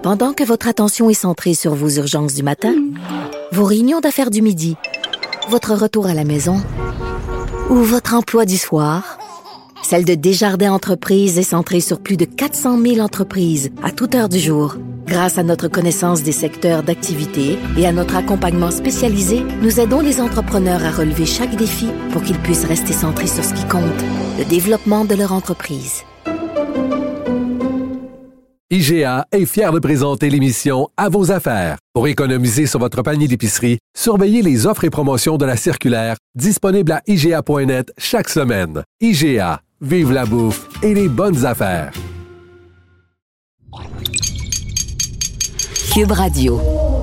Pendant que votre attention est centrée sur vos urgences du matin, vos réunions d'affaires du midi, votre retour à la maison ou votre emploi du soir, celle de Desjardins Entreprises est centrée sur plus de 400 000 entreprises à toute heure du jour. Grâce à notre connaissance des secteurs d'activité et à notre accompagnement spécialisé, nous aidons les entrepreneurs à relever chaque défi pour qu'ils puissent rester centrés sur ce qui compte, le développement de leur entreprise. IGA est fier de présenter l'émission À vos affaires. Pour économiser sur votre panier d'épicerie, surveillez les offres et promotions de la circulaire disponible à IGA.net chaque semaine. IGA, vive la bouffe et les bonnes affaires. Cube Radio.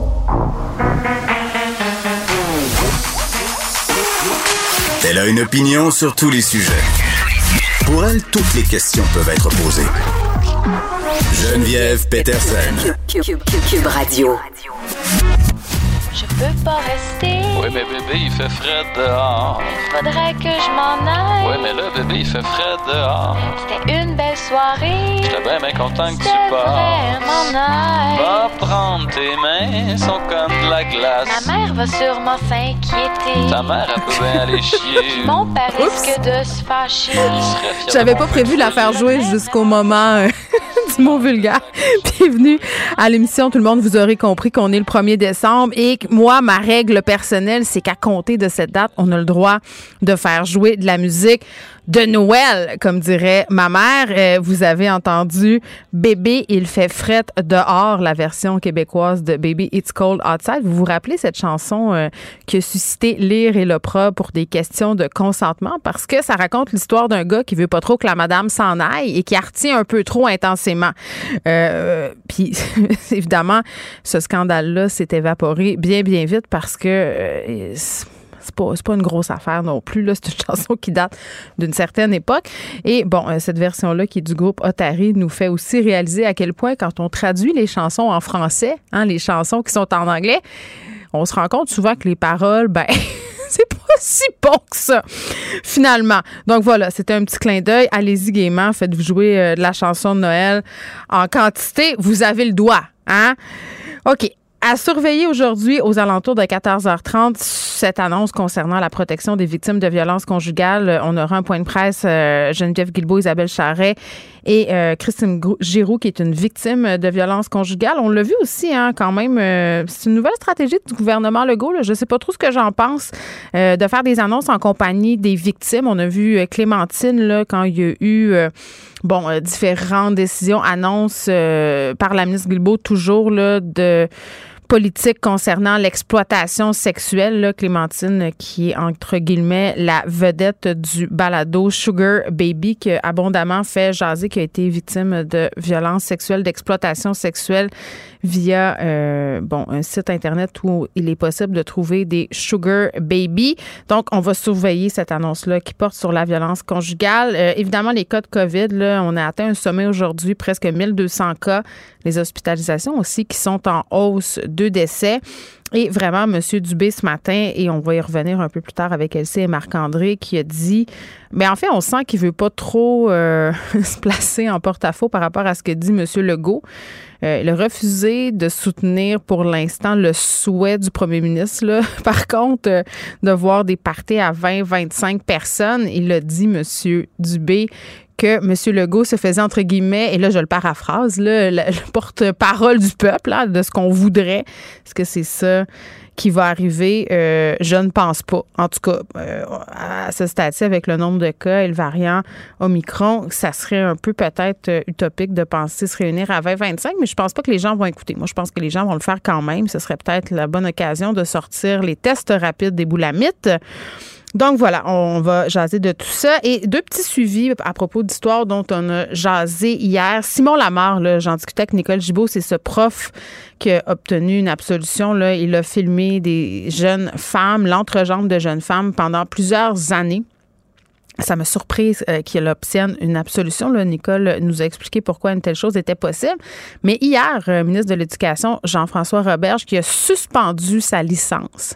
Elle a une opinion sur tous les sujets. Pour elle, toutes les questions peuvent être posées. Geneviève Peterson. Cube Radio. Je peux pas rester. Oui, mais bébé, il fait frais dehors. Faudrait que je m'en aille. Oui, mais là, bébé, il fait frais dehors. C'était une belle soirée. J'étais bien content que tu C'était pars. vraiment nice. Va prendre tes mains, sont comme de la glace. Ma mère va sûrement s'inquiéter. Ta mère, elle peut bien aller chier. Mon père risque de se fâcher. J'avais pas prévu de la faire jouer jusqu'au moment du mot vulgaire. Bienvenue à l'émission. Tout le monde, vous aurez compris qu'on est le 1er décembre et que moi, ma règle personnelle, c'est qu'à compter de cette date, on a le droit de faire jouer de la musique de Noël, comme dirait ma mère. Vous avez entendu Bébé, il fait fret dehors, la version québécoise de Baby, It's Cold Outside. Vous vous rappelez cette chanson qui a suscité l'ire et l'opprobre pour des questions de consentement parce que ça raconte l'histoire d'un gars qui veut pas trop que la madame s'en aille et qui la retient un peu trop intensément. Puis, évidemment, ce scandale-là s'est évaporé bien vite parce que... C'est pas une grosse affaire non plus. Là. C'est une chanson qui date d'une certaine époque. Et bon, cette version-là qui est du groupe Otari nous fait aussi réaliser à quel point quand on traduit les chansons en français, les chansons qui sont en anglais, on se rend compte souvent que les paroles, c'est pas si bon que ça, finalement. Donc voilà, c'était un petit clin d'œil. Allez-y gaiement, faites-vous jouer de la chanson de Noël en quantité. Vous avez le doigt, hein? OK. À surveiller aujourd'hui, aux alentours de 14h30, cette annonce concernant la protection des victimes de violences conjugales. On aura un point de presse, Geneviève Guilbeault, Isabelle Charret et Christine Giroux, qui est une victime de violences conjugales. On l'a vu aussi, quand même. C'est une nouvelle stratégie du gouvernement Legault. Là, je sais pas trop ce que j'en pense, de faire des annonces en compagnie des victimes. On a vu Clémentine, là, quand il y a eu... différentes décisions, annonces par la ministre Guilbeault, toujours là, de politique concernant l'exploitation sexuelle. Là, Clémentine, qui est entre guillemets la vedette du balado Sugar Baby, qui a abondamment fait jaser, qui a été victime de violences sexuelles, d'exploitation sexuelle via un site Internet où il est possible de trouver des Sugar Baby. Donc, on va surveiller cette annonce-là qui porte sur la violence conjugale. Évidemment, les cas de COVID, là, on a atteint un sommet aujourd'hui, presque 1200 cas. Les hospitalisations aussi qui sont en hausse, 2 décès. Et vraiment, M. Dubé, ce matin, et on va y revenir un peu plus tard avec Elsie et Marc-André, qui a dit... en fait, on sent qu'il veut pas trop se placer en porte-à-faux par rapport à ce que dit M. Legault. Il a refusé de soutenir pour l'instant le souhait du premier ministre. Là. Par contre, de voir des parties à 20-25 personnes, il a dit, M. Dubé, que M. Legault se faisait, entre guillemets, et là, je le paraphrase, là, le porte-parole du peuple, là, de ce qu'on voudrait. Est-ce que c'est ça qui va arriver? Je ne pense pas. En tout cas, à ce stade-ci, avec le nombre de cas et le variant Omicron, ça serait un peu peut-être utopique de penser se réunir à 20-25, mais je pense pas que les gens vont écouter. Moi, je pense que les gens vont le faire quand même. Ce serait peut-être la bonne occasion de sortir les tests rapides des boulamites. Donc voilà, on va jaser de tout ça. Et 2 petits suivis à propos d'histoires dont on a jasé hier. Simon Lamarre, là, j'en discutais avec Nicole Gibault, c'est ce prof qui a obtenu une absolution. Là. Il a filmé des jeunes femmes, l'entrejambe de jeunes femmes pendant plusieurs années. Ça m'a surprise qu'il obtienne une absolution. Là, Nicole nous a expliqué pourquoi une telle chose était possible. Mais hier, ministre de l'Éducation, Jean-François Roberge, qui a suspendu sa licence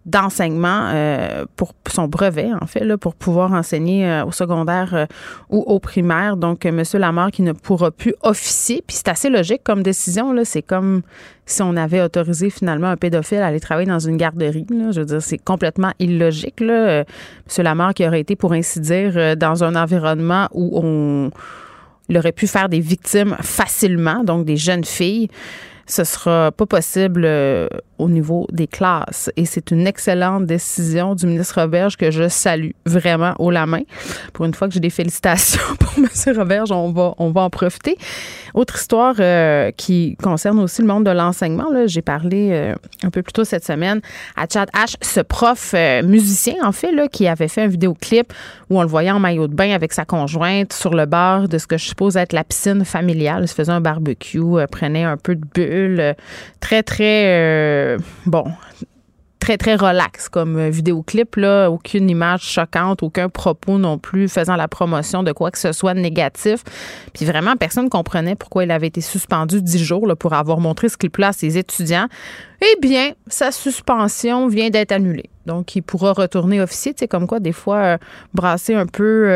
d'enseignement pour son brevet, en fait, là, pour pouvoir enseigner au secondaire ou au primaire. Donc, M. Lamar qui ne pourra plus officier. Puis c'est assez logique comme décision, là. C'est comme si on avait autorisé finalement un pédophile à aller travailler dans une garderie, là. Je veux dire, c'est complètement illogique, là. M. Lamar qui aurait été, pour ainsi dire, dans un environnement où il aurait pu faire des victimes facilement, donc des jeunes filles. Ce sera pas possible au niveau des classes. Et c'est une excellente décision du ministre Roberge que je salue vraiment haut la main. Pour une fois que j'ai des félicitations pour M. Roberge, on va en profiter. Autre histoire qui concerne aussi le monde de l'enseignement. Là, j'ai parlé un peu plus tôt cette semaine à Chad H, ce prof musicien, en fait, là, qui avait fait un vidéoclip où on le voyait en maillot de bain avec sa conjointe sur le bord de ce que je suppose être la piscine familiale. Il se faisait un barbecue, prenait un peu de bulle. Très, très, très, très relax comme vidéoclip, là. Aucune image choquante, aucun propos non plus faisant la promotion de quoi que ce soit de négatif. Puis vraiment, personne ne comprenait pourquoi il avait été suspendu 10 jours là, pour avoir montré ce clip-là à ses étudiants. Eh bien, sa suspension vient d'être annulée. Donc, il pourra retourner officier. Tu sais, comme quoi, des fois, brasser un peu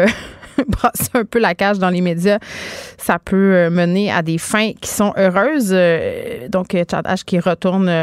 la cage dans les médias, ça peut mener à des fins qui sont heureuses. Donc, Chad H qui retourne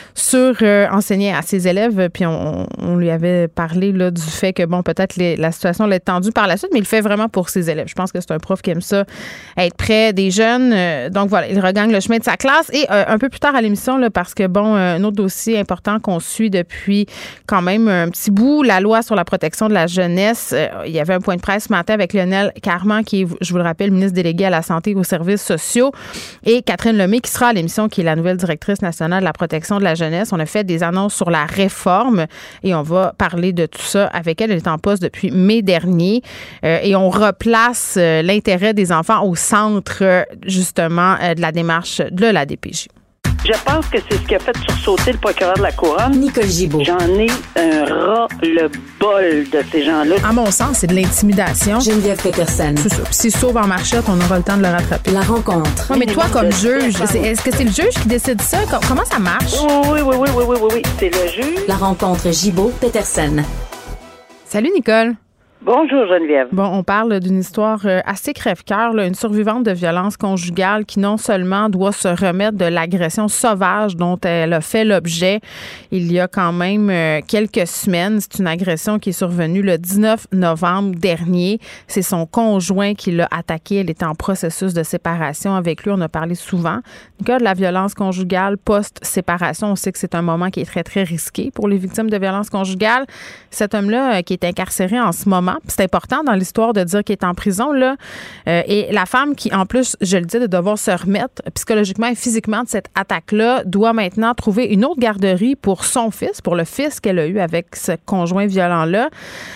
enseigner à ses élèves. Puis, on lui avait parlé là, du fait que, bon, peut-être la situation l'est tendue par la suite, mais il le fait vraiment pour ses élèves. Je pense que c'est un prof qui aime ça, être près des jeunes. Donc, voilà, il regagne le chemin de sa classe. Et un peu plus tard à l'émission, là, parce que, bon, un autre dossier important qu'on suit depuis quand même un petit bout, la loi sur la protection de la jeunesse. Il y avait un point de presse ce matin avec Lionel Carman, qui est, je vous le rappelle, ministre délégué à la santé et aux services sociaux, et Catherine Lemay, qui sera à l'émission, qui est la nouvelle directrice nationale de la protection de la jeunesse. On a fait des annonces sur la réforme et on va parler de tout ça avec elle. Elle est en poste depuis mai dernier et on replace l'intérêt des enfants au centre, justement, de la démarche de la DPJ. Je pense que c'est ce qui a fait sursauter le procureur de la Couronne. Nicole Gibault. J'en ai un ras-le-bol de ces gens-là. À mon sens, c'est de l'intimidation. Geneviève Peterson. C'est ça. Puis s'il sauve en marchette, on aura le temps de le rattraper. La rencontre. Non, mais toi, comme juge, est-ce que c'est le juge qui décide ça? Comment ça marche? Oui. C'est le juge. La rencontre Gibault-Peterson. Salut, Nicole. Bonjour Geneviève. Bon, on parle d'une histoire assez crève-cœur, là, une survivante de violence conjugale qui non seulement doit se remettre de l'agression sauvage dont elle a fait l'objet il y a quand même quelques semaines. C'est une agression qui est survenue le 19 novembre dernier. C'est son conjoint qui l'a attaquée. Elle était en processus de séparation avec lui. On a parlé souvent. Du cas de la violence conjugale post-séparation, on sait que c'est un moment qui est très, très risqué pour les victimes de violence conjugale. Cet homme-là qui est incarcéré en ce moment, c'est important dans l'histoire de dire qu'il est en prison, là. Et la femme qui, en plus, je le dis, de devoir se remettre psychologiquement et physiquement de cette attaque-là, doit maintenant trouver une autre garderie pour son fils, pour le fils qu'elle a eu avec ce conjoint violent-là.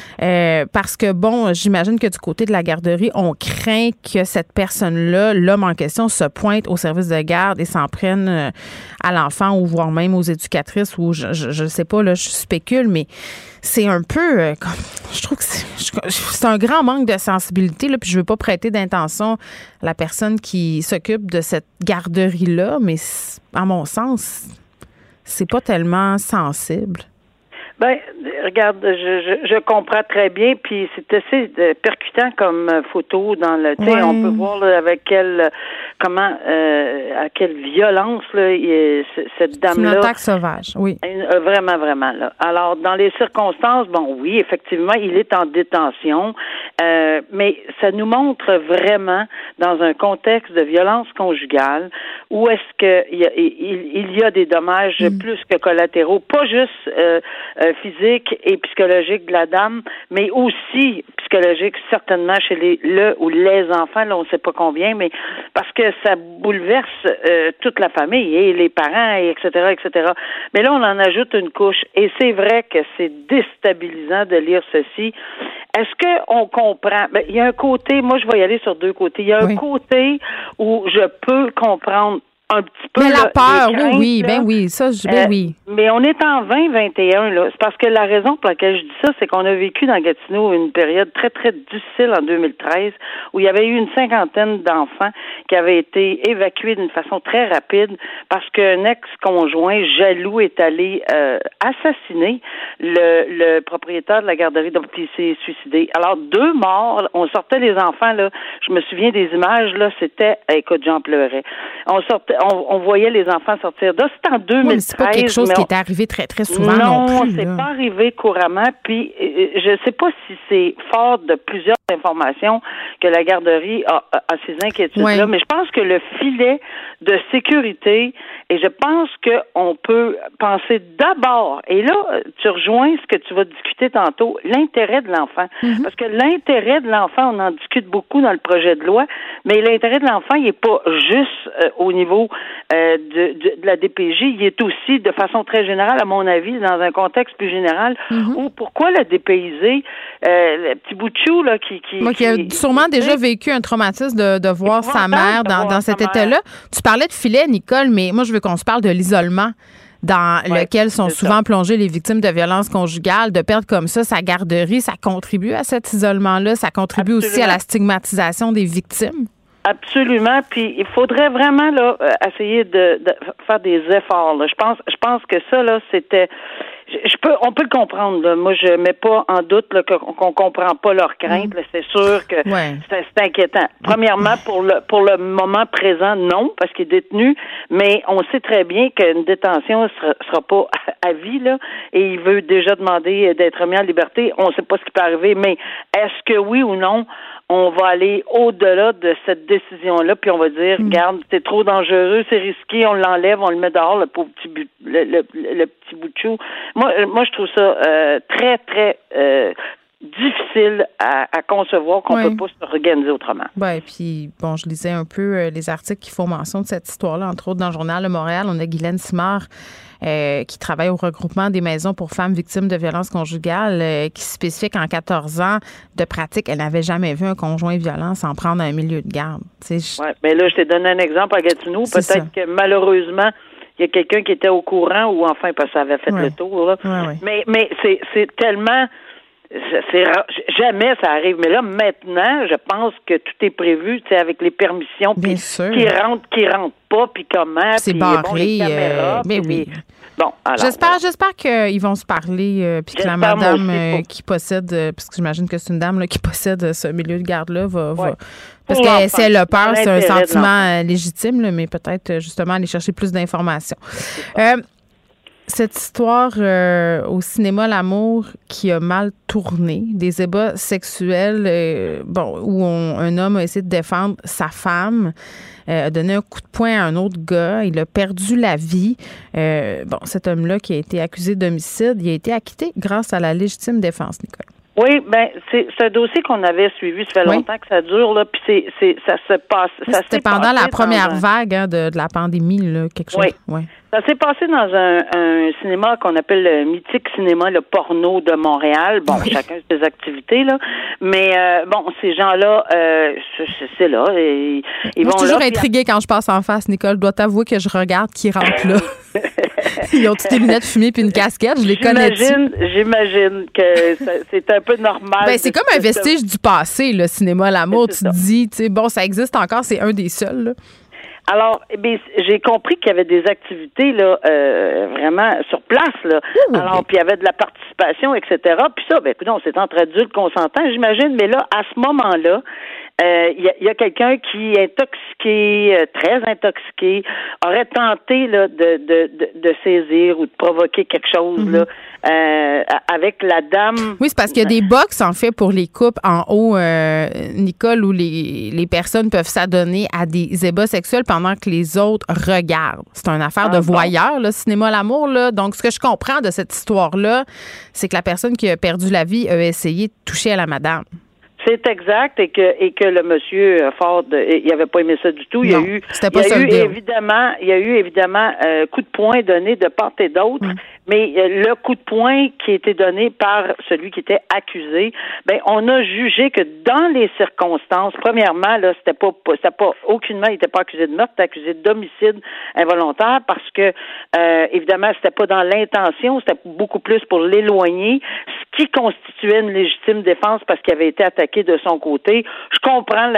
Parce que, bon, j'imagine que du côté de la garderie, on craint que cette personne-là, l'homme en question, se pointe au service de garde et s'en prenne à l'enfant ou voire même aux éducatrices ou je sais pas, là, je spécule, mais c'est un peu, je trouve que c'est un grand manque de sensibilité, là, puis je veux pas prêter d'intention à la personne qui s'occupe de cette garderie-là, mais à mon sens, c'est pas tellement sensible. Ben, regarde, je comprends très bien, puis c'est assez percutant comme photo dans le, tu sais, on peut voir là, avec quelle, à quelle violence là, cette dame-là. C'est une attaque sauvage, oui. Vraiment, vraiment là. Alors, dans les circonstances, bon, oui, effectivement, il est en détention, mais ça nous montre vraiment dans un contexte de violence conjugale où est-ce que il y a des dommages plus que collatéraux, pas juste physique et psychologique de la dame, mais aussi psychologique certainement chez les enfants, là on ne sait pas combien, mais parce que ça bouleverse toute la famille et les parents, et etc., etc. Mais là, on en ajoute une couche et c'est vrai que c'est déstabilisant de lire ceci. Est-ce qu'on comprend? Ben, il y a un côté, moi je vais y aller sur deux côtés. Il y a un côté où je peux comprendre un petit peu. Mais la peur, les craintes, oui, là. ben oui, ça, ben oui. Mais on est en 2021, là. C'est parce que la raison pour laquelle je dis ça, c'est qu'on a vécu dans Gatineau une période très, très difficile en 2013, où il y avait eu une 50aine d'enfants qui avaient été évacués d'une façon très rapide parce qu'un ex-conjoint jaloux est allé assassiner le propriétaire de la garderie, donc il s'est suicidé. Alors, 2 morts, on sortait les enfants, là, je me souviens des images, là, c'était, écoute, j'en pleurais. On voyait les enfants sortir. Là, c'était en 2013. Oui, mais c'est pas quelque chose qui est arrivé très, très souvent non plus. Non, c'est pas arrivé couramment. Puis, je sais pas si c'est fort de plusieurs informations que la garderie a ces inquiétudes-là, mais je pense que le filet de sécurité, et je pense qu'on peut penser d'abord, et là, tu rejoins ce que tu vas discuter tantôt, l'intérêt de l'enfant. Mm-hmm. Parce que l'intérêt de l'enfant, on en discute beaucoup dans le projet de loi, mais l'intérêt de l'enfant, il n'est pas juste au niveau de la DPJ, il est aussi, de façon très générale, à mon avis, dans un contexte plus général, où pourquoi la dépayser, le petit bout de chou, là, qui a sûrement déjà vécu un traumatisme de voir sa mère dans cet état-là. Tu parlais de filet, Nicole, mais moi, je veux qu'on se parle de l'isolement dans lequel sont souvent plongées les victimes de violences conjugales. De perdre comme ça sa garderie, ça contribue à cet isolement-là, ça contribue aussi à la stigmatisation des victimes. Absolument. Puis il faudrait vraiment là essayer de faire des efforts. Là. Je pense que ça là, c'était. On peut le comprendre. Là. Moi, je mets pas en doute là, qu'on comprend pas leurs craintes. Là. C'est sûr que c'est inquiétant. Premièrement, pour le moment présent, non, parce qu'il est détenu. Mais on sait très bien qu'une détention sera pas à vie là, et il veut déjà demander d'être mis en liberté. On sait pas ce qui peut arriver, mais est-ce que oui ou non? On va aller au-delà de cette décision-là, puis on va dire, regarde, c'est trop dangereux, c'est risqué, on l'enlève, on le met dehors, le pauvre petit le petit bout de chou. Moi, je trouve ça très, très difficile à concevoir qu'on peut pas s'organiser autrement. Oui, puis bon, je lisais un peu les articles qui font mention de cette histoire-là, entre autres dans le Journal de Montréal. On a Guylaine Simard qui travaille au regroupement des maisons pour femmes victimes de violences conjugales, qui spécifie qu'en 14 ans de pratique, elle n'avait jamais vu un conjoint violent s'en prendre à un milieu de garde. Oui, mais là, je t'ai donné un exemple à Gatineau. Peut-être que malheureusement, il y a quelqu'un qui était au courant ou enfin, parce que ça avait fait le tour. Là. Mais c'est tellement... jamais ça arrive. Mais là, maintenant, je pense que tout est prévu, tu sais, avec les permissions, puis qui rentrent pas, puis comment, c'est puis barré, bon, les caméras, mais oui. Bon, alors, j'espère qu'ils vont se parler, puis que la madame qui possède, parce que j'imagine que c'est une dame là, qui possède ce milieu de garde-là, va parce que si elle a peur, c'est un sentiment légitime, là, mais peut-être justement aller chercher plus d'informations. Cette histoire au cinéma L'Amour qui a mal tourné, des ébats sexuels, où un homme a essayé de défendre sa femme, a donné un coup de poing à un autre gars, il a perdu la vie. Cet homme-là qui a été accusé d'homicide, il a été acquitté grâce à la légitime défense, Nicole. Oui, c'est un dossier qu'on avait suivi, ça fait longtemps que ça dure, là, puis ça se passe. C'était pendant la première vague de la pandémie, là, quelque chose. Oui. Ça s'est passé dans un cinéma qu'on appelle le mythique cinéma, le porno de Montréal. Bon, chacun ses activités, là. Mais ces gens-là, c'est là. Et ils vont toujours intriguée quand je passe en face, Nicole. Je dois t'avouer que je regarde qui rentre là. Ils ont toutes des lunettes fumées puis une casquette, je les connais. J'imagine que c'est un peu normal. C'est comme un vestige du passé, le cinéma L'Amour. Tu te dis, ça existe encore, c'est un des seuls, là. Alors, j'ai compris qu'il y avait des activités là, vraiment sur place là. Alors, puis il y avait de la participation, etc. Puis ça, c'est entre adultes consentants, j'imagine. Mais là, à ce moment-là, il y a quelqu'un qui est intoxiqué, très intoxiqué, aurait tenté là de saisir ou de provoquer quelque chose là avec la dame. Oui, c'est parce qu'il y a des box en fait pour les couples en haut, Nicole, où les personnes peuvent s'adonner à des ébats sexuels pendant que les autres regardent. C'est une affaire de voyeur, le cinéma L'Amour là. Donc ce que je comprends de cette histoire là, c'est que la personne qui a perdu la vie a essayé de toucher à la madame. C'est exact, et que le monsieur Ford, il avait pas aimé ça du tout. Il y a eu évidemment coup de poing donné de part et d'autre, mais le coup de poing qui a été donné par celui qui était accusé, ben on a jugé que dans les circonstances, premièrement là, c'était pas aucunement, il était pas accusé de meurtre, il était accusé d'homicide involontaire parce que évidemment c'était pas dans l'intention, c'était beaucoup plus pour l'éloigner, ce qui constituait une légitime défense parce qu'il avait été attaqué de son côté. Je comprends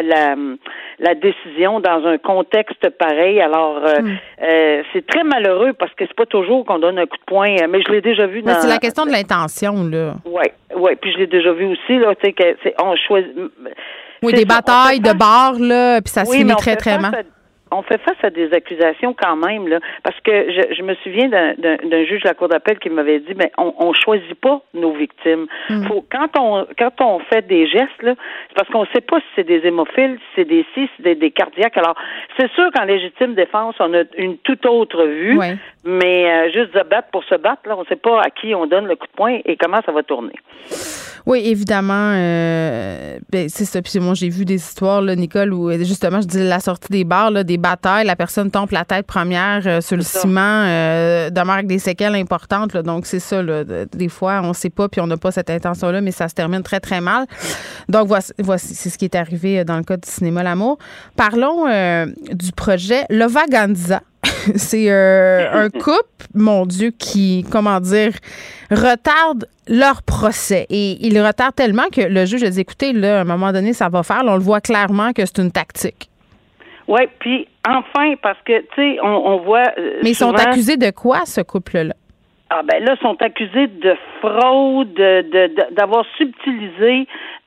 la décision dans un contexte pareil. Alors, c'est très malheureux parce que c'est pas toujours qu'on donne un coup de poing, mais je l'ai déjà vu dans... C'est la question de l'intention, là. Oui, puis je l'ai déjà vu aussi, là, tu sais, on choisit... Oui, des batailles de bar, là, puis ça se finit très, très mal. On fait face à des accusations quand même, là, parce que je me souviens d'un juge de la Cour d'appel qui m'avait dit, mais on choisit pas nos victimes. Quand on fait des gestes, là, c'est parce qu'on sait pas si c'est des hémophiles, si c'est des si c'est des cardiaques. Alors, c'est sûr qu'en légitime défense, on a une toute autre vue, mais juste se battre pour se battre, là, on sait pas à qui on donne le coup de poing et comment ça va tourner. Oui, évidemment, c'est ça. Puis moi, j'ai vu des histoires, là, Nicole, où justement, je dis la sortie des bars, là, des batailles, la personne tombe la tête première sur le ciment, demeure avec des séquelles importantes. Là, donc, c'est ça. Là, des fois, on ne sait pas, puis on n'a pas cette intention-là, mais ça se termine très, très mal. Donc, voici c'est ce qui est arrivé dans le cas du cinéma L'Amour. Parlons du projet Lova-Ganza. C'est un couple, mon Dieu, qui, comment dire, retarde leur procès. Et il retarde tellement que le juge a dit, écoutez, là, à un moment donné, ça va faire. Là, on le voit clairement que c'est une tactique. Oui, puis enfin, parce que, tu sais, on voit... Mais ils sont accusés de quoi, ce couple-là? Ah ben là, sont accusés de fraude, d'avoir subtilisé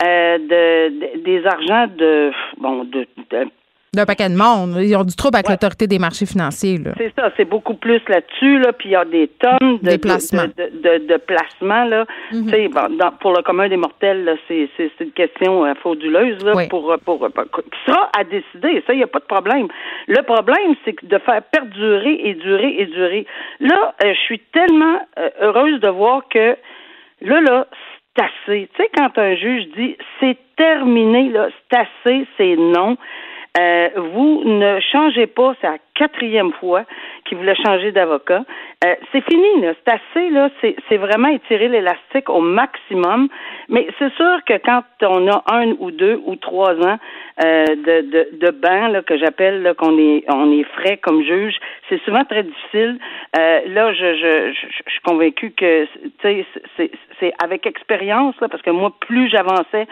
des argents d'un paquet de monde. Ils ont du trouble avec l'autorité des marchés financiers. Là. C'est ça, c'est beaucoup plus là-dessus, là, puis il y a des tonnes de placements. De placements, là. Tu sais, pour le commun des mortels, là, c'est une question frauduleuse, là, pour qui sera à décider. Ça, il n'y a pas de problème. Le problème, c'est de faire perdurer et durer. Là, je suis tellement heureuse de voir que là, c'est assez. Tu sais, quand un juge dit c'est terminé, là, c'est assez, c'est non. Vous ne changez pas, c'est la 4e fois qu'il voulait changer d'avocat. C'est fini, là, c'est assez, là, c'est vraiment étirer l'élastique au maximum. Mais c'est sûr que quand on a 1 ou 2 ou 3 ans de banc, là, que j'appelle, là, on est frais comme juge, c'est souvent très difficile. Là, je suis convaincue que, tu sais, c'est avec expérience, là, parce que moi, plus j'avançais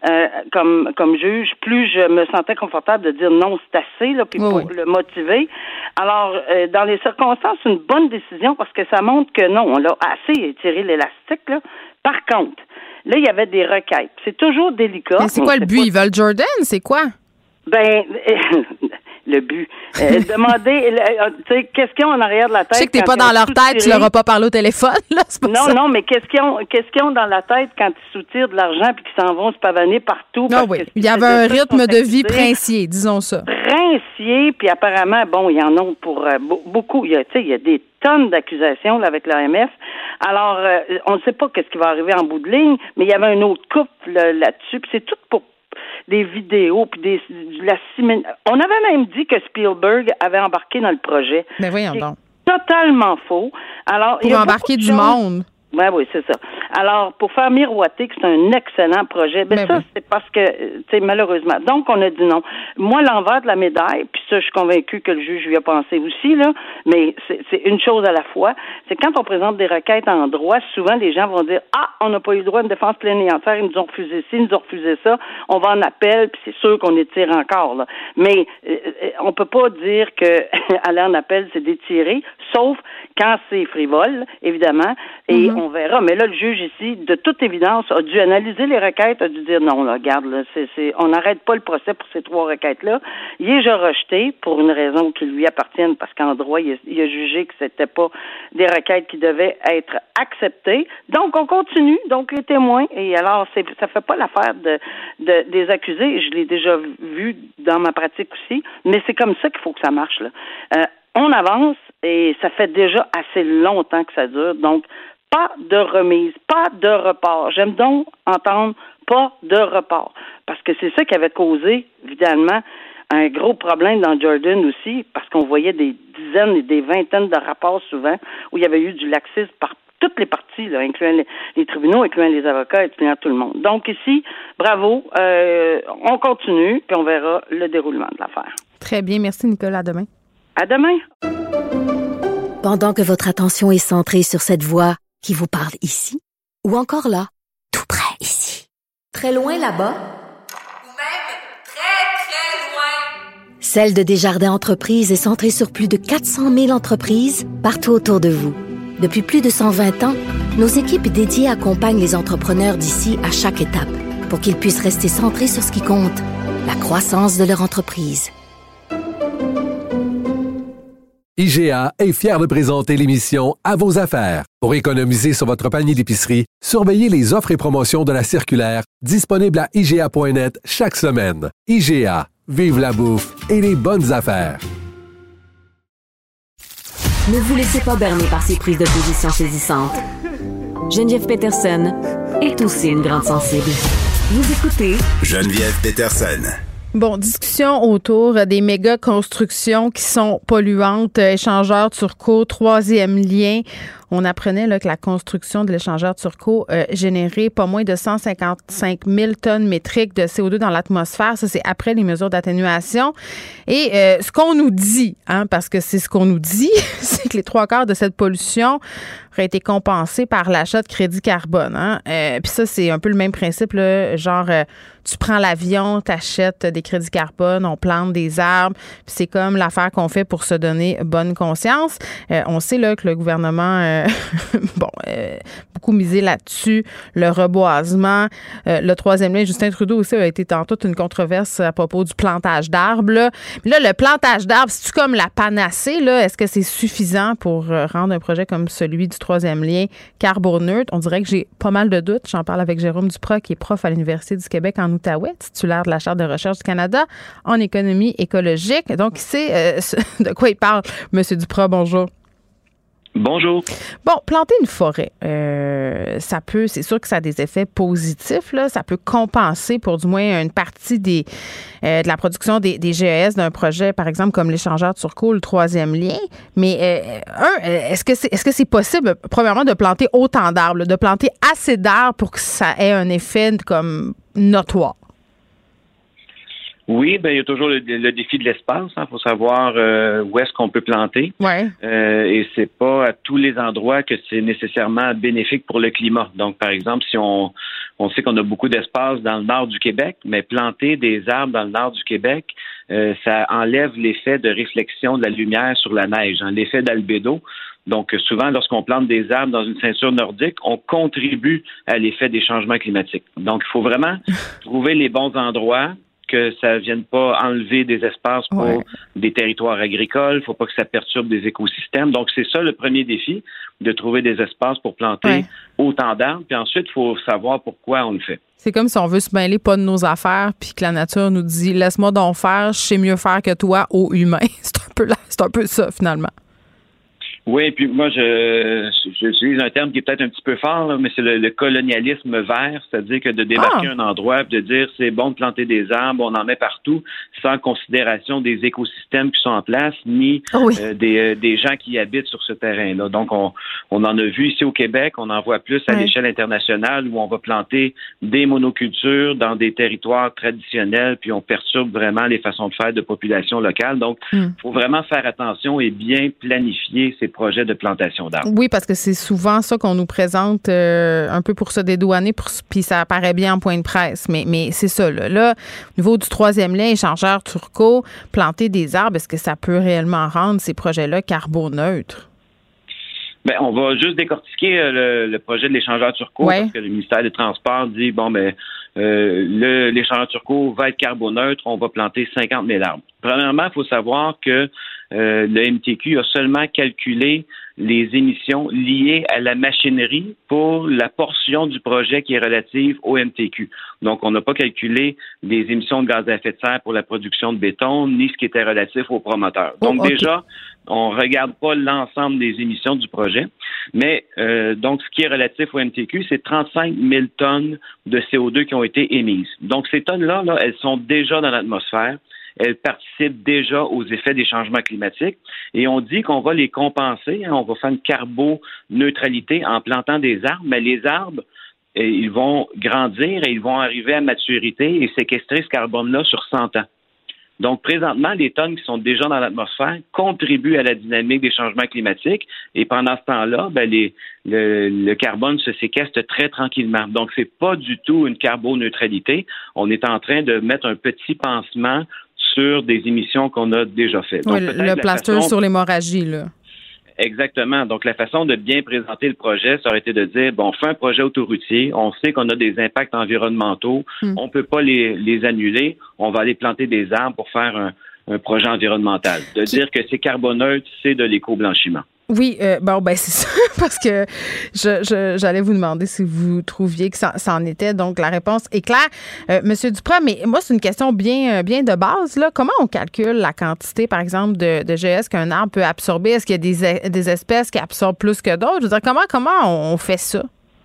comme juge, plus je me sentais confortable de dire non, c'est assez, là, puis pour le motiver. Alors, dans les circonstances, c'est une bonne décision parce que ça montre que non, on a assez étiré l'élastique, là. Par contre, là, il y avait des requêtes. C'est toujours délicat. Mais c'est quoi le but? Ils veulent Jordan? C'est quoi? Ben, le but. Demander, tu sais, qu'est-ce qu'ils ont en arrière de la tête? Je sais que t'es pas dans leur tête, tu leur as pas parlé au téléphone, là, c'est pas ça. Non, mais qu'est-ce qu'ils ont dans la tête quand ils soutirent de l'argent puis qu'ils s'en vont se pavaner partout? Ah oui, il y avait un rythme de vie princier, disons ça. Princier, puis apparemment, bon, il y en a pour beaucoup. Il y a des tonnes d'accusations là, avec l'AMF. Alors, on ne sait pas qu'est-ce qui va arriver en bout de ligne, mais il y avait un autre couple là-dessus, puis c'est tout pour des vidéos, puis on avait même dit que Spielberg avait embarqué dans le projet. Mais voyons donc. Totalement faux. Alors, pour embarquer du monde. Oui, c'est ça. Alors, pour faire miroiter que c'est un excellent projet, c'est parce que, tu sais, malheureusement. Donc, on a dit non. Moi, l'envers de la médaille, puis ça, je suis convaincue que le juge lui a pensé aussi, là, mais c'est une chose à la fois. C'est quand on présente des requêtes en droit, souvent, les gens vont dire, on n'a pas eu le droit à une défense pleine et entière, ils nous ont refusé ci, ils nous ont refusé ça, on va en appel, puis c'est sûr qu'on étire encore, là. Mais, on peut pas dire que aller en appel, c'est d'étirer, sauf quand c'est frivole, évidemment, et on verra. Mais là, le juge ici, de toute évidence, a dû analyser les requêtes, a dû dire non, là, regarde, là, on n'arrête pas le procès pour ces 3 requêtes-là. Il est déjà rejeté pour une raison qui lui appartienne, parce qu'en droit, il a jugé que c'était pas des requêtes qui devaient être acceptées. Donc, on continue. Donc, les témoins, et alors, ça fait pas l'affaire des accusés. Je l'ai déjà vu dans ma pratique aussi, mais c'est comme ça qu'il faut que ça marche, là. On avance et ça fait déjà assez longtemps que ça dure. Donc, pas de remise, pas de report. J'aime donc entendre pas de report. Parce que c'est ça qui avait causé, évidemment, un gros problème dans Jordan aussi, parce qu'on voyait des dizaines et des vingtaines de rapports souvent où il y avait eu du laxisme par toutes les parties, là, incluant les tribunaux, incluant les avocats, incluant tout le monde. Donc ici, bravo, on continue, puis on verra le déroulement de l'affaire. Très bien, merci Nicolas, à demain. À demain. Pendant que votre attention est centrée sur cette voix qui vous parle ici, ou encore là, tout près ici, très loin là-bas, ou même très, très loin. Celle de Desjardins Entreprises est centrée sur plus de 400 000 entreprises partout autour de vous. Depuis plus de 120 ans, nos équipes dédiées accompagnent les entrepreneurs d'ici à chaque étape pour qu'ils puissent rester centrés sur ce qui compte, la croissance de leur entreprise. IGA est fier de présenter l'émission À vos affaires. Pour économiser sur votre panier d'épicerie, surveillez les offres et promotions de la circulaire disponible à IGA.net chaque semaine. IGA, vive la bouffe et les bonnes affaires. Ne vous laissez pas berner par ces prises de position saisissantes. Geneviève Peterson est aussi une grande sensible. Vous écoutez Geneviève Peterson. Bon, discussion autour des méga constructions qui sont polluantes, échangeurs Turcot, troisième lien. On apprenait là, que la construction de l'échangeur Turcot générait pas moins de 155 000 tonnes métriques de CO2 dans l'atmosphère. Ça, c'est après les mesures d'atténuation. Et ce qu'on nous dit, parce que c'est ce qu'on nous dit, c'est que les 3/4 de cette pollution auraient été compensés par l'achat de crédits carbone. Puis ça, c'est un peu le même principe, là, genre tu prends l'avion, t'achètes des crédits carbone, on plante des arbres, puis c'est comme l'affaire qu'on fait pour se donner bonne conscience. On sait là que le gouvernement beaucoup misé là-dessus, le reboisement, le troisième lien. Justin Trudeau aussi a été tantôt une controverse à propos du plantage d'arbres. Là. Mais là, le plantage d'arbres, c'est-tu comme la panacée? Là? Est-ce que c'est suffisant pour rendre un projet comme celui du troisième lien carboneutre? On dirait que j'ai pas mal de doutes. J'en parle avec Jérôme Duprat, qui est prof à l'Université du Québec en Outaouais, titulaire de la Charte de recherche du Canada en économie écologique. Donc, il sait de quoi il parle. Monsieur Duprat, bonjour. Bonjour. Bon, planter une forêt, c'est sûr que ça a des effets positifs, là. Ça peut compenser pour du moins une partie de la production des GES d'un projet, par exemple, comme l'échangeur Turcot, le troisième lien. Mais, est-ce que c'est possible, premièrement, de planter autant d'arbres, là, de planter assez d'arbres pour que ça ait un effet comme notoire? Oui, il y a toujours le défi de l'espace. Faut savoir où est-ce qu'on peut planter. Ouais. Et c'est pas à tous les endroits que c'est nécessairement bénéfique pour le climat. Donc, par exemple, si on sait qu'on a beaucoup d'espace dans le nord du Québec, mais planter des arbres dans le nord du Québec, ça enlève l'effet de réflexion de la lumière sur la neige, l'effet d'albédo. Donc, souvent, lorsqu'on plante des arbres dans une ceinture nordique, on contribue à l'effet des changements climatiques. Donc, il faut vraiment trouver les bons endroits, que ça ne vienne pas enlever des espaces pour des territoires agricoles. Il ne faut pas que ça perturbe des écosystèmes. Donc, c'est ça le premier défi, de trouver des espaces pour planter autant d'arbres. Puis ensuite, il faut savoir pourquoi on le fait. C'est comme si on veut se mêler pas de nos affaires puis que la nature nous dit « Laisse-moi donc faire, je sais mieux faire que toi, ô humain. » C'est un peu ça, finalement. Oui, puis moi, j'utilise un terme qui est peut-être un petit peu fort, là, mais c'est le colonialisme vert, c'est-à-dire que de débarquer un endroit et de dire c'est bon de planter des arbres, on en met partout, sans considération des écosystèmes qui sont en place, ni des gens qui habitent sur ce terrain-là. Donc, on en a vu ici au Québec, on en voit plus à l'échelle internationale où on va planter des monocultures dans des territoires traditionnels, puis on perturbe vraiment les façons de faire de population locale. Donc, il faut vraiment faire attention et bien planifier ces projets de plantation d'arbres. Oui, parce que c'est souvent ça qu'on nous présente un peu pour se dédouaner, puis ça apparaît bien en point de presse. Mais c'est ça, là, au niveau du troisième lien, échangeur Turcot, planter des arbres, est-ce que ça peut réellement rendre ces projets-là carboneutres? Bien, on va juste décortiquer le projet de l'échangeur Turcot, parce que le ministère des Transports dit, l'échangeur Turcot va être carboneutre, on va planter 50 000 arbres. Premièrement, il faut savoir que le MTQ a seulement calculé les émissions liées à la machinerie pour la portion du projet qui est relative au MTQ. Donc, on n'a pas calculé des émissions de gaz à effet de serre pour la production de béton, ni ce qui était relatif aux promoteurs. Donc, déjà, On ne regarde pas l'ensemble des émissions du projet. Mais donc, ce qui est relatif au MTQ, c'est 35 000 tonnes de CO2 qui ont été émises. Donc, ces tonnes-là, là, elles sont déjà dans l'atmosphère. Elles participent déjà aux effets des changements climatiques. Et on dit qu'on va les compenser. On va faire une carboneutralité en plantant des arbres. Mais les arbres, ils vont grandir et ils vont arriver à maturité et séquestrer ce carbone-là sur 100 ans. Donc, présentement, les tonnes qui sont déjà dans l'atmosphère contribuent à la dynamique des changements climatiques et pendant ce temps-là, le carbone se séquestre très tranquillement. Donc, c'est pas du tout une carboneutralité. On est en train de mettre un petit pansement sur des émissions qu'on a déjà faites. Oui, le plaster sur l'hémorragie, là. Exactement. Donc, la façon de bien présenter le projet, ça aurait été de dire, bon, on fait un projet autoroutier, on sait qu'on a des impacts environnementaux, on peut pas les annuler, on va aller planter des arbres pour faire un projet environnemental. De dire que c'est carboneutre, c'est de l'éco-blanchiment. Oui, c'est ça, parce que j'allais vous demander si vous trouviez que ça en était. Donc, la réponse est claire. Monsieur Duprat, mais moi, c'est une question bien de base, là. Comment on calcule la quantité, par exemple, de GES qu'un arbre peut absorber? Est-ce qu'il y a des espèces qui absorbent plus que d'autres? Je veux dire, comment on fait ça?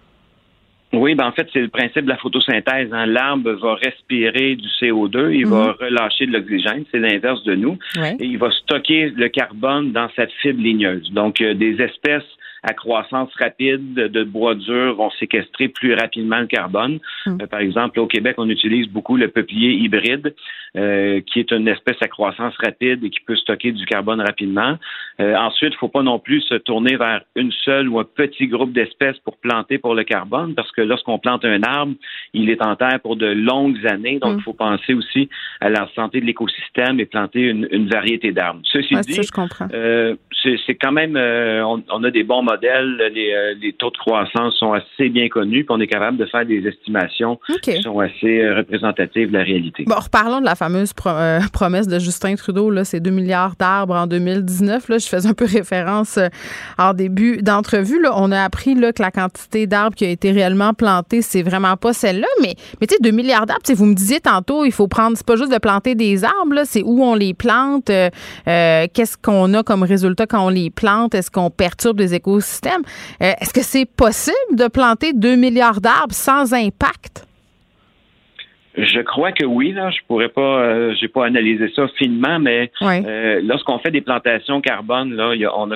Oui, en fait, c'est le principe de la photosynthèse. Hein. L'arbre va respirer du CO2, il va relâcher de l'oxygène, c'est l'inverse de nous, et il va stocker le carbone dans cette fibre ligneuse. Donc, des espèces à croissance rapide de bois dur vont séquestrer plus rapidement le carbone. Par exemple, au Québec, on utilise beaucoup le peuplier hybride, qui est une espèce à croissance rapide et qui peut stocker du carbone rapidement. Ensuite, il ne faut pas non plus se tourner vers une seule ou un petit groupe d'espèces pour planter pour le carbone, parce que lorsqu'on plante un arbre, il est en terre pour de longues années. Donc, il faut penser aussi à la santé de l'écosystème et planter une variété d'arbres. Ceci dit, ça, je comprends. C'est quand même, on a des bons modèles. Les taux de croissance sont assez bien connus, puis on est capable de faire des estimations qui sont assez représentatives de la réalité. Bon, reparlons de la fameuse promesse de Justin Trudeau, là, c'est 2 milliards d'arbres en 2019. Là, je faisais un peu référence en début d'entrevue. Là, on a appris là, que la quantité d'arbres qui a été réellement plantée, c'est vraiment pas celle-là. Mais tu sais, 2 milliards d'arbres, vous me disiez tantôt, il faut prendre, c'est pas juste de planter des arbres, là, c'est où on les plante, qu'est-ce qu'on a comme résultat quand on les plante, est-ce qu'on perturbe les écosystèmes? Est-ce que c'est possible de planter 2 milliards d'arbres sans impact? Je crois que oui, là. Je pourrais pas, j'ai pas analysé ça finement, mais lorsqu'on fait des plantations carbone, là,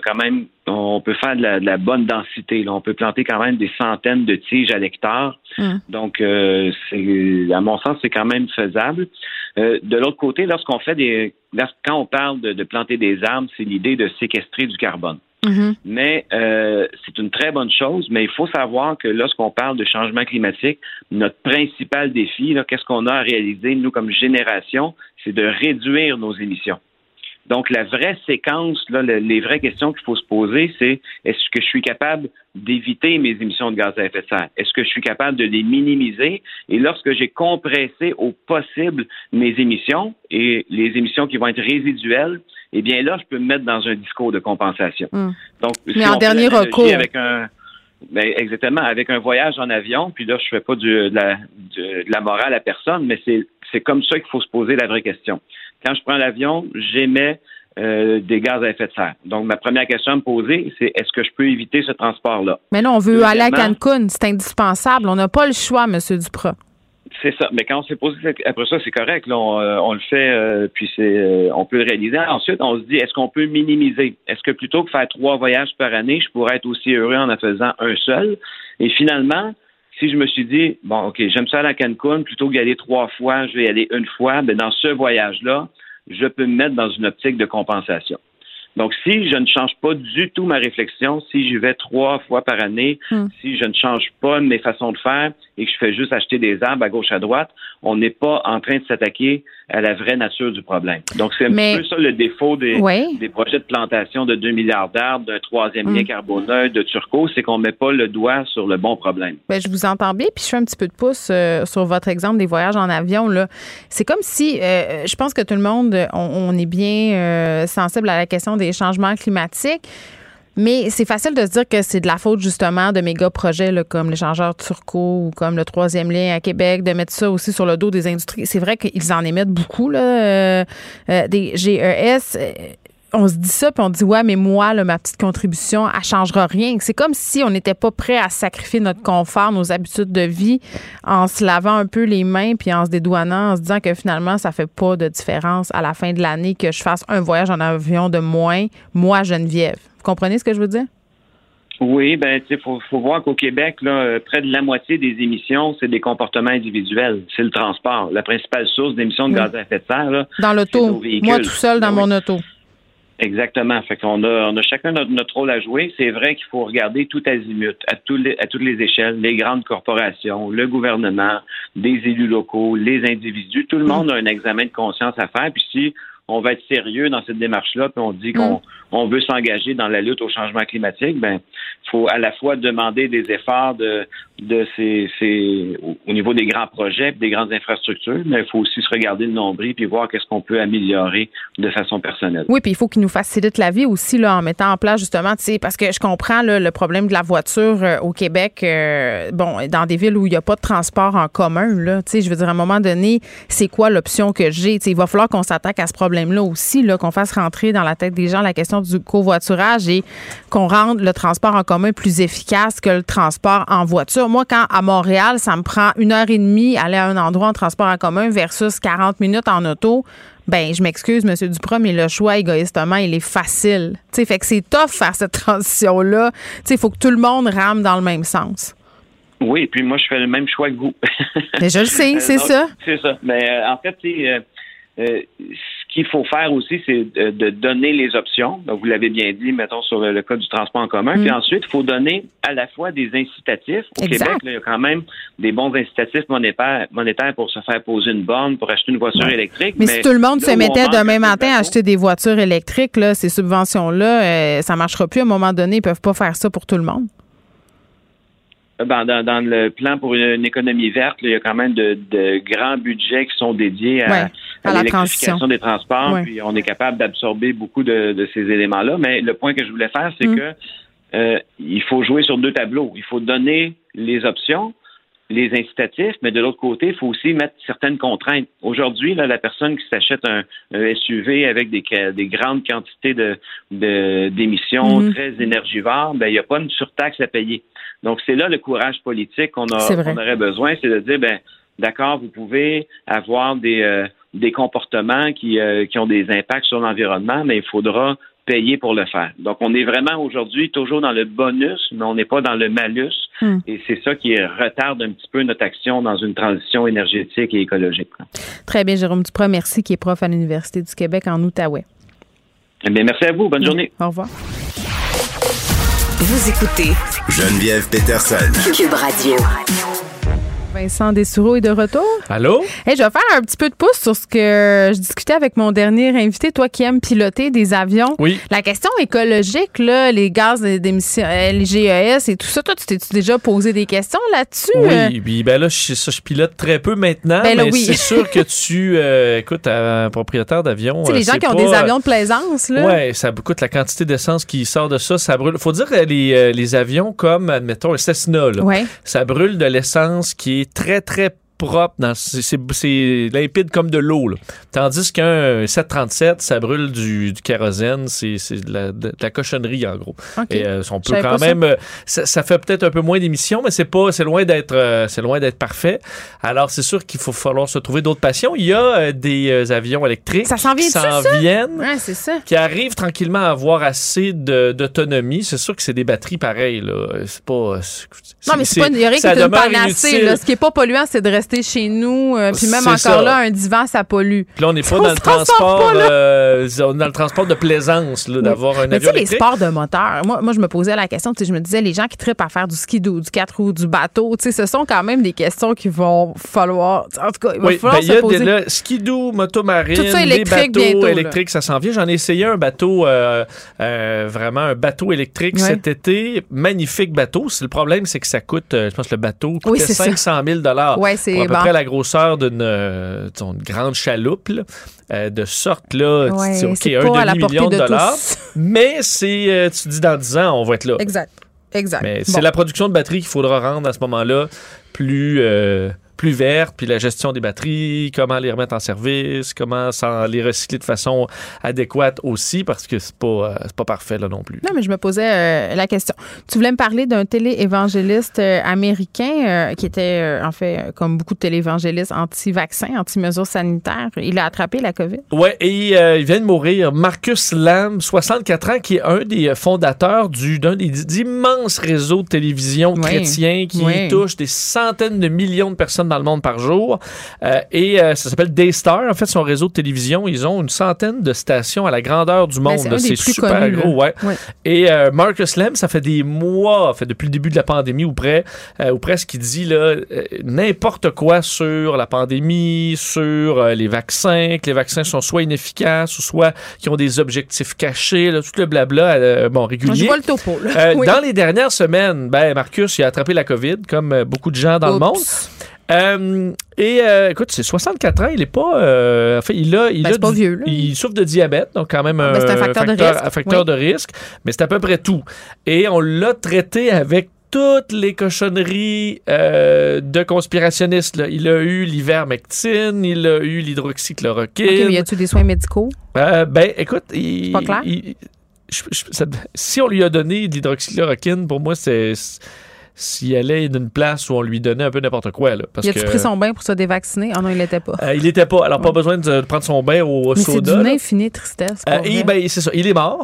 on peut faire de la bonne densité. Là. On peut planter quand même des centaines de tiges à l'hectare. Donc, à mon sens, c'est quand même faisable. De l'autre côté, quand on parle de planter des arbres, c'est l'idée de séquestrer du carbone. Mais c'est une très bonne chose, mais il faut savoir que lorsqu'on parle de changement climatique, notre principal défi, là, qu'est-ce qu'on a à réaliser, nous, comme génération, c'est de réduire nos émissions. Donc, la vraie séquence, là, les vraies questions qu'il faut se poser, c'est est-ce que je suis capable d'éviter mes émissions de gaz à effet de serre? Est-ce que je suis capable de les minimiser? Et lorsque j'ai compressé au possible mes émissions et les émissions qui vont être résiduelles, eh bien là, je peux me mettre dans un discours de compensation. Donc, mais en dernier recours. Exactement, avec un voyage en avion, puis là, je fais pas de la morale à personne, mais c'est comme ça qu'il faut se poser la vraie question. Quand je prends l'avion, j'émets des gaz à effet de serre. Donc, ma première question à me poser, c'est est-ce que je peux éviter ce transport-là? Mais non, on veut aller à Cancun, c'est indispensable. On n'a pas le choix, M. Duprat. C'est ça. Mais quand on s'est posé après ça, c'est correct. Là, on le fait, puis on peut le réaliser. Ensuite, on se dit, est-ce qu'on peut minimiser? Est-ce que plutôt que faire 3 voyages par année, je pourrais être aussi heureux en faisant un seul? Et finalement, si je me suis dit, bon, OK, j'aime ça aller à Cancun, plutôt que d'y aller 3 fois, je vais y aller une fois, bien, dans ce voyage-là, je peux me mettre dans une optique de compensation. Donc, si je ne change pas du tout ma réflexion, si j'y vais 3 fois par année, si je ne change pas mes façons de faire et que je fais juste acheter des arbres à gauche à droite, on n'est pas en train de s'attaquer à la vraie nature du problème. Donc, c'est un petit peu ça le défaut des projets de plantation de 2 milliards d'arbres, d'un 3e lien carboneutre, de Turco, c'est qu'on ne met pas le doigt sur le bon problème. Bien, je vous entends bien, puis je fais un petit peu de pouce sur votre exemple des voyages en avion. Là. C'est comme si, je pense que tout le monde, on est bien sensible à la question des changements climatiques, mais c'est facile de se dire que c'est de la faute justement de méga projets là, comme l'échangeur Turco ou comme le 3e lien à Québec, de mettre ça aussi sur le dos des industries. C'est vrai qu'ils en émettent beaucoup, là, des GES. on se dit ça, puis on dit, ouais, mais moi, là, ma petite contribution, elle changera rien. C'est comme si on n'était pas prêt à sacrifier notre confort, nos habitudes de vie, en se lavant un peu les mains, puis en se dédouanant, en se disant que finalement, ça fait pas de différence à la fin de l'année que je fasse un voyage en avion de moins, moi, Geneviève. Vous comprenez ce que je veux dire? Oui, ben, tu sais, faut voir qu'au Québec, là, près de la moitié des émissions, c'est des comportements individuels. C'est le transport. La principale source d'émissions de gaz à effet de serre, là, dans l'auto. Moi, tout seul dans mon auto. Exactement. Fait qu'on a chacun notre rôle à jouer. C'est vrai qu'il faut regarder tout azimut, à toutes les échelles, les grandes corporations, le gouvernement, des élus locaux, les individus. Tout le monde a un examen de conscience à faire. Puis si on va être sérieux dans cette démarche-là, puis on dit qu'on veut s'engager dans la lutte au changement climatique, ben, il faut à la fois demander des efforts au niveau des grands projets, des grandes infrastructures, mais il faut aussi se regarder le nombril puis voir qu'est-ce qu'on peut améliorer de façon personnelle. Oui, puis il faut qu'ils nous facilitent la vie aussi là, en mettant en place justement, tu sais, parce que je comprends là, le problème de la voiture au Québec, dans des villes où il n'y a pas de transport en commun, là, tu sais, je veux dire, à un moment donné, c'est quoi l'option que j'ai? Tu sais, il va falloir qu'on s'attaque à ce problème-là aussi, là, qu'on fasse rentrer dans la tête des gens la question du covoiturage et qu'on rende le transport en commun plus efficace que le transport en voiture. Moi, quand à Montréal, ça me prend 1h30 aller à un endroit en transport en commun versus 40 minutes en auto, ben je m'excuse, M. Duprat, mais le choix, égoïstement, il est facile. Tu sais, fait que c'est tough faire cette transition-là. Tu sais, il faut que tout le monde rame dans le même sens. Oui, puis moi, je fais le même choix que vous. Mais je le sais, c'est ça. C'est ça. Mais en fait, ce qu'il faut faire aussi, c'est de donner les options. Donc, vous l'avez bien dit, mettons, sur le cas du transport en commun. Puis ensuite, il faut donner à la fois des incitatifs. Au Québec, là, il y a quand même des bons incitatifs monétaires pour se faire poser une borne, pour acheter une voiture électrique. Mais si tout le monde se mettait demain matin à acheter des voitures électriques, là, ces subventions-là, ça ne marchera plus. À un moment donné, ils ne peuvent pas faire ça pour tout le monde. Dans le plan pour une économie verte, là, il y a quand même de grands budgets qui sont dédiés à l'électrification des transports, puis on est capable d'absorber beaucoup de ces éléments-là. Mais le point que je voulais faire, c'est que il faut jouer sur deux tableaux. Il faut donner les options, les incitatifs, mais de l'autre côté, il faut aussi mettre certaines contraintes. Aujourd'hui, là, la personne qui s'achète un SUV avec des grandes quantités d'émissions très énergivores, ben il n'y a pas une surtaxe à payer. Donc, c'est là le courage politique qu'on aurait besoin, c'est de dire, ben d'accord, vous pouvez avoir des comportements qui ont des impacts sur l'environnement, mais il faudra payer pour le faire. Donc, on est vraiment aujourd'hui toujours dans le bonus, mais on n'est pas dans le malus. Et c'est ça qui retarde un petit peu notre action dans une transition énergétique et écologique. Très bien, Jérôme Duprat, merci, qui est prof à l'Université du Québec en Outaouais. Eh bien, merci à vous. Bonne journée. Au revoir. Vous écoutez Geneviève Peterson. Cube Radio. Vincent Dessureau est de retour. Allô? Hey, je vais faire un petit peu de pouce sur ce que je discutais avec mon dernier invité, toi qui aimes piloter des avions. Oui. La question écologique, là, les gaz d'émission, les GES et tout ça, toi, tu t'es-tu déjà posé des questions là-dessus? Oui, puis ben là, je pilote très peu maintenant, mais c'est sûr que tu, écoute, un propriétaire d'avion... Tu sais, les gens qui ont des avions de plaisance, là. Oui, ça coûte la quantité d'essence qui sort de ça brûle. Faut dire que les avions comme, admettons, le Cessna, là, ça brûle de l'essence qui est très, très propre, c'est limpide comme de l'eau, là. Tandis qu'un 737, ça brûle du kérosène, c'est de la cochonnerie, en gros. Okay. Et on peut quand même... Ça fait peut-être un peu moins d'émissions, mais c'est loin d'être parfait. Alors, c'est sûr qu'il faut falloir se trouver d'autres passions. Il y a des avions électriques qui s'en viennent, c'est ça. qui arrivent tranquillement à avoir assez d'autonomie. C'est sûr que c'est des batteries pareilles, là. C'est pas... Non, mais il n'y a rien qui est une panacée, là. Ce qui n'est pas polluant, c'est de rester chez nous. Puis même encore ça. Là, un divan, ça pollue. Puis là, on n'est pas dans le transport dans le transport de plaisance, là, d'avoir un avion électrique. Mais tu sais, les sports de moteur, moi, je me posais la question, je me disais, les gens qui trippent à faire du skidoo, du 4 roues, du bateau, tu sais, ce sont quand même des questions qu'il va falloir... En tout cas, il va falloir se poser. Il y a skidoo, motomarine, tout ça électrique, des bateaux bientôt, électriques, ça s'en vient. J'en ai essayé un bateau, vraiment un bateau électrique cet été. Magnifique bateau. Le problème, c'est que ça coûte, je pense que le bateau coûtait 500 000 $. Ouais, c'est pour à peu près la grosseur d'une grande chaloupe, là, de sorte, là, OK, un demi-million de dollars. Mais c'est, tu dis dans 10 ans, on va être là. Exact. Mais c'est la production de batterie qu'il faudra rendre à ce moment-là plus plus vertes, puis la gestion des batteries, comment les remettre en service, comment les recycler de façon adéquate aussi, parce que c'est pas parfait là non plus. Non, mais je me posais la question. Tu voulais me parler d'un téléévangéliste américain qui était, en fait, comme beaucoup de téléévangélistes anti-vaccins, anti-mesures sanitaires. Il a attrapé la COVID. Oui, et il vient de mourir. Marcus Lamb, 64 ans, qui est un des fondateurs d'un des immenses réseaux de télévision chrétiens qui touche des centaines de millions de personnes dans le monde par jour. Et ça s'appelle Daystar. En fait, son réseau de télévision, ils ont une centaine de stations à la grandeur du monde. C'est super connus, gros, ouais. Et Marcus Lamb, ça fait des mois, depuis le début de la pandémie ou presque, il dit là, n'importe quoi sur la pandémie, sur les vaccins, que les vaccins sont soit inefficaces ou soit qui ont des objectifs cachés, là, tout le blabla régulier. Je vois le topo. Là. Dans les dernières semaines, Marcus il a attrapé la COVID, comme beaucoup de gens dans le monde. Écoute, c'est 64 ans, il est pas... c'est pas vieux, là. Il souffre de diabète, donc quand même c'est un facteur de risque, mais c'est à peu près tout. Et on l'a traité avec toutes les cochonneries de conspirationnistes. Là. Il a eu l'ivermectine, il a eu l'hydroxychloroquine. OK, mais y a-tu des soins médicaux? Écoute, c'est pas clair? Si on lui a donné de l'hydroxychloroquine, pour moi, c'est... S'il allait d'une place où on lui donnait un peu n'importe quoi. Là, il a-tu pris son bain pour se dévacciner? Ah non, il l'était pas. Il l'était pas. Alors, pas besoin de prendre son bain au soda. C'est d'une infinie tristesse. C'est ça. Il est mort.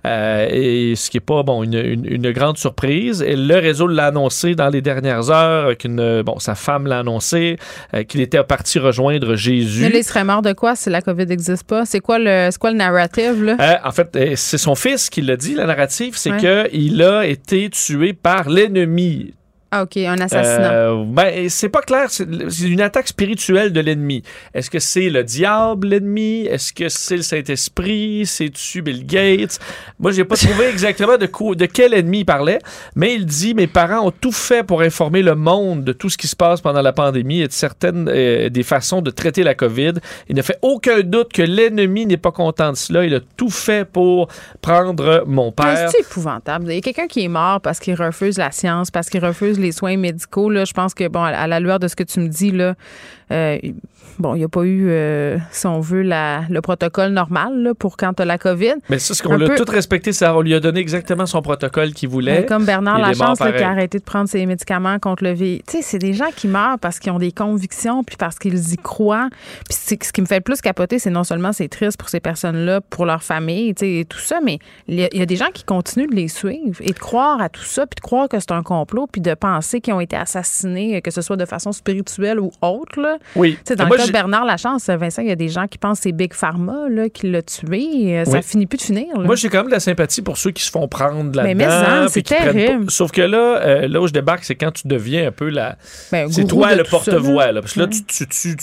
Et ce qui n'est pas une grande surprise. Et le réseau l'a annoncé dans les dernières heures. Sa femme l'a annoncé qu'il était parti rejoindre Jésus. Mais là, il serait mort de quoi si la COVID n'existe pas? C'est quoi le narrative? Là? En fait, c'est son fils qui l'a dit, la narrative. C'est qu'il a été tué par l'ennemi. Ah, OK, un assassinat. C'est pas clair. C'est une attaque spirituelle de l'ennemi. Est-ce que c'est le diable, l'ennemi? Est-ce que c'est le Saint-Esprit? C'est-tu Bill Gates? Moi, j'ai pas trouvé exactement de quel ennemi il parlait, mais il dit, mes parents ont tout fait pour informer le monde de tout ce qui se passe pendant la pandémie et de certaines des façons de traiter la COVID. Il ne fait aucun doute que l'ennemi n'est pas content de cela. Il a tout fait pour prendre mon père. C'est épouvantable. Il y a quelqu'un qui est mort parce qu'il refuse la science, parce qu'il refuse les soins médicaux. Là, je pense que, à la lueur de ce que tu me dis, là, il n'y a pas eu, si on veut, le protocole normal là, pour quand tu as la COVID. Mais ça, c'est qu'on l'a tout respecté. On lui a donné exactement son protocole qu'il voulait. Comme Bernard Lachance qui a arrêté de prendre ses médicaments contre le VIH. Tu sais, c'est des gens qui meurent parce qu'ils ont des convictions puis parce qu'ils y croient. Puis ce qui me fait le plus capoter, c'est non seulement c'est triste pour ces personnes-là, pour leur famille, tu sais, et tout ça, mais il y a des gens qui continuent de les suivre et de croire à tout ça, puis de croire que c'est un complot, puis de penser qu'ils ont été assassinés, que ce soit de façon spirituelle ou autre. Là. Oui. Tu sais, dans le cas de Bernard Lachance, Vincent, il y a des gens qui pensent que c'est Big Pharma là, qui l'a tué. Ça finit plus de finir. Là. Moi, j'ai quand même de la sympathie pour ceux qui se font prendre là-dedans. Mais c'est terrible. Sauf que là où je débarque, c'est quand tu deviens un peu c'est toi le porte-voix. Là. Parce que là, tu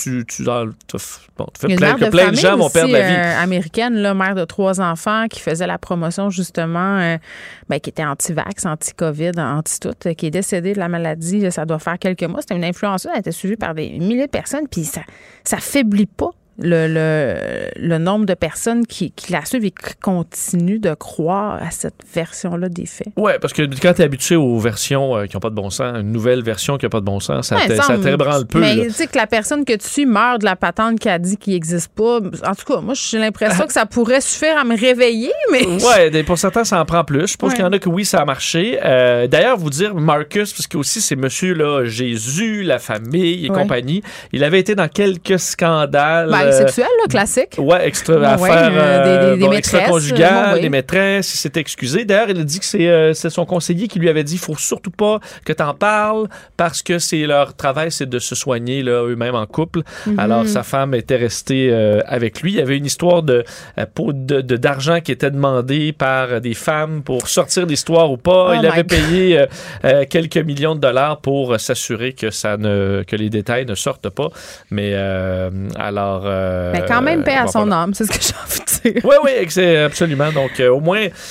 fais que plein de gens vont perdre la vie. Américaine, là, mère de 3 enfants, qui faisait la promotion justement, qui était anti-vax, anti-COVID, anti-tout, qui est décédée de la maladie. Là, ça doit faire quelques mois. C'était une influenceuse, elle était suivie par des milliers de personnes, puis ça faiblit pas le nombre de personnes qui la suivent et qui continuent de croire à cette version-là des faits. Oui, parce que quand tu es habitué aux versions qui n'ont pas de bon sens, une nouvelle version qui n'a pas de bon sens, ça t'ébranle peu. Mais tu sais que la personne que tu suis meurt de la patente qui a dit qu'il n'existe pas. En tout cas, moi, j'ai l'impression que ça pourrait suffire à me réveiller, mais... Oui, pour certains, ça en prend plus. Je pense qu'il y en a que oui, ça a marché. D'ailleurs, vous dire, Marcus, parce que aussi, c'est monsieur là, Jésus, la famille et compagnie, il avait été dans quelques scandales. Sexuel, là, classique. Oui, affaires des extra-conjugales, des maîtresses, il s'est excusé. D'ailleurs, il a dit que c'est son conseiller qui lui avait dit il ne faut surtout pas que tu en parles parce que c'est leur travail, c'est de se soigner là, eux-mêmes en couple. Mm-hmm. Alors, sa femme était restée avec lui. Il y avait une histoire d'argent qui était demandé par des femmes pour sortir l'histoire ou pas. Il avait payé quelques millions de dollars pour s'assurer que les détails ne sortent pas. Mais alors... Mais quand même, paix à son âme, c'est ce que j'ai envie de dire. Oui, absolument. Donc, au moins,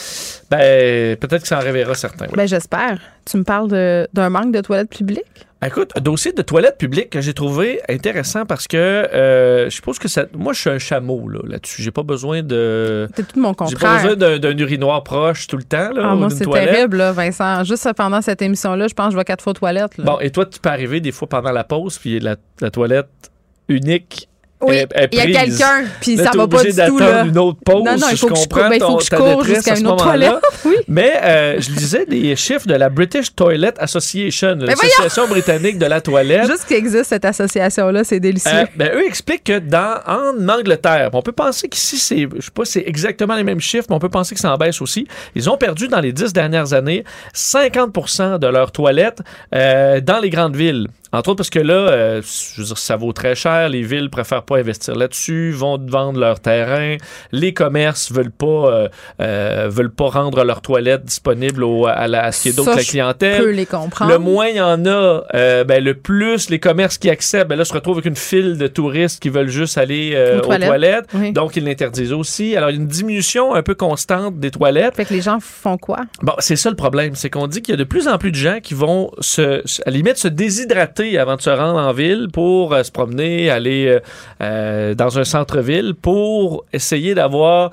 ben peut-être que ça en réveillera certains. Oui. Ben j'espère. Tu me parles d'un manque de toilettes publiques? Écoute, un dossier de toilettes publiques que j'ai trouvé intéressant parce que je suppose que ça. Moi, je suis un chameau là-dessus. J'ai pas besoin de. C'est tout mon contraire. J'ai pas besoin d'un urinoir proche tout le temps. Là, moi, c'est toilette. Terrible, là, Vincent. Juste pendant cette émission-là, je pense que je vais 4 fois aux toilettes. Là. Bon, et toi, tu peux arriver des fois pendant la pause, puis la toilette unique. Oui, il y a quelqu'un, puis ça va pas du tout. Là. Une autre pause. Non, il faut que je cours jusqu'à une autre toilette. Oui. Mais je lisais des chiffres de la British Toilet Association, l'association britannique de la toilette. Juste qu'il existe cette association-là, c'est délicieux. Eux expliquent que en Angleterre, on peut penser qu'ici, je sais pas, c'est exactement les mêmes chiffres, mais on peut penser que ça en baisse aussi. Ils ont perdu dans les 10 dernières années 50% de leurs toilettes dans les grandes villes. Entre autres parce que là, je veux dire, ça vaut très cher. Les villes préfèrent pas investir là-dessus, vont vendre leur terrain. Les commerces veulent pas rendre leurs toilettes disponibles à ce qui est d'autre que la clientèle. Je peux les comprendre. Le moins il y en a, le plus les commerces qui acceptent, là, se retrouvent avec une file de touristes qui veulent juste aller aux toilettes. Oui. Donc, ils l'interdisent aussi. Alors, il y a une diminution un peu constante des toilettes. Fait que les gens font quoi? Bon, c'est ça le problème. C'est qu'on dit qu'il y a de plus en plus de gens qui vont à la limite se déshydrater avant de se rendre en ville pour se promener, aller dans un centre-ville pour essayer d'avoir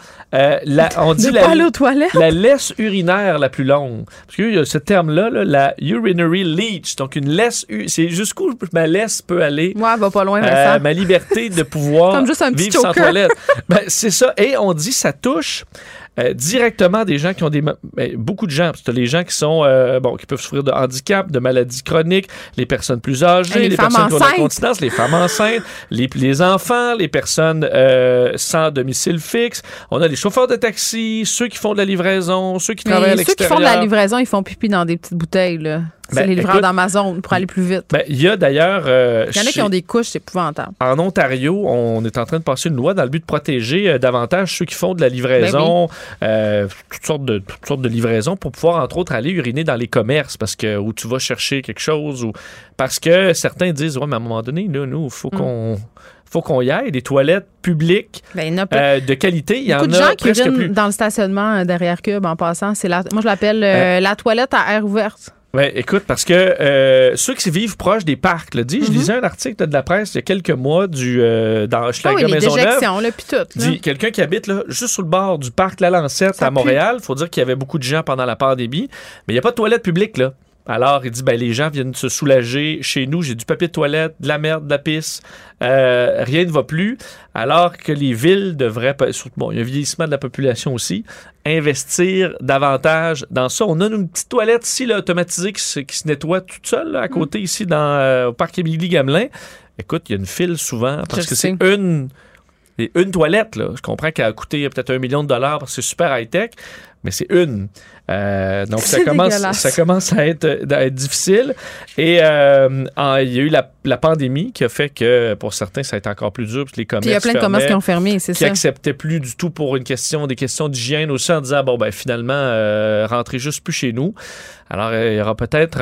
la laisse urinaire la plus longue. Parce qu'il y a ce terme-là, la urinary leach. Donc, une laisse, c'est jusqu'où ma laisse peut aller. Ouais, va pas loin, Vincent. Ma liberté de pouvoir comme juste un petit vivre sans toilette. C'est ça. Et on dit ça touche directement des gens qui ont beaucoup de gens, parce que les gens qui sont qui peuvent souffrir de handicap, de maladies chroniques, les personnes plus âgées, les personnes qui ont de la continence, les femmes enceintes, les enfants, les personnes sans domicile fixe. On a les chauffeurs de taxi, ceux qui font de la livraison, ceux qui travaillent à l'extérieur. Ceux qui font de la livraison, ils font pipi dans des petites bouteilles, là. C'est les livreurs d'Amazon pour aller plus vite. Il y a d'ailleurs... il y en a qui ont des couches, c'est épouvantable. En Ontario, on est en train de passer une loi dans le but de protéger davantage ceux qui font de la livraison, toutes sortes de livraisons pour pouvoir, entre autres, aller uriner dans les commerces où tu vas chercher quelque chose parce que certains disent, mais à un moment donné, là, nous, il faut qu'on y aille. Des toilettes publiques de qualité, il y en a presque plus. Beaucoup de gens qui urinent dans le stationnement derrière Cube, en passant. Moi, je l'appelle la toilette à air ouverte. Oui, écoute, parce que ceux qui vivent proches des parcs, je lisais un article de la presse il y a quelques mois dans Hochelaga Maisonneuve. Puis tout. Quelqu'un qui habite là, juste sur le bord du parc La Lancette à Montréal. Il faut dire qu'il y avait beaucoup de gens pendant la pandémie, mais il n'y a pas de toilette publique là. Alors, il dit, les gens viennent se soulager chez nous. J'ai du papier de toilette, de la merde, de la pisse. Rien ne va plus. Alors que les villes devraient, il y a un vieillissement de la population aussi, investir davantage dans ça. On a une petite toilette ici, là, automatisée, qui se nettoie toute seule, là, à côté, ici, au parc Émilie-Gamelin. Écoute, il y a une file souvent, parce que c'est une toilette, là. Je comprends qu'elle a coûté peut-être $1 million parce que c'est super high-tech, mais c'est une. Donc, ça commence à être difficile. Et il y a eu la pandémie qui a fait que, pour certains, ça a été encore plus dur. Parce que les commerces il y a plein de commerces qui ont fermé, c'est ça. Qui n'acceptaient plus du tout pour des questions d'hygiène aussi, en disant, finalement, rentrez juste plus chez nous. Alors, il y aura peut-être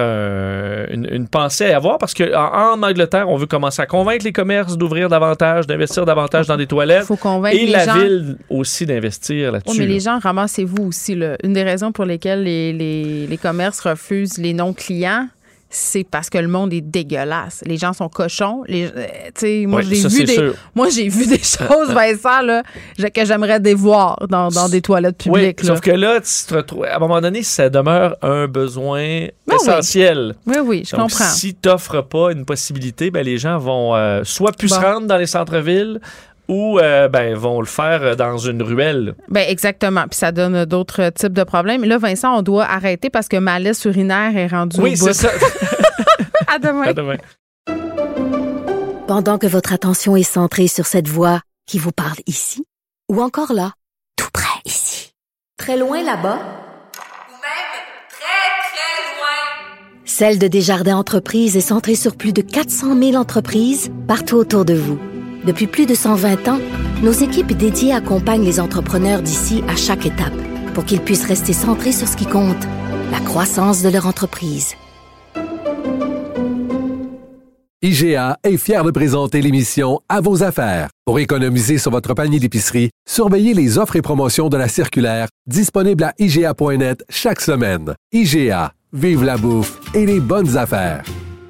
une pensée à avoir parce qu'en Angleterre, on veut commencer à convaincre les commerces d'ouvrir davantage, d'investir davantage dans des toilettes. Faut convaincre et la ville aussi d'investir là-dessus. Oui, mais les gens, ramassez-vous aussi. Là. Une des raisons pour lesquelles les commerces refusent les non-clients, c'est parce que le monde est dégueulasse. Les gens sont cochons. Moi, j'ai vu des choses, Vincent, là, que j'aimerais dévoir dans des toilettes publiques. Oui, sauf que là, tu te retrouves, à un moment donné, ça demeure un besoin essentiel. Oui, je comprends. Si tu n'offres pas une possibilité, les gens vont soit plus se rendre dans les centres-villes, ou vont le faire dans une ruelle. Exactement. Puis ça donne d'autres types de problèmes. Là, Vincent, on doit arrêter parce que ma laisse urinaire est rendue au bout. Oui, c'est ça. À demain. À demain. Pendant que votre attention est centrée sur cette voix qui vous parle ici, ou encore là, tout près ici, très loin là-bas, ou même très, très loin, Celle de Desjardins Entreprises est centrée sur plus de 400 000 entreprises partout autour de vous. Depuis plus de 120 ans, nos équipes dédiées accompagnent les entrepreneurs d'ici à chaque étape pour qu'ils puissent rester centrés sur ce qui compte, la croissance de leur entreprise. IGA est fier de présenter l'émission À vos affaires. Pour économiser sur votre panier d'épicerie, surveillez les offres et promotions de la circulaire disponible à IGA.net chaque semaine. IGA, vive la bouffe et les bonnes affaires.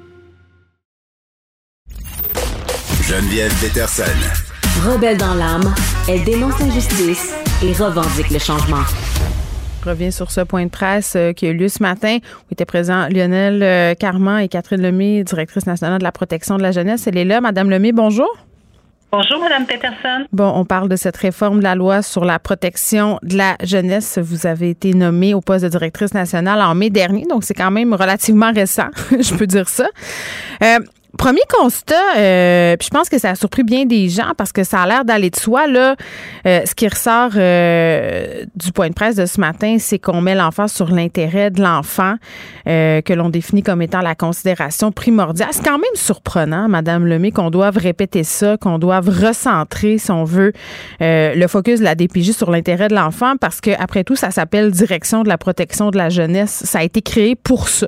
Geneviève Peterson. Rebelle dans l'âme, elle dénonce l'injustice et revendique le changement. Je reviens sur ce point de presse qui a eu lieu ce matin où étaient présents Lionel Carman et Catherine Lemay, directrice nationale de la protection de la jeunesse. Elle est là. Madame Lemay, bonjour. Bonjour, Mme Peterson. Bon, on parle de cette réforme de la loi sur la protection de la jeunesse. Vous avez été nommée au poste de directrice nationale en mai dernier, donc c'est quand même relativement récent, je peux dire ça. Premier constat, puis je pense que ça a surpris bien des gens parce que ça a l'air d'aller de soi, là. Ce qui ressort du point de presse de ce matin, c'est qu'on met l'emphase sur l'intérêt de l'enfant que l'on définit comme étant la considération primordiale. C'est quand même surprenant, Madame Lemay, qu'on doive répéter ça, qu'on doive recentrer, si on veut, le focus de la DPJ sur l'intérêt de l'enfant parce que après tout, ça s'appelle Direction de la protection de la jeunesse. Ça a été créé pour ça.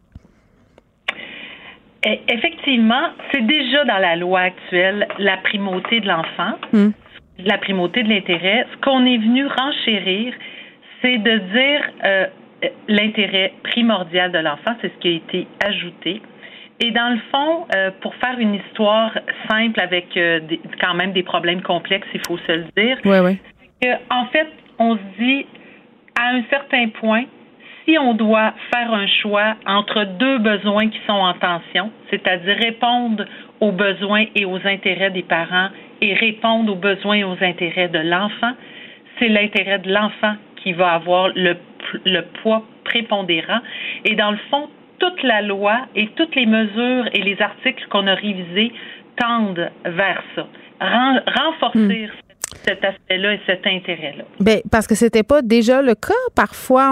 Effectivement, c'est déjà dans la loi actuelle la primauté de l'enfant, la primauté de l'intérêt. Ce qu'on est venu renchérir, c'est de dire l'intérêt primordial de l'enfant, c'est ce qui a été ajouté. Et dans le fond, pour faire une histoire simple avec quand même des problèmes complexes, il faut se le dire, c'est qu'en fait, on se dit, à un certain point, si on doit faire un choix entre deux besoins qui sont en tension, c'est-à-dire répondre aux besoins et aux intérêts des parents et répondre aux besoins et aux intérêts de l'enfant, c'est l'intérêt de l'enfant qui va avoir le poids prépondérant. Et dans le fond, toute la loi et toutes les mesures et les articles qu'on a révisés tendent vers ça. Renforcer cet aspect-là et cet intérêt-là. Bien, parce que c'était pas déjà le cas. Parfois,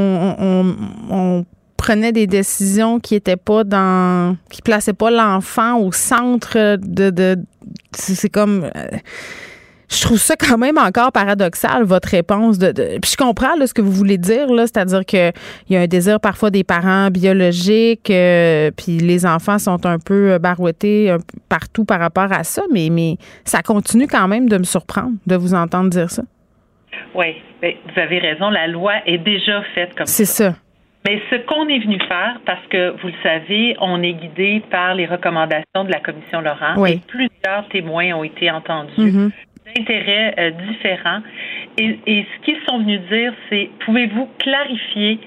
on prenait des décisions qui étaient pas qui plaçaient pas l'enfant au centre de c'est comme je trouve ça quand même encore paradoxal, votre réponse. Puis je comprends là, ce que vous voulez dire, là, c'est-à-dire qu'il y a un désir parfois des parents biologiques, puis les enfants sont un peu barouettés partout par rapport à ça, mais ça continue quand même de me surprendre de vous entendre dire ça. Oui, vous avez raison, la loi est déjà faite comme ça. C'est ça. Mais ce qu'on est venu faire, parce que vous le savez, on est guidé par les recommandations de la Commission Laurent et plusieurs témoins ont été entendus. D'intérêts différents. Et ce qu'ils sont venus dire, c'est pouvez-vous clarifier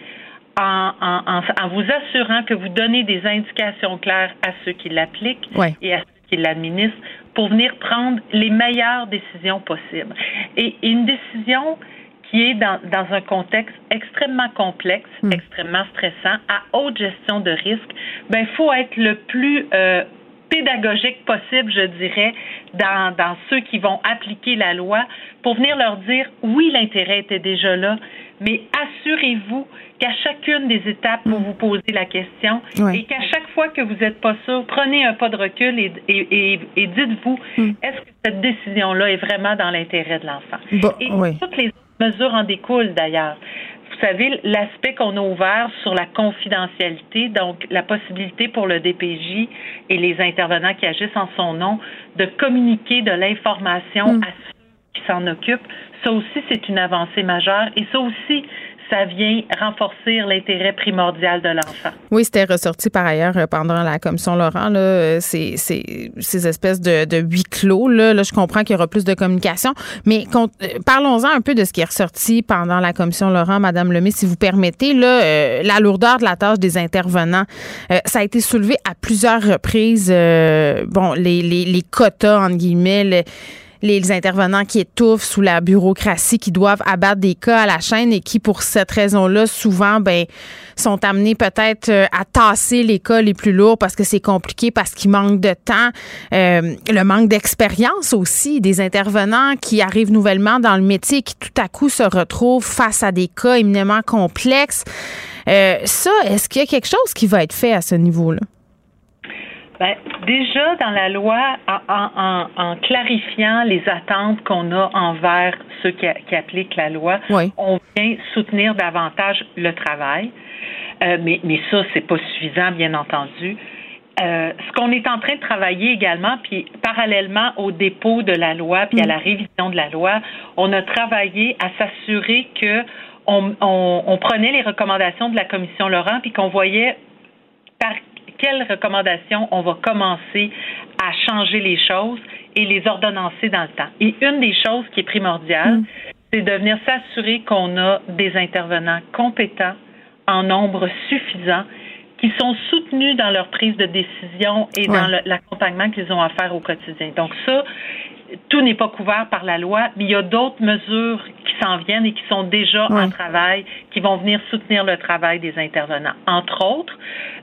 en vous assurant que vous donnez des indications claires à ceux qui l'appliquent et à ceux qui l'administrent pour venir prendre les meilleures décisions possibles. Et une décision qui est dans un contexte extrêmement complexe, extrêmement stressant, à haute gestion de risque, ben faut être le plus pédagogique possible, je dirais, dans ceux qui vont appliquer la loi pour venir leur dire, oui, l'intérêt était déjà là, mais assurez-vous qu'à chacune des étapes, vous vous posez la question et qu'à chaque fois que vous n'êtes pas sûr, prenez un pas de recul et dites-vous, est-ce que cette décision-là est vraiment dans l'intérêt de l'enfant? Toutes les mesures en découlent d'ailleurs. Vous savez, l'aspect qu'on a ouvert sur la confidentialité, donc la possibilité pour le DPJ et les intervenants qui agissent en son nom de communiquer de l'information à ceux qui s'en occupent, ça aussi, c'est une avancée majeure et ça aussi, ça vient renforcer l'intérêt primordial de l'enfant. Oui, c'était ressorti par ailleurs pendant la commission Laurent, là, ces espèces de huis clos. Là, je comprends qu'il y aura plus de communication, mais parlons-en un peu de ce qui est ressorti pendant la commission Laurent, Madame Lemay, si vous permettez. Là, la lourdeur de la tâche des intervenants, ça a été soulevé à plusieurs reprises. Les quotas, entre guillemets, les intervenants qui étouffent sous la bureaucratie, qui doivent abattre des cas à la chaîne et qui, pour cette raison-là, souvent, sont amenés peut-être à tasser les cas les plus lourds parce que c'est compliqué, parce qu'il manque de temps. Le manque d'expérience aussi des intervenants qui arrivent nouvellement dans le métier et qui, tout à coup, se retrouvent face à des cas éminemment complexes. Ça, est-ce qu'il y a quelque chose qui va être fait à ce niveau-là? Déjà, dans la loi, en clarifiant les attentes qu'on a envers ceux qui appliquent la loi, on vient soutenir davantage le travail. Mais ça, c'est pas suffisant, bien entendu. Ce qu'on est en train de travailler également, puis parallèlement au dépôt de la loi, puis à la révision de la loi, on a travaillé à s'assurer que on prenait les recommandations de la Commission Laurent, puis qu'on voyait par quelles recommandations on va commencer à changer les choses et les ordonnancer dans le temps. Et une des choses qui est primordiale, c'est de venir s'assurer qu'on a des intervenants compétents en nombre suffisant qui sont soutenus dans leur prise de décision et dans l'accompagnement qu'ils ont à faire au quotidien. Donc ça, tout n'est pas couvert par la loi, mais il y a d'autres mesures qui s'en viennent et qui sont déjà en travail, qui vont venir soutenir le travail des intervenants. Entre autres,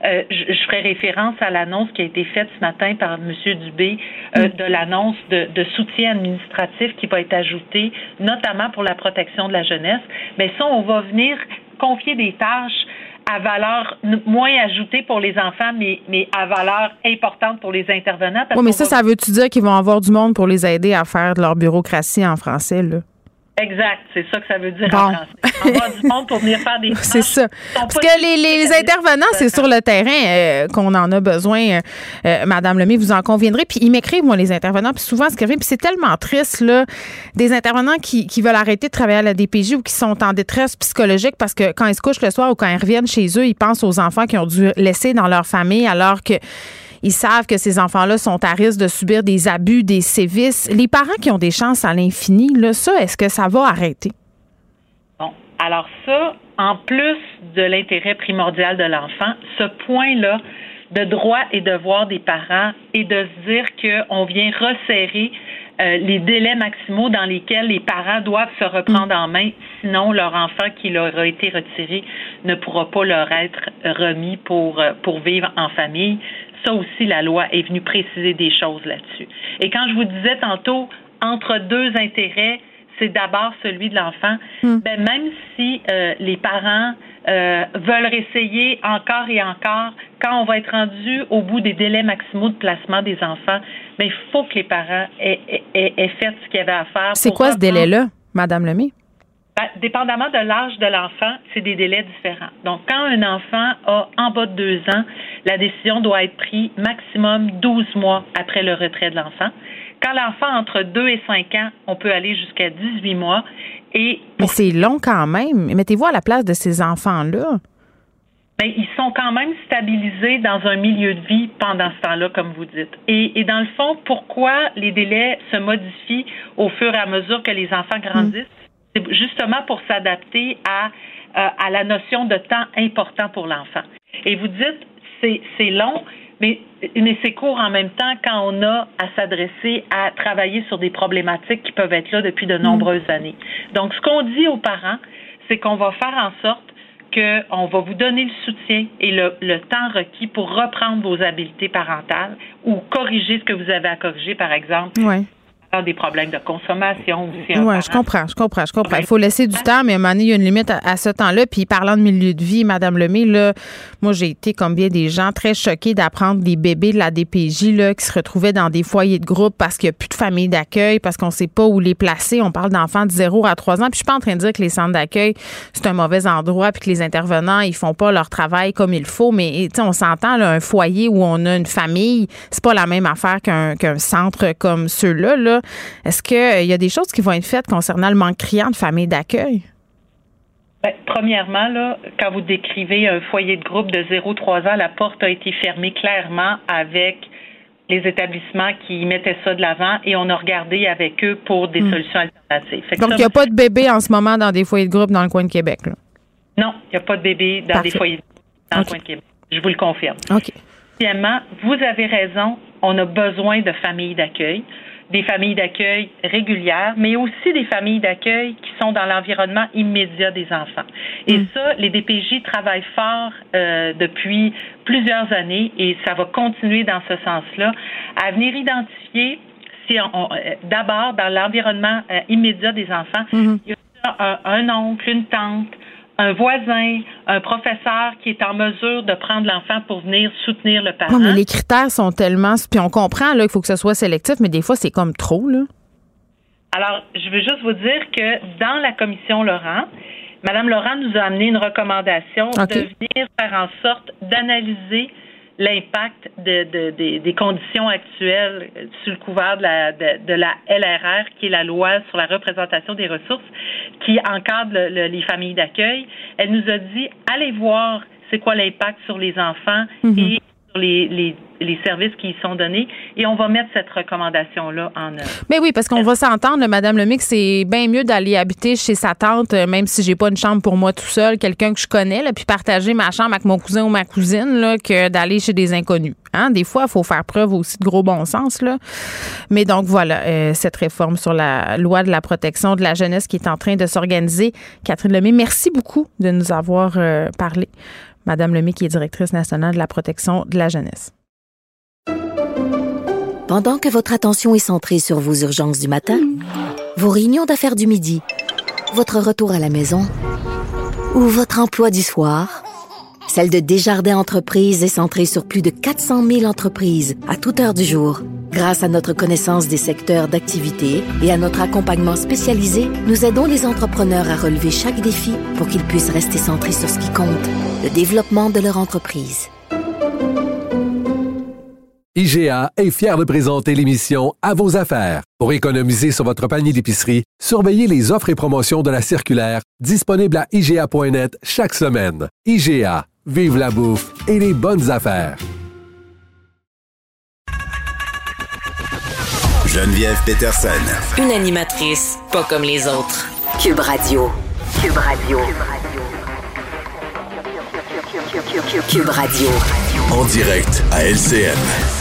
je ferai référence à l'annonce qui a été faite ce matin par M. Dubé de l'annonce de soutien administratif qui va être ajouté, notamment pour la protection de la jeunesse. Mais ça, on va venir confier des tâches à valeur moins ajoutée pour les enfants, mais à valeur importante pour les intervenants. Oui, mais ça veut-tu dire qu'ils vont avoir du monde pour les aider à faire de leur bureaucratie en français, là? Exact, c'est ça que ça veut dire en français. Avoir du monde pour venir faire des tâches. C'est ça. Parce que les intervenants, c'est sur le terrain qu'on en a besoin. Madame Lemay, vous en conviendrez. Puis ils m'écrivent, moi, les intervenants, puis souvent, ce qui arrive, puis c'est tellement triste, là, des intervenants qui veulent arrêter de travailler à la DPJ ou qui sont en détresse psychologique parce que quand ils se couchent le soir ou quand ils reviennent chez eux, ils pensent aux enfants qu'ils ont dû laisser dans leur famille alors que ils savent que ces enfants-là sont à risque de subir des abus, des sévices. Les parents qui ont des chances à l'infini, là, ça, est-ce que ça va arrêter? Bon, alors ça, en plus de l'intérêt primordial de l'enfant, ce point-là de droits et devoirs des parents est de se dire qu'on vient resserrer les délais maximaux dans lesquels les parents doivent se reprendre en main, sinon leur enfant qui leur a été retiré ne pourra pas leur être remis pour vivre en famille. Ça aussi, la loi est venue préciser des choses là-dessus. Et quand je vous disais tantôt, entre deux intérêts, c'est d'abord celui de l'enfant, ben même si les parents veulent réessayer encore et encore, quand on va être rendu au bout des délais maximaux de placement des enfants, ben, il faut que les parents aient fait ce qu'il y avait à faire. C'est quoi ce délai-là, Madame Lemay? Ben, dépendamment de l'âge de l'enfant, c'est des délais différents. Donc, quand un enfant a en bas de 2 ans, la décision doit être prise maximum 12 mois après le retrait de l'enfant. Quand l'enfant a entre 2 et 5 ans, on peut aller jusqu'à 18 mois. Mais c'est long quand même. Mettez-vous à la place de ces enfants-là. Bien, ils sont quand même stabilisés dans un milieu de vie pendant ce temps-là, comme vous dites. Et dans le fond, pourquoi les délais se modifient au fur et à mesure que les enfants grandissent? C'est justement pour s'adapter à la notion de temps important pour l'enfant. Et vous dites, c'est long, mais c'est court en même temps quand on a à s'adresser à travailler sur des problématiques qui peuvent être là depuis de nombreuses années. Donc, ce qu'on dit aux parents, c'est qu'on va faire en sorte qu'on va vous donner le soutien et le temps requis pour reprendre vos habiletés parentales ou corriger ce que vous avez à corriger, par exemple. Oui. Des problèmes de consommation aussi. Oui, je comprends. Il faut laisser du temps, mais à un moment donné, il y a une limite à ce temps-là. Puis parlant de milieu de vie, Mme Lemay, là, moi, j'ai été, comme bien des gens, très choquée d'apprendre des bébés de la DPJ là, qui se retrouvaient dans des foyers de groupe parce qu'il n'y a plus de famille d'accueil, parce qu'on ne sait pas où les placer. On parle d'enfants de 0 à 3 ans. Puis je suis pas en train de dire que les centres d'accueil, c'est un mauvais endroit puis que les intervenants, ils font pas leur travail comme il faut. Mais on s'entend, là, un foyer où on a une famille, c'est pas la même affaire qu'un centre comme ceux-là, là. Est-ce qu'il y a des choses qui vont être faites concernant le manque criant de familles d'accueil? Bien, premièrement, là, quand vous décrivez un foyer de groupe de 0-3 ans, la porte a été fermée clairement avec les établissements qui mettaient ça de l'avant et on a regardé avec eux pour des solutions alternatives. Donc, il n'y a pas de bébés en ce moment dans des foyers de groupe dans le coin de Québec, là? Non, il n'y a pas de bébés dans des foyers de groupe dans le coin de Québec. Je vous le confirme. OK. Deuxièmement, vous avez raison, on a besoin de familles d'accueil. Des familles d'accueil régulières, mais aussi des familles d'accueil qui sont dans l'environnement immédiat des enfants. Et ça, les DPJ travaillent fort depuis plusieurs années et ça va continuer dans ce sens-là, à venir identifier, d'abord, dans l'environnement immédiat des enfants, il y a un oncle, une tante, un voisin, un professeur qui est en mesure de prendre l'enfant pour venir soutenir le parent. Oui, mais les critères sont tellement... Puis on comprend là, qu'il faut que ce soit sélectif, mais des fois, c'est comme trop, là. Alors, je veux juste vous dire que dans la commission Laurent, Mme Laurent nous a amené une recommandation de venir faire en sorte d'analyser l'impact des conditions actuelles sous le couvert de la LRR, qui est la loi sur la représentation des ressources, qui encadre les familles d'accueil. Elle nous a dit, allez voir c'est quoi l'impact sur les enfants et sur les services qui y sont donnés, et on va mettre cette recommandation-là en œuvre. Mais oui, parce qu'on va s'entendre, là, Madame Lemay, que c'est bien mieux d'aller habiter chez sa tante, même si j'ai pas une chambre pour moi tout seul, quelqu'un que je connais, là, puis partager ma chambre avec mon cousin ou ma cousine, là, que d'aller chez des inconnus. Hein? Des fois, il faut faire preuve aussi de gros bon sens, là. Mais donc, voilà, cette réforme sur la loi de la protection de la jeunesse qui est en train de s'organiser. Catherine Lemay, merci beaucoup de nous avoir parlé. Madame Lemay, qui est directrice nationale de la protection de la jeunesse. Pendant que votre attention est centrée sur vos urgences du matin, vos réunions d'affaires du midi, votre retour à la maison ou votre emploi du soir, celle de Desjardins Entreprises est centrée sur plus de 400 000 entreprises à toute heure du jour. Grâce à notre connaissance des secteurs d'activité et à notre accompagnement spécialisé, nous aidons les entrepreneurs à relever chaque défi pour qu'ils puissent rester centrés sur ce qui compte, le développement de leur entreprise. IGA est fier de présenter l'émission À vos affaires. Pour économiser sur votre panier d'épicerie, surveillez les offres et promotions de la circulaire disponible à IGA.net chaque semaine. IGA, vive la bouffe et les bonnes affaires. Geneviève Peterson. Une animatrice pas comme les autres. Cube Radio. Cube Radio. Cube Radio. En direct à LCN.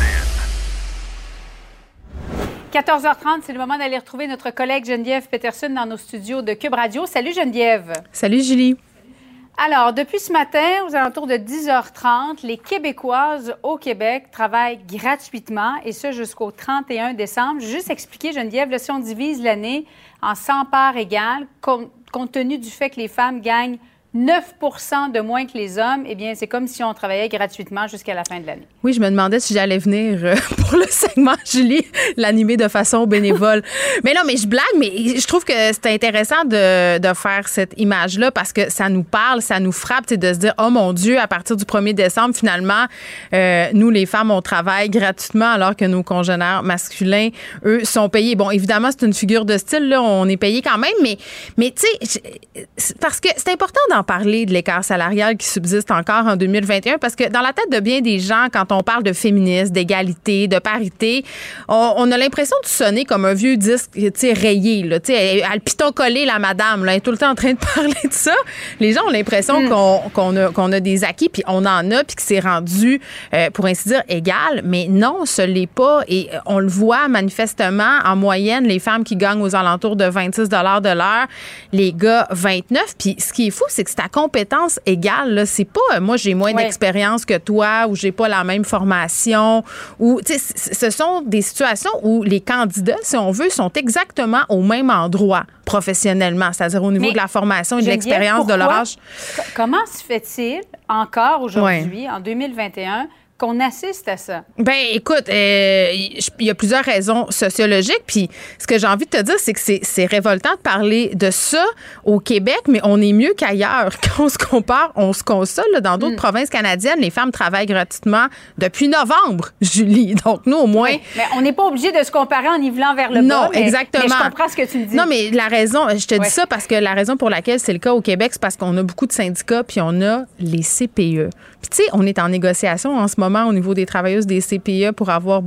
14h30, c'est le moment d'aller retrouver notre collègue Geneviève Peterson dans nos studios de Cube Radio. Salut Geneviève. Salut Julie. Alors, depuis ce matin, aux alentours de 10h30, les Québécoises au Québec travaillent gratuitement, et ce jusqu'au 31 décembre. Juste expliquer, Geneviève, là, si on divise l'année en 100 parts égales, compte tenu du fait que les femmes gagnent 9 % de moins que les hommes, eh bien, c'est comme si on travaillait gratuitement jusqu'à la fin de l'année. Oui, je me demandais si j'allais venir pour le segment, Julie, l'animer de façon bénévole. Mais non, mais je blague, mais je trouve que c'est intéressant de faire cette image-là parce que ça nous parle, ça nous frappe, c'est de se dire, oh mon Dieu, à partir du 1er décembre, finalement, nous, les femmes, on travaille gratuitement alors que nos congénères masculins, eux, sont payés. Bon, évidemment, c'est une figure de style, là, on est payés quand même, mais tu sais, parce que c'est important d'en parler de l'écart salarial qui subsiste encore en 2021 parce que dans la tête de bien des gens, quand on parle de féminisme, d'égalité, de parité, on a l'impression de sonner comme un vieux disque, tu sais, rayé, là, tu sais, elle piton collé la madame, là, elle est tout le temps en train de parler de ça. Les gens ont l'impression qu'on a des acquis, puis on en a, puis que c'est rendu, pour ainsi dire, égal, mais non, ce l'est pas, et on le voit manifestement, en moyenne, les femmes qui gagnent aux alentours de 26 $ de l'heure, les gars 29, puis ce qui est fou, c'est que c'est à compétence égale, là. C'est pas moi j'ai moins d'expérience que toi ou j'ai pas la même formation ou tu sais, ce sont des situations où les candidats, si on veut, sont exactement au même endroit professionnellement, c'est-à-dire au niveau de la formation et de l'expérience de leur âge. Comment se fait-il encore aujourd'hui, en 2021, qu'on assiste à ça? Ben, écoute, il y a plusieurs raisons sociologiques. Puis, ce que j'ai envie de te dire, c'est que c'est révoltant de parler de ça au Québec, mais on est mieux qu'ailleurs. Quand on se compare, on se console. Là, dans d'autres provinces canadiennes, les femmes travaillent gratuitement depuis novembre, Julie. Donc, nous, au moins. Oui, mais on n'est pas obligé de se comparer en nivelant vers le bas. Non, exactement. Mais je comprends ce que tu me dis. Non, mais la raison, je te dis ça parce que la raison pour laquelle c'est le cas au Québec, c'est parce qu'on a beaucoup de syndicats, puis on a les CPE. Puis, tu sais, on est en négociation en ce moment au niveau des travailleuses des CPE pour avoir,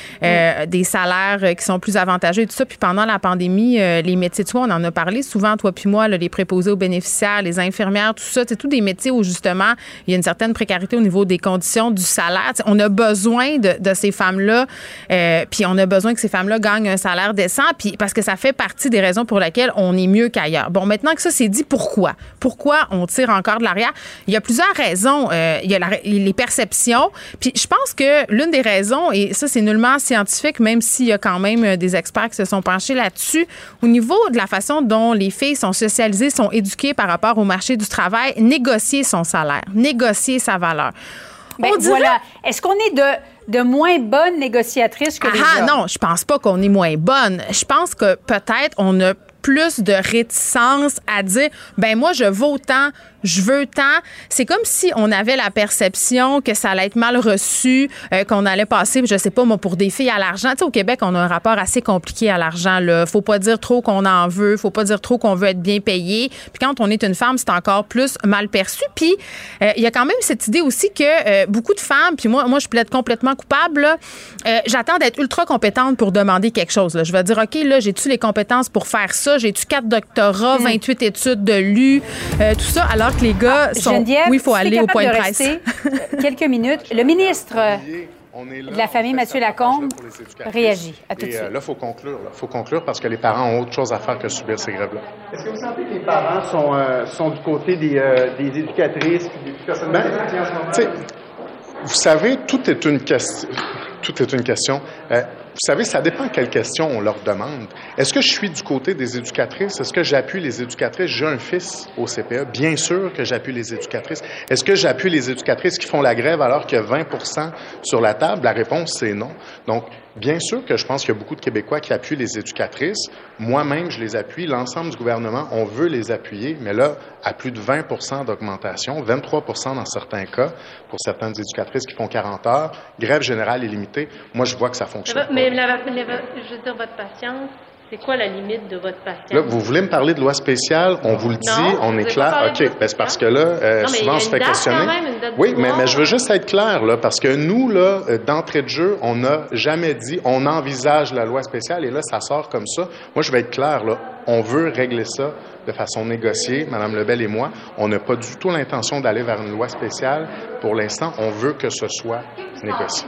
des salaires qui sont plus avantageux et tout ça. Puis pendant la pandémie, les métiers de soins, on en a parlé souvent, toi puis moi, là, les préposés aux bénéficiaires, les infirmières, tout ça, c'est tous des métiers où, justement, il y a une certaine précarité au niveau des conditions du salaire. T'sais, on a besoin de ces femmes-là, puis on a besoin que ces femmes-là gagnent un salaire décent, puis parce que ça fait partie des raisons pour lesquelles on est mieux qu'ailleurs. Bon, maintenant que ça c'est dit, pourquoi? Pourquoi on tire encore de l'arrière? Il y a plusieurs raisons. Il y a les perceptions, puis je pense que l'une des raisons, et ça c'est nullement scientifique, même s'il y a quand même des experts qui se sont penchés là-dessus, au niveau de la façon dont les filles sont socialisées, sont éduquées par rapport au marché du travail, négocier son salaire, négocier sa valeur. Ben, voilà. Est-ce qu'on est de moins bonnes négociatrices que les hommes? Non, je pense pas qu'on est moins bonnes. Je pense que peut-être on a plus de réticence à dire, ben moi, je vaux autant je veux tant. C'est comme si on avait la perception que ça allait être mal reçu, qu'on allait passer, je sais pas moi, pour des filles à l'argent. Tu sais, au Québec, on a un rapport assez compliqué à l'argent, là. Faut pas dire trop qu'on en veut, faut pas dire trop qu'on veut être bien payé. Puis quand on est une femme, c'est encore plus mal perçu. Puis il y a quand même cette idée aussi que beaucoup de femmes, puis moi je plaide complètement coupable, là, j'attends d'être ultra compétente pour demander quelque chose, là. Je vais dire, OK, là, j'ai-tu les compétences pour faire ça? J'ai-tu 4 doctorats, 28 études de l'U, tout ça, alors que les gars sont... Geneviève, oui, il faut aller au point de presse. Quelques minutes. Le ministre de la Famille, M. Lacombe, réagit. À tout de suite. Là, il faut conclure. Il faut conclure parce que les parents ont autre chose à faire que subir ces grèves-là. Est-ce que vous sentez que les parents sont du côté des éducatrices et des personnes vous savez, tout est une question. Vous savez, ça dépend quelle question on leur demande. Est-ce que je suis du côté des éducatrices? Est-ce que j'appuie les éducatrices? J'ai un fils au CPA. Bien sûr que j'appuie les éducatrices. Est-ce que j'appuie les éducatrices qui font la grève alors qu'il y a 20% sur la table? La réponse, c'est non. Donc, bien sûr que je pense qu'il y a beaucoup de Québécois qui appuient les éducatrices. Moi-même, je les appuie. L'ensemble du gouvernement, on veut les appuyer. Mais là, à plus de 20% d'augmentation, 23% dans certains cas, pour certaines éducatrices qui font 40 heures, grève générale illimitée, moi, je vois que ça fonctionne. Mais je veux dire, votre patience, c'est quoi la limite de votre patience? Là, vous voulez me parler de loi spéciale? On vous le dit, on est clair. OK, ben, c'est parce que là, souvent, on se fait questionner. Oui, mais je veux juste être clair, là, parce que nous, là, d'entrée de jeu, on n'a jamais dit, on envisage la loi spéciale, et là, ça sort comme ça. Moi, je vais être clair, là, on veut régler ça de façon négociée, Mme Lebel et moi. On n'a pas du tout l'intention d'aller vers une loi spéciale. Pour l'instant, on veut que ce soit négocié.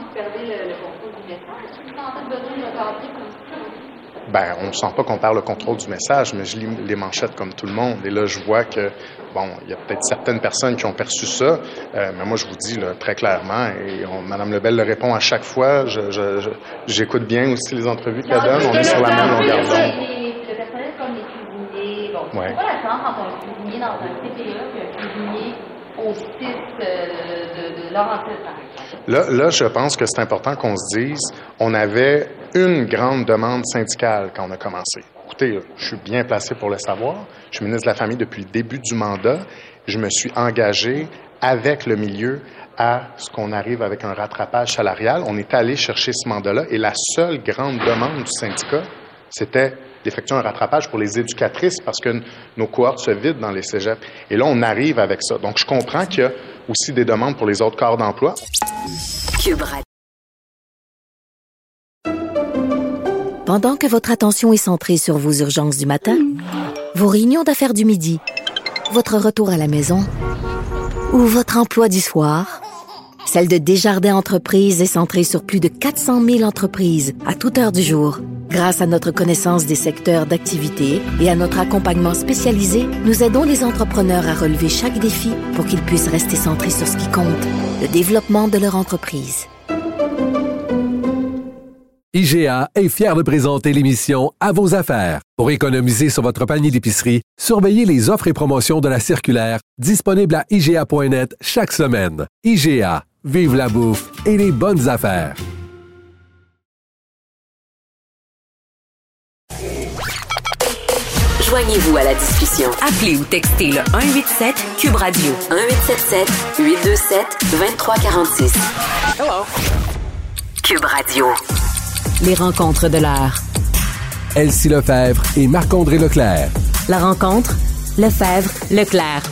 Ben, on ne sent pas qu'on perd le contrôle du message, mais je lis les manchettes comme tout le monde. Et là, je vois que, bon, il y a peut-être certaines personnes qui ont perçu ça, mais moi, je vous dis là, très clairement, et Mme Lebel le répond à chaque fois, j'écoute bien aussi les entrevues qu'elle donne, on est sur la même longueur d'onde. Le personnel comme les cuisiniers, bon, c'est quoi la différence entre un cuisinier dans un CPE et un cuisinier au site de Laurentides, par exemple? Là, je pense que c'est important qu'on se dise, on avait une grande demande syndicale quand on a commencé. Écoutez, je suis bien placé pour le savoir. Je suis ministre de la Famille depuis le début du mandat. Je me suis engagé avec le milieu à ce qu'on arrive avec un rattrapage salarial. On est allé chercher ce mandat-là et la seule grande demande du syndicat, c'était d'effectuer un rattrapage pour les éducatrices parce que nos cohortes se vident dans les cégeps. Et là, on arrive avec ça. Donc, je comprends qu'il y a aussi des demandes pour les autres corps d'emploi. Pendant que votre attention est centrée sur vos urgences du matin, vos réunions d'affaires du midi, votre retour à la maison ou votre emploi du soir, celle de Desjardins Entreprises est centrée sur plus de 400 000 entreprises à toute heure du jour. Grâce à notre connaissance des secteurs d'activité et à notre accompagnement spécialisé, nous aidons les entrepreneurs à relever chaque défi pour qu'ils puissent rester centrés sur ce qui compte, le développement de leur entreprise. IGA est fier de présenter l'émission À vos affaires. Pour économiser sur votre panier d'épicerie, surveillez les offres et promotions de la circulaire disponible à IGA.net chaque semaine. IGA, vive la bouffe et les bonnes affaires. Joignez-vous à la discussion. Appelez ou textez le 187 Cube Radio 1877 827 2346. Hello. Cube Radio. Les rencontres de l'heure. Elsie Lefebvre et Marc-André Leclerc. La rencontre, Lefebvre-Leclerc.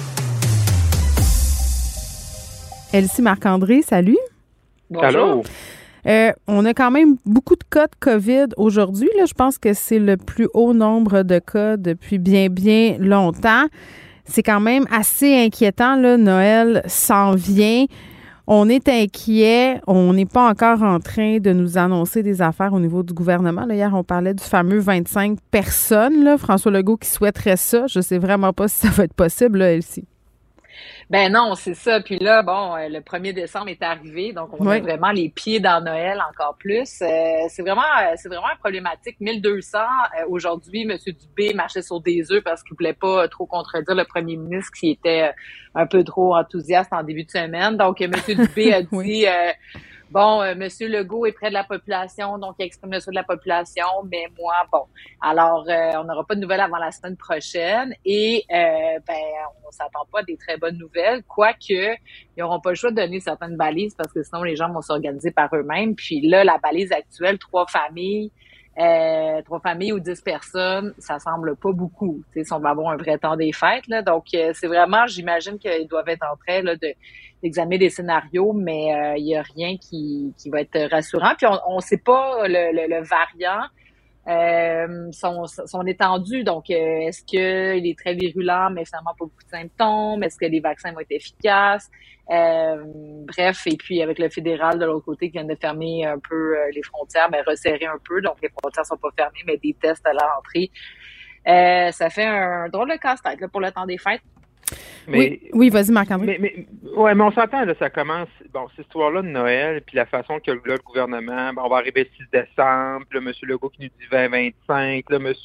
Elsie, Marc-André, salut. Bonjour. On a quand même beaucoup de cas de COVID aujourd'hui. Là, je pense que c'est le plus haut nombre de cas depuis bien, bien longtemps. C'est quand même assez inquiétant. Là. Noël s'en vient. On est inquiet. On n'est pas encore en train de nous annoncer des affaires au niveau du gouvernement. Là, hier, on parlait du fameux 25 personnes. Là. François Legault qui souhaiterait ça. Je ne sais vraiment pas si ça va être possible, là, Elsie. Ben non, c'est ça. Puis là, bon, le 1er décembre est arrivé, donc on a vraiment les pieds dans Noël encore plus. C'est vraiment problématique. 1200, aujourd'hui, M. Dubé marchait sur des œufs parce qu'il voulait pas trop contredire le premier ministre qui était un peu trop enthousiaste en début de semaine. Donc, M. Dubé a dit... bon, M. Legault est près de la population, donc il exprime le souhait de la population, mais moi, bon. Alors, on n'aura pas de nouvelles avant la semaine prochaine et, on s'attend pas à des très bonnes nouvelles, quoique ils n'auront pas le choix de donner certaines balises parce que sinon les gens vont s'organiser par eux-mêmes. Puis là, la balise actuelle, 3 familles ou 10 personnes, ça semble pas beaucoup. Tu sais, si on va avoir un vrai temps des fêtes, là. Donc, c'est vraiment, j'imagine qu'ils doivent être en train, là, d'examiner des scénarios, mais il y a rien qui va être rassurant. Puis on sait pas le variant. Son étendue. Donc, est-ce qu'il est très virulent, mais finalement pas beaucoup de symptômes? Est-ce que les vaccins vont être efficaces? Bref, et puis avec le fédéral de l'autre côté qui vient de fermer un peu les frontières, resserrer un peu. Donc, les frontières sont pas fermées, mais des tests à l'entrée. Ça fait un drôle de casse-tête là, pour le temps des fêtes. Oui, vas-y, Marc-André. Mais on s'entend, là, ça commence, cette histoire-là de Noël, puis la façon que le gouvernement, on va arriver le 6 décembre, puis là, M. Legault qui nous dit 2025, là, M.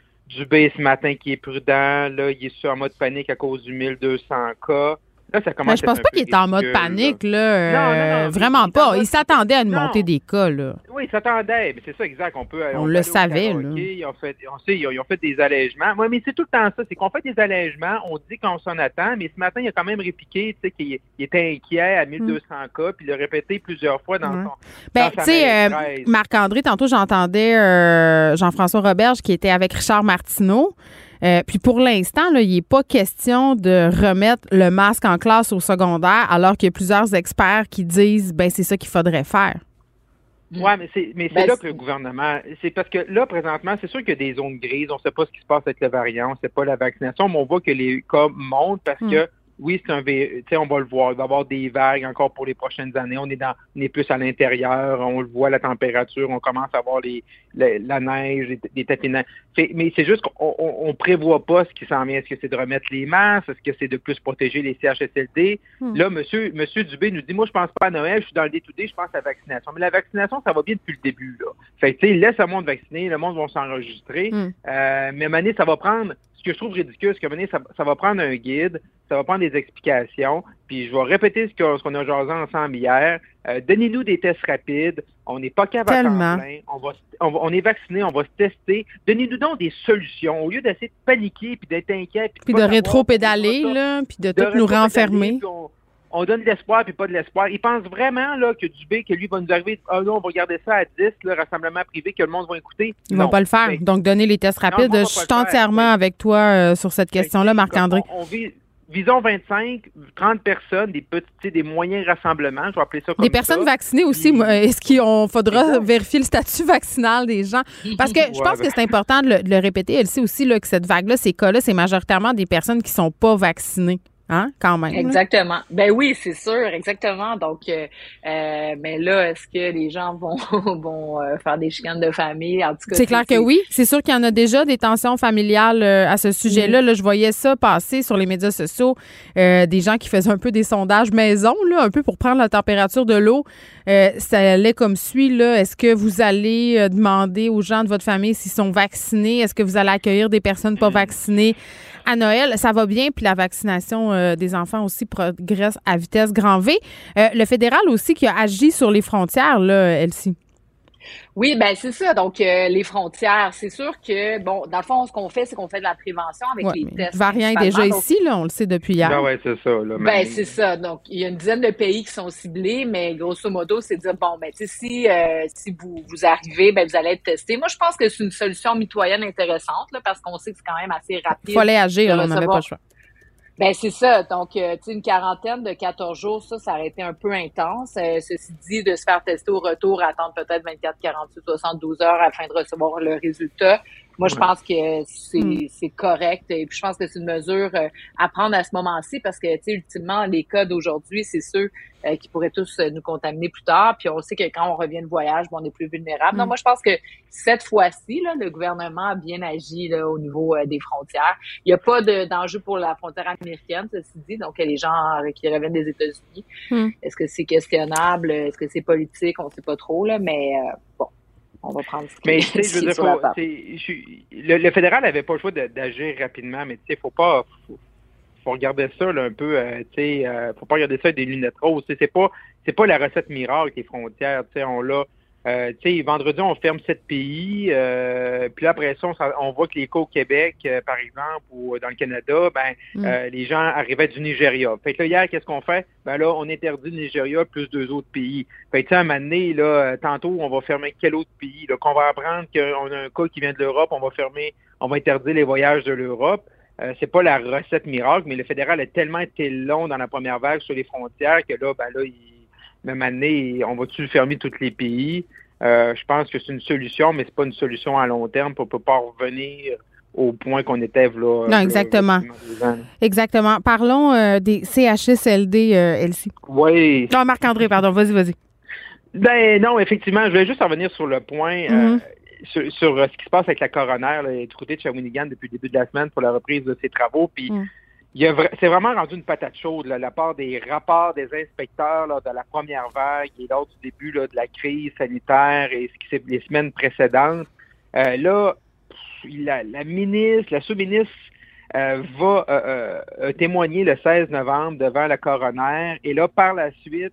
Dubé ce matin qui est prudent, là, il est en mode panique à cause du 1200 cas. Là, ça commence. Je pense pas qu'il est en mode panique, là. Non, vraiment pas. Il s'attendait à une montée des cas, là. Oui, il s'attendait, mais c'est ça, exact. On le savait, là. Ils ont fait des allègements. Oui, mais c'est tout le temps ça. C'est qu'on fait des allègements, on dit qu'on s'en attend, mais ce matin, il a quand même répliqué, tu sais, qu'il était inquiet à 1200 cas, puis il l'a répété plusieurs fois dans sa tu sais, Marc-André, tantôt, j'entendais Jean-François Roberge qui était avec Richard Martineau. Puis pour l'instant, là, il n'est pas question de remettre le masque en classe au secondaire, alors qu'il y a plusieurs experts qui disent c'est ça qu'il faudrait faire. Oui, mais c'est là que le gouvernement, c'est parce que là, présentement, c'est sûr qu'il y a des zones grises, on ne sait pas ce qui se passe avec le variant, on ne sait pas la vaccination, mais on voit que les cas montent parce que oui, c'est on va le voir, il va y avoir des vagues encore pour les prochaines années. On est plus à l'intérieur, on le voit, la température, on commence à voir la neige, les tapis de neige. Mais c'est juste qu'on prévoit pas ce qui s'en vient. Est-ce que c'est de remettre les masques? Est-ce que c'est de plus protéger les CHSLD? Là, monsieur Dubé nous dit, moi, je pense pas à Noël, je suis dans le day-to-day, je pense à la vaccination. Mais la vaccination, ça va bien depuis le début, là. Fait que, tu sais, laisse le monde vacciner, le monde va s'enregistrer. Mais à un moment donné, ça va prendre. Ce que je trouve ridicule, c'est qu'à un moment donné, ça va prendre un guide, ça va prendre des explications, puis je vais répéter ce qu'on a jasé ensemble hier. Donnez-nous des tests rapides, on n'est pas capable à temps plein, on est vacciné, on va se tester. Donnez-nous donc des solutions, au lieu d'essayer de paniquer, puis d'être inquiet. Puis de rétro-pédaler, là, puis de tout nous renfermer. On donne de l'espoir puis pas de l'espoir. Ils pensent vraiment là que Dubé, que lui va nous arriver, non, on va garder ça à 10, le rassemblement privé, que le monde va écouter. Ils vont pas le faire. Donc, donner les tests rapides. Je suis entièrement avec toi sur cette question-là, Marc-André. Visons 25, 30 personnes, des moyens rassemblements, je vais appeler ça comme ça. Des personnes vaccinées aussi. Est-ce qu'il faudra vérifier le statut vaccinal des gens? Parce que je pense que c'est important de le répéter. Elle sait aussi là, que cette vague-là, ces cas-là, c'est majoritairement des personnes qui sont pas vaccinées. Hein, quand même. Exactement. Ben oui, c'est sûr, exactement. Donc, mais là, est-ce que les gens vont faire des chicanes de famille? En tout cas, c'est clair que oui. C'est sûr qu'il y en a déjà des tensions familiales à ce sujet-là. Là, je voyais ça passer sur les médias sociaux, des gens qui faisaient un peu des sondages maison, là, un peu pour prendre la température de l'eau. Ça allait comme suit, là. Est-ce que vous allez demander aux gens de votre famille s'ils sont vaccinés? Est-ce que vous allez accueillir des personnes pas vaccinées à Noël? Ça va bien, puis la vaccination des enfants aussi progresse à vitesse grand V. Le fédéral aussi qui a agi sur les frontières, là, Elsie. Oui, ben c'est ça. Donc, les frontières, c'est sûr que, bon, dans le fond, ce qu'on fait, c'est qu'on fait de la prévention avec les tests. Le variant est déjà ici, là, on le sait depuis hier. Ben ouais, c'est ça. Là, ben, c'est ça. Donc, il y a une dizaine de pays qui sont ciblés, mais grosso modo, c'est de dire, bon, ben, tu sais, si vous arrivez, ben, vous allez être testé. Moi, je pense que c'est une solution mitoyenne intéressante, là, parce qu'on sait que c'est quand même assez rapide. Il fallait agir, on n'avait pas le choix. Ben c'est ça. Donc, tu sais, une quarantaine de 14 jours, ça aurait été un peu intense. Ceci dit, de se faire tester au retour, attendre peut-être 24, 48, 72 heures afin de recevoir le résultat. Moi, je pense que c'est correct. Et puis, je pense que c'est une mesure à prendre à ce moment-ci parce que, tu sais, ultimement, les cas d'aujourd'hui, c'est ceux qui pourraient tous nous contaminer plus tard. Puis, on sait que quand on revient de voyage, on est plus vulnérable. Non, moi, je pense que cette fois-ci, là, le gouvernement a bien agi là, au niveau des frontières. Il n'y a pas d'enjeu pour la frontière américaine, ceci dit. Donc, les gens qui reviennent des États-Unis, est-ce que c'est questionnable? Est-ce que c'est politique? On ne sait pas trop, là, mais bon. On va prendre mais tu sais, je veux dire, le fédéral n'avait pas le choix d'agir rapidement, mais tu sais, faut faut regarder ça là, un peu, faut pas regarder ça avec des lunettes roses. C'est pas la recette miracle des frontières. On l'a. Vendredi, on ferme 7 pays. Puis là, après ça, on voit que les cas au Québec, par exemple, ou dans le Canada, les gens arrivaient du Nigeria. Fait que là, hier, qu'est-ce qu'on fait? Ben là, on interdit le Nigeria plus 2 autres pays. Fait que, à un moment donné, là, tantôt, on va fermer quel autre pays? Là, qu'on va apprendre qu'on a un cas qui vient de l'Europe, on va interdire les voyages de l'Europe. C'est pas la recette miracle, mais le fédéral a tellement été long dans la première vague sur les frontières que là, même année, on va-tu fermer tous les pays? Je pense que c'est une solution, mais c'est pas une solution à long terme. On peut pas revenir au point qu'on était là. Non, exactement. Exactement. Parlons des CHSLD, Elsie. Oui. Non, Marc-André, pardon. Vas-y. Ben non, effectivement, je voulais juste revenir sur le point sur ce qui se passe avec la coroner là, du côté de Shawinigan depuis le début de la semaine pour la reprise de ses travaux. Puis c'est vraiment rendu une patate chaude, là, la part des rapports des inspecteurs là, de la première vague et lors du début là, de la crise sanitaire et les semaines précédentes. La sous-ministre va témoigner le 16 novembre devant la coroner. Et là, par la suite,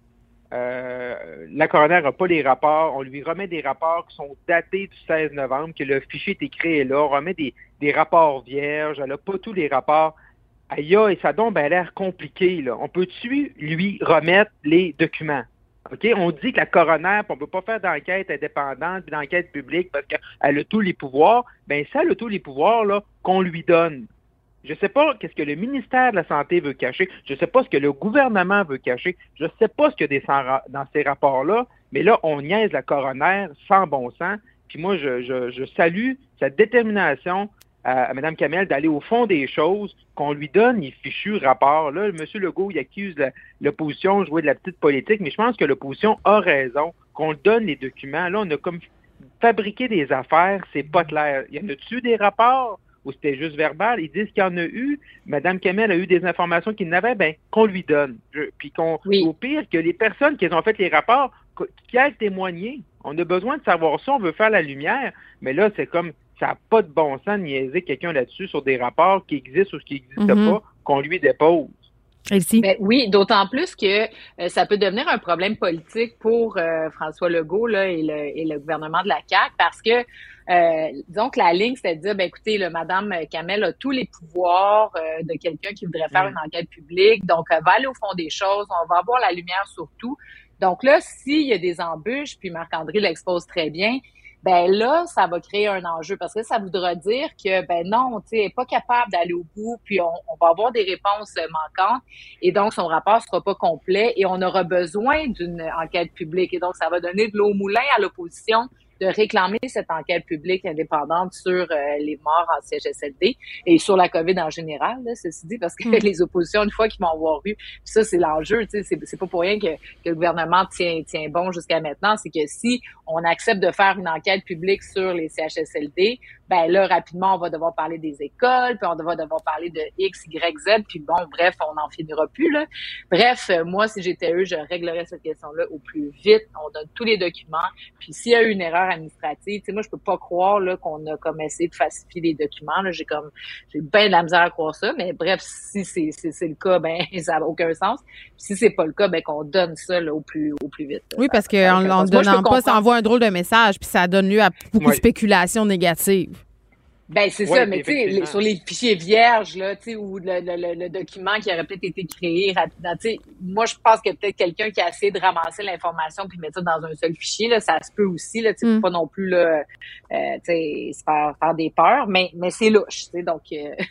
la coroner n'a pas les rapports. On lui remet des rapports qui sont datés du 16 novembre, que le fichier est écrit là. On remet des rapports vierges. Elle n'a pas tous les rapports. Aïe, et ça donne l'air compliqué, là. On peut-tu lui remettre les documents? OK? On dit que la coroner, on ne peut pas faire d'enquête indépendante, d'enquête publique parce qu'elle a tous les pouvoirs. Ben, ça, elle a tous les pouvoirs, là, qu'on lui donne. Je ne sais pas qu'est-ce que le ministère de la Santé veut cacher. Je ne sais pas ce que le gouvernement veut cacher. Je ne sais pas ce qu'il y a dans ces rapports-là. Mais là, on niaise la coroner sans bon sens. Puis moi, je salue sa détermination à Mme Kamel d'aller au fond des choses, qu'on lui donne les fichus rapports. Là, M. Legault, il accuse l'opposition de jouer de la petite politique, mais je pense que l'opposition a raison, qu'on donne les documents. Là, on a comme fabriqué des affaires, c'est pas clair. Il y en a-tu des rapports ou c'était juste verbal? Ils disent qu'il y en a eu. Mme Kamel a eu des informations qu'il n'avait, qu'on lui donne. Puis au pire, que les personnes qui ont fait les rapports, qui aillent témoigner. On a besoin de savoir ça, on veut faire la lumière, mais là, c'est comme ça n'a pas de bon sens de niaiser quelqu'un là-dessus sur des rapports qui existent ou qui n'existent pas, qu'on lui dépose. Ben oui, d'autant plus que ça peut devenir un problème politique pour François Legault là, et le gouvernement de la CAQ parce que, disons que la ligne, c'était de dire, écoutez, Mme Kamel a tous les pouvoirs de quelqu'un qui voudrait faire une enquête publique, donc elle va aller au fond des choses, on va avoir la lumière sur tout. Donc là, s'il y a des embûches, puis Marc-André l'expose très bien, ben là, ça va créer un enjeu parce que ça voudra dire que, non, tu sais, elle n'est pas capable d'aller au bout, puis on va avoir des réponses manquantes et donc son rapport sera pas complet et on aura besoin d'une enquête publique et donc ça va donner de l'eau au moulin à l'opposition de réclamer cette enquête publique indépendante sur les morts en CHSLD et sur la COVID en général, là, ceci dit, parce que les oppositions, une fois qu'ils vont avoir vu, ça, c'est l'enjeu, tu sais, c'est pas pour rien que le gouvernement tient bon jusqu'à maintenant, c'est que si on accepte de faire une enquête publique sur les CHSLD, là, rapidement, on va devoir parler des écoles, puis on va devoir parler de X, Y, Z, puis bon, bref, on n'en finira plus, là. Bref, moi, si j'étais eux, je réglerais cette question-là au plus vite. On donne tous les documents, puis s'il y a une erreur administrative, tu sais, moi, je peux pas croire, là, qu'on a comme essayé de falsifier les documents, là. J'ai bien de la misère à croire ça, mais bref, si c'est le cas, ça n'a aucun sens. Puis si c'est pas le cas, qu'on donne ça, là, au plus vite. Là. Oui, parce qu'en ne donnant pas, ça envoie un drôle de message, puis ça donne lieu à beaucoup de spéculations négatives. C'est ça, mais tu sais, sur les fichiers vierges, là, tu sais, ou le document qui aurait peut-être été créé rapidement, tu sais, moi, je pense que peut-être quelqu'un qui a essayé de ramasser l'information puis mettre ça dans un seul fichier, là, ça se peut aussi, là, tu sais, pas non plus, là, tu sais, se faire des peurs, mais c'est louche, tu sais, donc,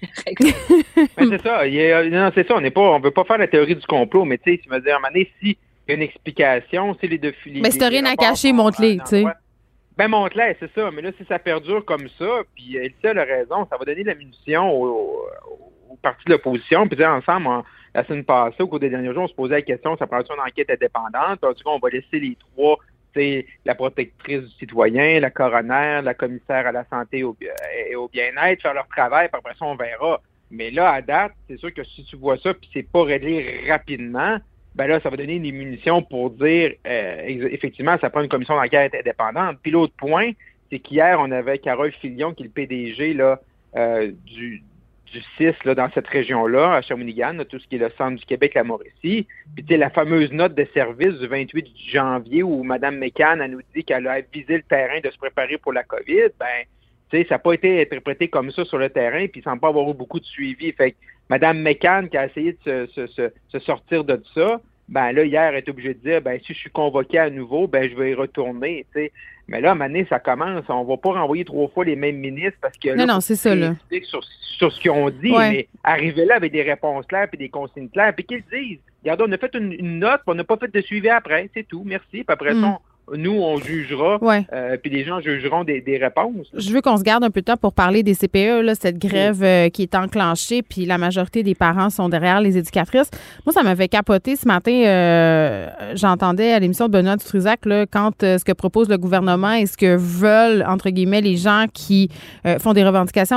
c'est ça, non, c'est ça, on veut pas faire la théorie du complot, mais tu sais, tu me dis, à un moment donné, si il y a une explication, c'est les deux filets. Mais si t'as rien à cacher, montre-les, tu sais. Montre-les, c'est ça. Mais là, si ça perdure comme ça, puis elle a raison, ça va donner de la munition aux partis de l'opposition. Puis ensemble, la semaine passée, au cours des derniers jours, on se posait la question, ça prend-tu une enquête indépendante? En tout cas, on va laisser les trois, c'est la protectrice du citoyen, la coroner, la commissaire à la santé et au bien-être, faire leur travail, puis après ça, on verra. Mais là, à date, c'est sûr que si tu vois ça, puis c'est pas réglé rapidement, là, ça va donner des munitions pour dire, effectivement, ça prend une commission d'enquête indépendante. Puis l'autre point, c'est qu'hier, on avait Carole Filion, qui est le PDG là, du du 6 là, dans cette région-là, à Shawinigan, là, tout ce qui est le centre du Québec, la Mauricie. Puis, tu sais, la fameuse note de service du 28 janvier où Mme McCann, elle nous dit qu'elle a visé le terrain de se préparer pour la COVID, ben, tu sais, ça n'a pas été interprété comme ça sur le terrain, puis il ne semble pas avoir eu beaucoup de suivi. Fait que Mme McCann, qui a essayé de se sortir de ça, ben là, hier, elle est obligée de dire, ben si je suis convoqué à nouveau, ben je vais y retourner, tu sais. Mais là, à un moment donné, ça commence. On va pas renvoyer 3 fois les mêmes ministres parce que là, non, c'est ça, là. Sur ce qu'ils ont dit, mais arriver là avec des réponses claires puis des consignes claires, puis qu'ils disent, regardez, on a fait une note, puis on n'a pas fait de suivi après, c'est tout, merci. Puis après ça, nous, on jugera, puis les gens jugeront des réponses. Je veux qu'on se garde un peu de temps pour parler des CPE, là, cette grève qui est enclenchée, puis la majorité des parents sont derrière les éducatrices. Moi, ça m'avait capoté ce matin. J'entendais à l'émission de Benoît Dutrisac, là, quand ce que propose le gouvernement et ce que veulent, entre guillemets, les gens qui font des revendications.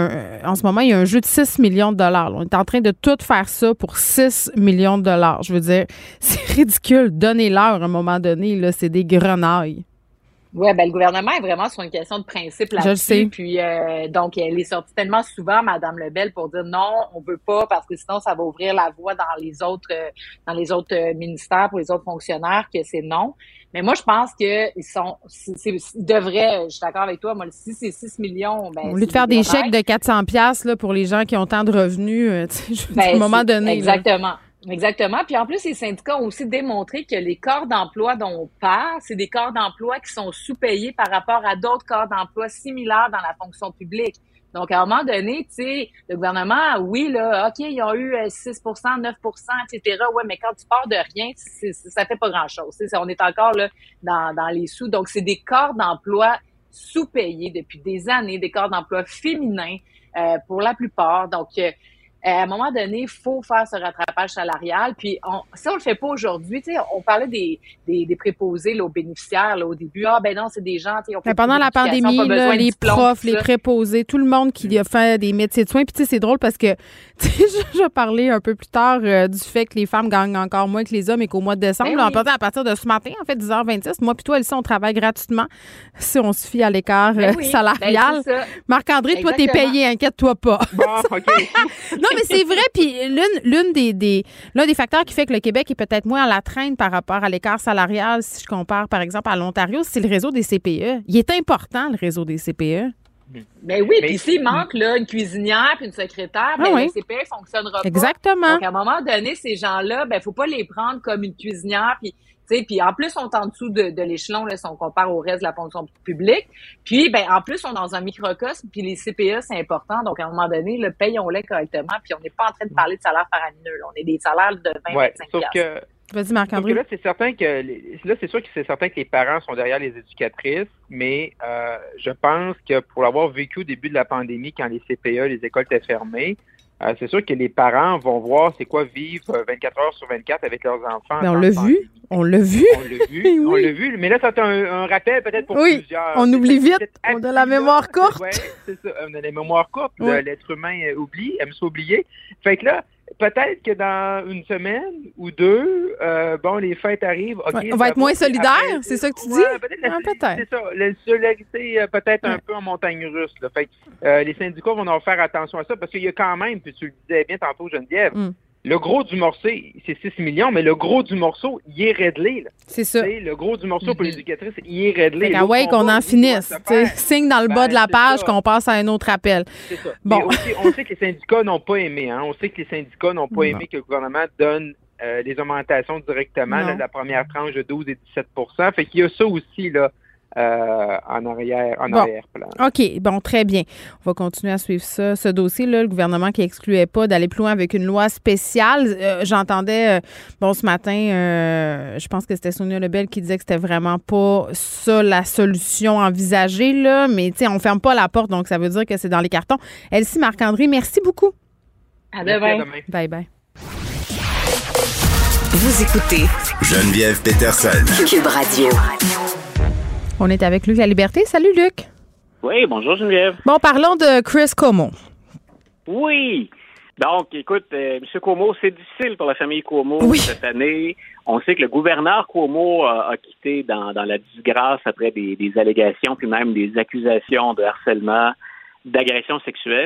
En ce moment, il y a un jeu de 6 millions de dollars. Là. On est en train de tout faire ça pour 6 millions de dollars. Je veux dire, c'est ridicule. Donnez-leur à un moment donné, là, c'est des grenailles. Oui, ben le gouvernement est vraiment sur une question de principe là-dessus. Je le sais. Puis donc elle est sortie tellement souvent, Mme Lebel, pour dire non, on veut pas parce que sinon ça va ouvrir la voie dans les autres ministères pour les autres fonctionnaires que c'est non. Mais moi je pense que ils devraient. Je suis d'accord avec toi. Moi, si c'est 6 millions, ben au lieu de faire des chèques de 400$ là pour les gens qui ont tant de revenus, à un moment donné. Exactement. Là. Exactement. Puis en plus, les syndicats ont aussi démontré que les corps d'emploi dont on parle, c'est des corps d'emploi qui sont sous-payés par rapport à d'autres corps d'emploi similaires dans la fonction publique. Donc, à un moment donné, tu sais, le gouvernement, oui, là, OK, ils ont eu 6 9 etc. Ouais, mais quand tu pars de rien, ça fait pas grand-chose. On est encore là dans les sous. Donc, c'est des corps d'emploi sous-payés depuis des années, des corps d'emploi féminins pour la plupart. Donc, à un moment donné, il faut faire ce rattrapage salarial. Puis, si on le fait pas aujourd'hui, tu sais, on parlait des préposés là, aux bénéficiaires là, au début. Ah, ben non, c'est des gens, tu sais, pendant la pandémie, là, les profs, les préposés, tout le monde qui a fait des métiers de soins. Puis, tu sais, c'est drôle parce que, tu sais, je vais parler un peu plus tard du fait que les femmes gagnent encore moins que les hommes et qu'au mois de décembre, là, à partir de ce matin, en fait, 10h26, moi puis toi, Elsie, on travaille gratuitement si on se fie à l'écart salarial. Ben, Marc-André, toi, t'es payé, inquiète-toi pas. Bon, OK. Non, mais c'est vrai, puis l'un des facteurs qui fait que le Québec est peut-être moins à la traîne par rapport à l'écart salarial, si je compare, par exemple, à l'Ontario, c'est le réseau des CPE. Il est important, le réseau des CPE. Ben oui, puis s'il manque là, une cuisinière puis une secrétaire, le CPE fonctionnera pas. Exactement. Donc, à un moment donné, ces gens-là, ben faut pas les prendre comme une cuisinière, puis en plus, on est en dessous de l'échelon là, si on compare au reste de la fonction publique. Puis, ben en plus, on est dans un microcosme, puis les CPE, c'est important. Donc, à un moment donné, payons-les correctement, puis on n'est pas en train de parler de salaire faramineux. Là. On est des salaires de 20-25$. Vas-y, Marc-André. Là, c'est certain que c'est sûr que c'est certain que les parents sont derrière les éducatrices, mais je pense que pour l'avoir vécu au début de la pandémie, quand les CPE, les écoles étaient fermées, c'est sûr que les parents vont voir c'est quoi vivre 24 heures sur 24 avec leurs enfants. Mais on l'a vu. On l'a vu. Oui. On l'a vu. Mais là, c'est un rappel peut-être pour plusieurs. On oublie vite. On a la mémoire courte. Oui, c'est ça. On a la mémoire courte. L'être humain aime s'oublier. Fait que là, peut-être que dans une semaine ou deux, les fêtes arrivent. Okay, on va être moins solidaires, c'est ça que tu dis? Peut-être. C'est ça. La solidarité peut-être un peu en montagne russe. Là. Fait que, les syndicats vont en faire attention à ça parce qu'il y a quand même, puis tu le disais bien tantôt, Geneviève, le gros du morceau, c'est 6 millions, mais le gros du morceau, il est réglé. Là. C'est ça. Le gros du morceau pour l'éducatrice, il est réglé. Qu'on en finisse. Signe dans le bas de la page qu'on passe à un autre appel. C'est ça. Bon. Mais aussi, on sait que les syndicats n'ont pas aimé. On sait que les syndicats n'ont pas aimé que le gouvernement donne les augmentations directement, là, la première tranche de 12 et 17%. Fait qu'il y a ça aussi, là. En arrière-plan. OK, bon, très bien. On va continuer à suivre ça. Ce dossier-là, le gouvernement qui excluait pas d'aller plus loin avec une loi spéciale. J'entendais, ce matin, je pense que c'était Sonia Lebel qui disait que c'était vraiment pas ça la solution envisagée, là. Mais, tu sais, on ferme pas la porte, donc ça veut dire que c'est dans les cartons. Elsie, Marc-André, merci beaucoup. À demain. Bye-bye. Vous écoutez Geneviève Peterson. Cube Radio. On est avec Luc La Liberté. Salut, Luc. Oui, bonjour, Geneviève. Bon, parlons de Chris Cuomo. Oui. Donc, écoute, M. Cuomo, c'est difficile pour la famille Cuomo cette année. On sait que le gouverneur Cuomo a quitté dans la disgrâce après des allégations, puis même des accusations de harcèlement, d'agression sexuelle.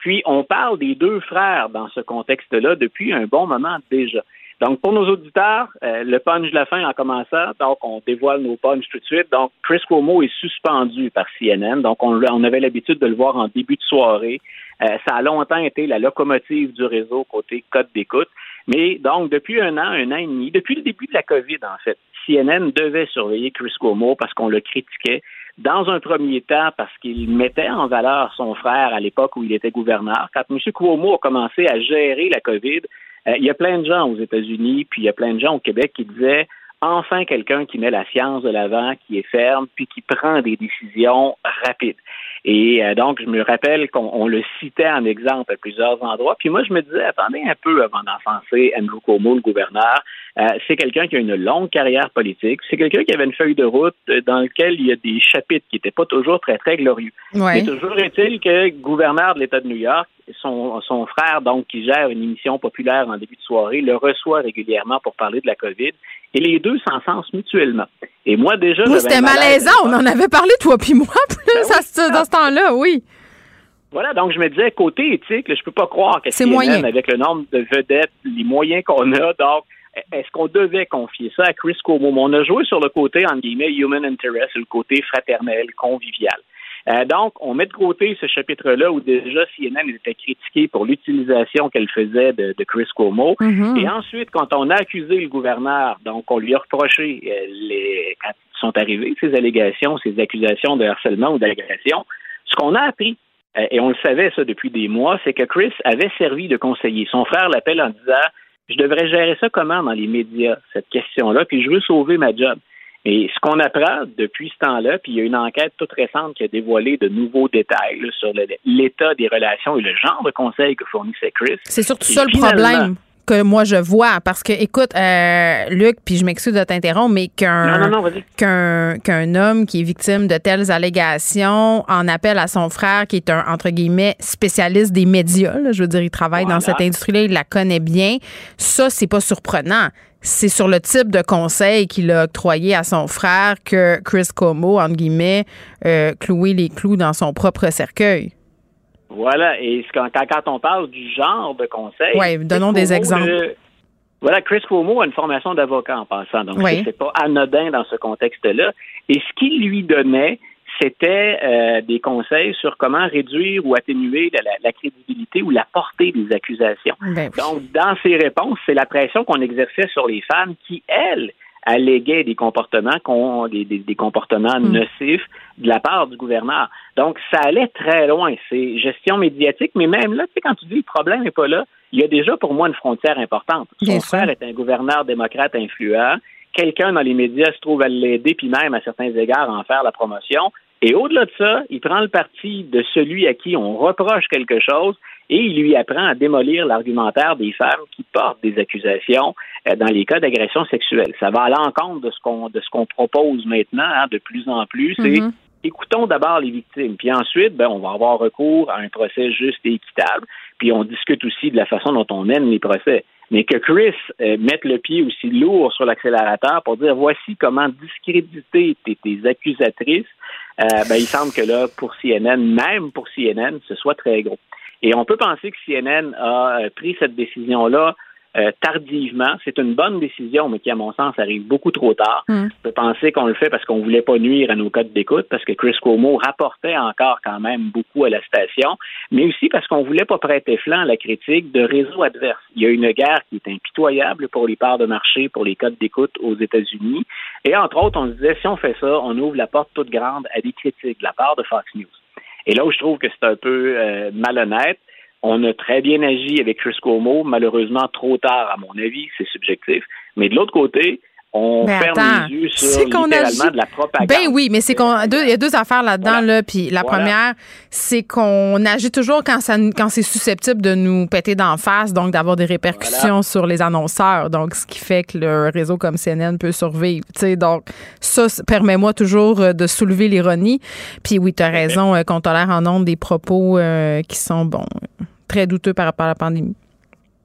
Puis, on parle des deux frères dans ce contexte-là depuis un bon moment déjà. Donc, pour nos auditeurs, le punch de la fin en commençant, donc on dévoile nos punchs tout de suite. Donc, Chris Cuomo est suspendu par CNN. Donc, on avait l'habitude de le voir en début de soirée. Ça a longtemps été la locomotive du réseau côté code d'écoute. Mais donc, depuis un an et demi, depuis le début de la COVID, en fait, CNN devait surveiller Chris Cuomo parce qu'on le critiquait. Dans un premier temps, parce qu'il mettait en valeur son frère à l'époque où il était gouverneur. Quand M. Cuomo a commencé à gérer la COVID, il y a plein de gens aux États-Unis, puis il y a plein de gens au Québec qui disaient enfin quelqu'un qui met la science de l'avant, qui est ferme, puis qui prend des décisions rapides. Et donc, je me rappelle qu'on le citait en exemple à plusieurs endroits. Puis moi, je me disais, attendez un peu avant d'enfoncer Andrew Cuomo, le gouverneur. C'est quelqu'un qui a une longue carrière politique. C'est quelqu'un qui avait une feuille de route dans laquelle il y a des chapitres qui n'étaient pas toujours très, très glorieux. Ouais. Mais toujours est-il que gouverneur de l'État de New York, son frère, donc, qui gère une émission populaire en début de soirée, le reçoit régulièrement pour parler de la COVID. Et les deux s'encensent mutuellement. Et moi, déjà... Oui, c'était malaisant. On en avait parlé, toi puis moi, plus dans ce temps-là, oui. Voilà, donc je me disais, côté éthique, là, je peux pas croire que CNN, avec le nombre de vedettes, les moyens qu'on a, donc, est-ce qu'on devait confier ça à Chris Cuomo? On a joué sur le côté, entre guillemets, human interest, le côté fraternel, convivial. Donc, on met de côté ce chapitre-là où déjà CNN était critiqué pour l'utilisation qu'elle faisait de Chris Cuomo. Mm-hmm. Et ensuite, quand on a accusé le gouverneur, donc on lui a reproché quand sont arrivées ces allégations, ces accusations de harcèlement ou d'agression, ce qu'on a appris, et on le savait ça depuis des mois, c'est que Chris avait servi de conseiller. Son frère l'appelle en disant « Je devrais gérer ça comment dans les médias, cette question-là, puis je veux sauver ma job. » Et ce qu'on apprend depuis ce temps-là, puis il y a une enquête toute récente qui a dévoilé de nouveaux détails là, sur l'état des relations et le genre de conseils que fournissait Chris. C'est surtout ça le problème que moi je vois, parce que, écoute, Luc, puis je m'excuse de t'interrompre, mais qu'un homme qui est victime de telles allégations en appelle à son frère, qui est un, entre guillemets, spécialiste des médias, là, je veux dire, il travaille dans cette industrie-là, il la connaît bien, ça, c'est pas surprenant. C'est sur le type de conseil qu'il a octroyé à son frère que Chris Cuomo, entre guillemets, clouait les clous dans son propre cercueil. Voilà, et quand on parle du genre de conseil... Oui, donnons des exemples. Voilà, Chris Cuomo a une formation d'avocat en passant, donc c'est pas anodin dans ce contexte-là. Et ce qu'il lui donnait, c'était des conseils sur comment réduire ou atténuer la crédibilité ou la portée des accusations. Donc, dans ses réponses, c'est la pression qu'on exerçait sur les femmes qui, elles, alléguaient des comportements des comportements nocifs de la part du gouverneur. Donc, ça allait très loin. C'est gestion médiatique, mais même là, tu sais, quand tu dis le problème n'est pas là, il y a déjà pour moi une frontière importante. Son frère est un gouverneur démocrate influent. Quelqu'un dans les médias se trouve à l'aider, puis même à certains égards en faire la promotion. Et au-delà de ça, il prend le parti de celui à qui on reproche quelque chose et il lui apprend à démolir l'argumentaire des femmes qui portent des accusations dans les cas d'agression sexuelle. Ça va à l'encontre de ce qu'on propose maintenant, de plus en plus. C'est écoutons d'abord les victimes, puis ensuite, on va avoir recours à un procès juste et équitable. Puis on discute aussi de la façon dont on mène les procès. Mais que Chris mette le pied aussi lourd sur l'accélérateur pour dire voici comment discréditer tes accusatrices, il semble que là, pour CNN, même pour CNN, ce soit très gros. Et on peut penser que CNN a pris cette décision-là tardivement. C'est une bonne décision, mais qui, à mon sens, arrive beaucoup trop tard. On peut penser qu'on le fait parce qu'on voulait pas nuire à nos codes d'écoute, parce que Chris Cuomo rapportait encore quand même beaucoup à la station, mais aussi parce qu'on voulait pas prêter flanc à la critique de réseaux adverses. Il y a une guerre qui est impitoyable pour les parts de marché, pour les codes d'écoute aux États-Unis. Et entre autres, on se disait, si on fait ça, on ouvre la porte toute grande à des critiques de la part de Fox News. Et là où je trouve que c'est un peu malhonnête, on a très bien agi avec Chris Cuomo, malheureusement trop tard à mon avis, c'est subjectif. Mais de l'autre côté, on ferme les yeux sur littéralement de la propagande. Ben oui, mais c'est il y a deux affaires là-dedans, là. Puis la première, c'est qu'on agit toujours quand c'est susceptible de nous péter d'en face, donc d'avoir des répercussions sur les annonceurs. Donc, ce qui fait que le réseau comme CNN peut survivre. T'sais, donc, ça, permet-moi toujours de soulever l'ironie. Puis oui, tu as raison qu'on tolère en nombre des propos qui sont, très douteux par rapport à la pandémie.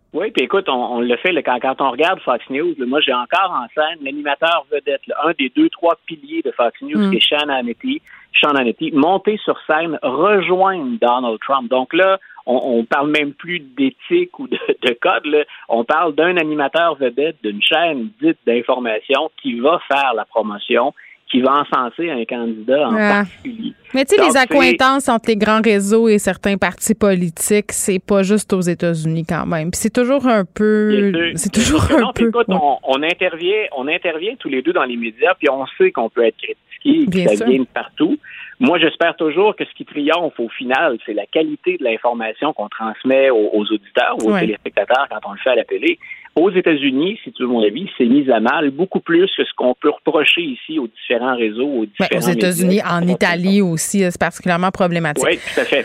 Oui, puis écoute, on le fait quand on regarde Fox News. Là, moi, j'ai encore en scène l'animateur vedette, là, un des 2-3 piliers de Fox News, qui est Sean Hannity, monter sur scène, rejoindre Donald Trump. Donc là, on parle même plus d'éthique ou de code. Là. On parle d'un animateur vedette d'une chaîne dite d'information qui va faire la promotion, qui va encenser un candidat en particulier. Mais tu sais, les accointances entre les grands réseaux et certains partis politiques, c'est pas juste aux États-Unis quand même. Puis c'est toujours un peu... Écoute, on intervient tous les deux dans les médias, puis on sait qu'on peut être critiqué et que ça vient de partout. Moi, j'espère toujours que ce qui triomphe au final, c'est la qualité de l'information qu'on transmet aux auditeurs ou aux téléspectateurs quand on le fait à la télé. Aux États-Unis, si tu veux mon avis, c'est mis à mal beaucoup plus que ce qu'on peut reprocher ici aux différents réseaux, aux différents aux États-Unis, en Italie aussi, c'est particulièrement problématique. Oui, tout à fait.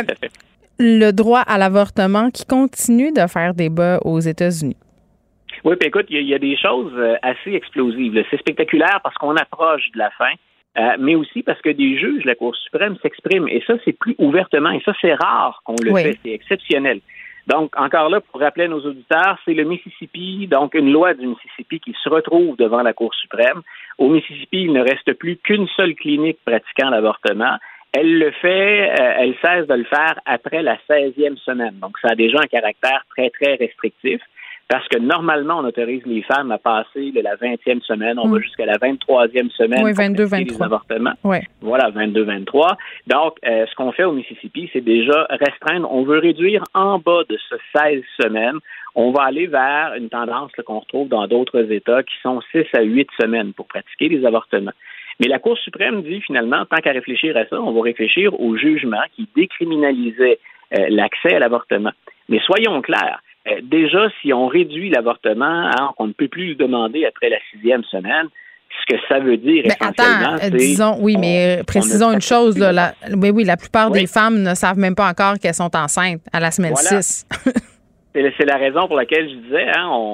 Le droit à l'avortement qui continue de faire débat aux États-Unis. Oui, puis écoute, il y a des choses assez explosives. C'est spectaculaire parce qu'on approche de la fin. Mais aussi parce que des juges de la Cour suprême s'expriment. Et ça, c'est plus ouvertement. Et ça, c'est rare qu'on le fait. C'est exceptionnel. Donc, encore là, pour rappeler à nos auditeurs, c'est le Mississippi, donc une loi du Mississippi qui se retrouve devant la Cour suprême. Au Mississippi, il ne reste plus qu'une seule clinique pratiquant l'avortement. Elle le fait, elle cesse de le faire après la 16e semaine. Donc, ça a déjà un caractère très, très restrictif. Parce que normalement, on autorise les femmes à passer de la 20e semaine, on va jusqu'à la 23e semaine pour pratiquer les avortements. Oui. Voilà, 22-23. Donc, ce qu'on fait au Mississippi, c'est déjà restreindre. On veut réduire en bas de ce 16 semaines. On va aller vers une tendance qu'on retrouve dans d'autres États qui sont 6 à 8 semaines pour pratiquer les avortements. Mais la Cour suprême dit finalement, tant qu'à réfléchir à ça, on va réfléchir au jugement qui décriminalisait l'accès à l'avortement. Mais soyons clairs. Déjà, si on réduit l'avortement, on ne peut plus le demander après la 6e semaine. Ce que ça veut dire essentiellement, c'est... précisons une chose. Là, la plupart des femmes ne savent même pas encore qu'elles sont enceintes à la semaine 6. C'est la raison pour laquelle je disais,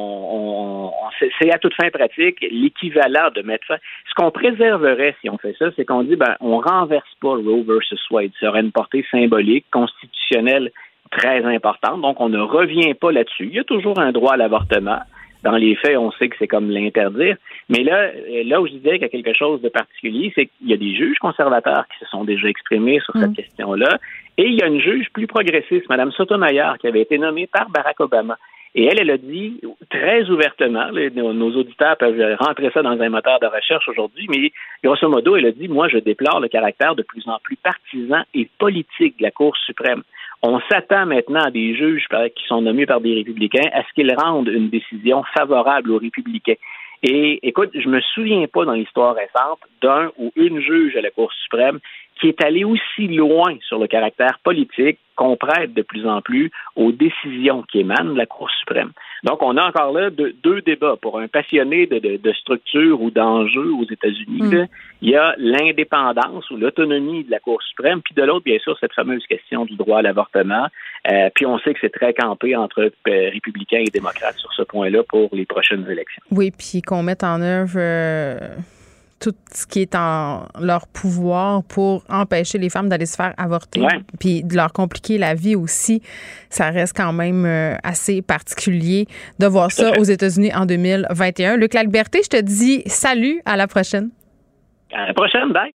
c'est à toute fin pratique l'équivalent de mettre fin. Ce qu'on préserverait si on fait ça, c'est qu'on dit, on renverse pas Roe versus Wade. Ça aurait une portée symbolique, constitutionnelle très importante. Donc, on ne revient pas là-dessus. Il y a toujours un droit à l'avortement. Dans les faits, on sait que c'est comme l'interdire. Mais là où je disais qu'il y a quelque chose de particulier, c'est qu'il y a des juges conservateurs qui se sont déjà exprimés sur cette question-là. Et il y a une juge plus progressiste, Mme Sotomayor, qui avait été nommée par Barack Obama. Et elle a dit très ouvertement, nos auditeurs peuvent rentrer ça dans un moteur de recherche aujourd'hui, mais grosso modo, elle a dit, moi, je déplore le caractère de plus en plus partisan et politique de la Cour suprême. On s'attend maintenant à des juges qui sont nommés par des républicains à ce qu'ils rendent une décision favorable aux républicains. Et écoute, je me souviens pas dans l'histoire récente d'un ou une juge à la Cour suprême qui est allé aussi loin sur le caractère politique qu'on prête de plus en plus aux décisions qui émanent de la Cour suprême. Donc, on a encore là deux débats. Pour un passionné de structure ou d'enjeux aux États-Unis, il y a l'indépendance ou l'autonomie de la Cour suprême, puis de l'autre, bien sûr, cette fameuse question du droit à l'avortement. Puis on sait que c'est très campé entre républicains et démocrates sur ce point-là pour les prochaines élections. Oui, puis qu'on mette en œuvre... tout ce qui est en leur pouvoir pour empêcher les femmes d'aller se faire avorter, puis de leur compliquer la vie aussi. Ça reste quand même assez particulier de voir ça aux États-Unis en 2021. Luc Laliberté, je te dis salut, à la prochaine. À la prochaine, bye.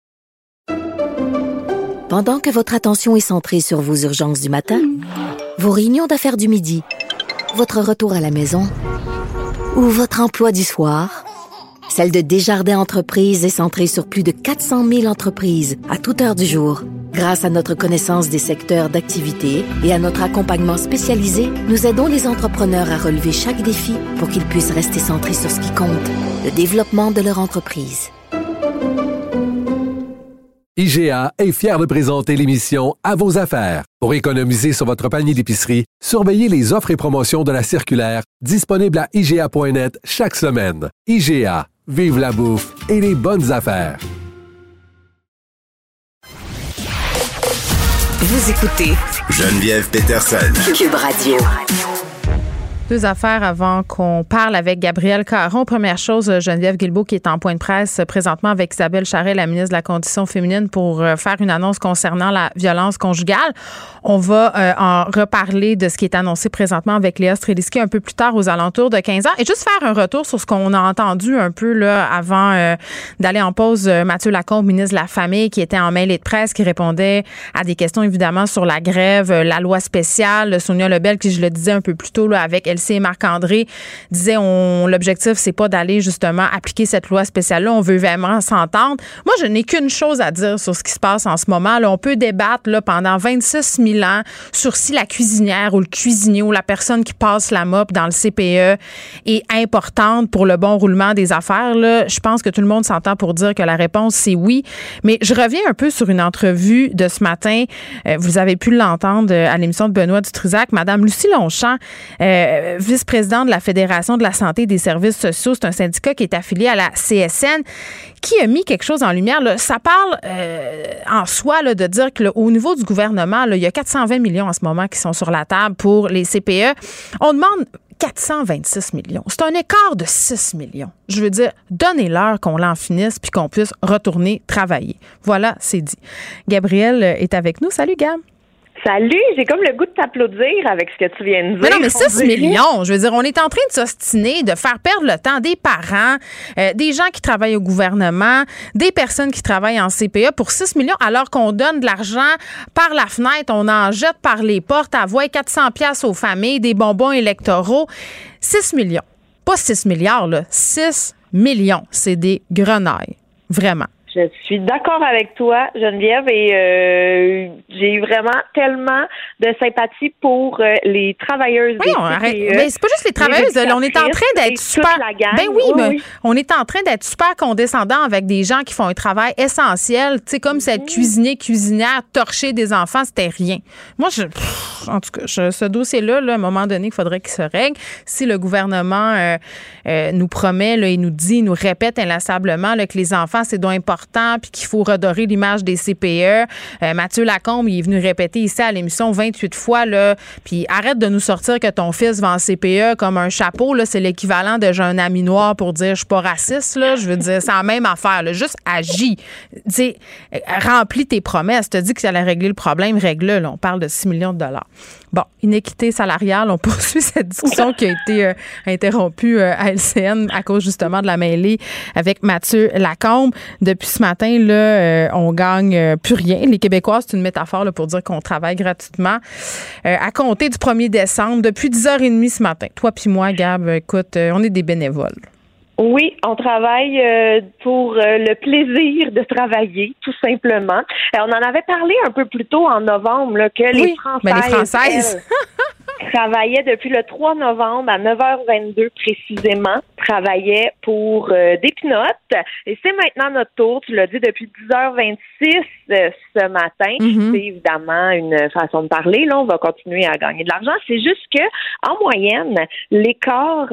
Pendant que votre attention est centrée sur vos urgences du matin, vos réunions d'affaires du midi, votre retour à la maison ou votre emploi du soir, celle de Desjardins Entreprises est centrée sur plus de 400 000 entreprises à toute heure du jour. Grâce à notre connaissance des secteurs d'activité et à notre accompagnement spécialisé, nous aidons les entrepreneurs à relever chaque défi pour qu'ils puissent rester centrés sur ce qui compte, le développement de leur entreprise. IGA est fier de présenter l'émission À vos affaires. Pour économiser sur votre panier d'épicerie, surveillez les offres et promotions de la circulaire disponible à IGA.net chaque semaine. IGA. Vive la bouffe et les bonnes affaires. Vous écoutez Geneviève Peterson. Cube Radio. Deux affaires avant qu'on parle avec Gabrielle Caron. Première chose, Geneviève Guilbeault qui est en point de presse présentement avec Isabelle Charest, la ministre de la Condition féminine, pour faire une annonce concernant la violence conjugale. On va en reparler de ce qui est annoncé présentement avec Léa Streliski un peu plus tard aux alentours de 15h. Et juste faire un retour sur ce qu'on a entendu un peu là avant d'aller en pause. Mathieu Lacombe, ministre de la Famille, qui était en mêlée de presse, qui répondait à des questions évidemment sur la grève, la loi spéciale. Sonia Lebel, qui je le disais un peu plus tôt là, avec Elsie et Marc-André, disait l'objectif, c'est pas d'aller justement appliquer cette loi spéciale-là. On veut vraiment s'entendre. Moi, je n'ai qu'une chose à dire sur ce qui se passe en ce moment. Là, on peut débattre là, pendant 26 000 ans sur si la cuisinière ou le cuisinier ou la personne qui passe la mop dans le CPE est importante pour le bon roulement des affaires. Là, je pense que tout le monde s'entend pour dire que la réponse, c'est oui. Mais je reviens un peu sur une entrevue de ce matin. Vous avez pu l'entendre à l'émission de Benoît Dutrisac. Madame Lucie Longchamp, vice-présidente de la Fédération de la santé et des services sociaux, c'est un syndicat qui est affilié à la CSN, qui a mis quelque chose en lumière. Là, ça parle en soi là, de dire que là, au niveau du gouvernement, là, il y a 420 millions en ce moment qui sont sur la table pour les CPE. On demande 426 millions. C'est un écart de 6 millions. Je veux dire, donnez-leur qu'on l'en finisse puis qu'on puisse retourner travailler. Voilà, c'est dit. Gabrielle est avec nous. Salut, Gab. Salut, j'ai comme le goût de t'applaudir avec ce que tu viens de dire. Mais non, mais 6 millions, je veux dire, on est en train de s'ostiner, de faire perdre le temps des parents, des gens qui travaillent au gouvernement, des personnes qui travaillent en CPE pour 6 millions, alors qu'on donne de l'argent par la fenêtre, on en jette par les portes, à voix 400 piastres aux familles, des bonbons électoraux. 6 millions. Pas 6 milliards, là. 6 millions. C'est des grenailles. Vraiment. Je suis d'accord avec toi, Geneviève, et j'ai vraiment tellement de sympathie pour les travailleuses. Oui, mais c'est pas juste les travailleuses. Là, on est en train d'être super. Ben oui, mais on est en train d'être super condescendant avec des gens qui font un travail essentiel. Tu sais, comme cette cuisinière torcher des enfants, c'était rien. Moi, en tout cas, ce dossier-là, là, à un moment donné, il faudrait qu'il se règle. Si le gouvernement nous promet, là, il nous dit, il nous répète inlassablement là, que les enfants, c'est donc important, puis qu'il faut redorer l'image des CPE. Mathieu Lacombe, il est venu répéter ici à l'émission 28 fois, là, puis arrête de nous sortir que ton fils va en CPE comme un chapeau, là, c'est l'équivalent de j'ai un ami noir pour dire je suis pas raciste, là, je veux dire, c'est la même affaire, là, juste agis. Tu sais, remplis tes promesses. Tu as dit que ça allait régler le problème, règle-le, là, on parle de 6 millions de dollars. Bon, inéquité salariale, on poursuit cette discussion qui a été interrompue à LCN à cause justement de la mêlée avec Mathieu Lacombe. Depuis ce matin, là, on gagne plus rien. Les Québécois, c'est une métaphore là, pour dire qu'on travaille gratuitement. À compter du 1er décembre, depuis 10h30 ce matin. Toi puis moi, Gab, écoute, on est des bénévoles. Oui, on travaille pour le plaisir de travailler, tout simplement. On en avait parlé un peu plus tôt en novembre, là, que les Françaises travaillaient depuis le 3 novembre à 9h22 précisément, travaillaient pour des pinottes. Et c'est maintenant notre tour, tu l'as dit, depuis 10h26 ce matin. C'est évidemment une façon de parler. Là, on va continuer à gagner de l'argent. C'est juste que en moyenne, l'écart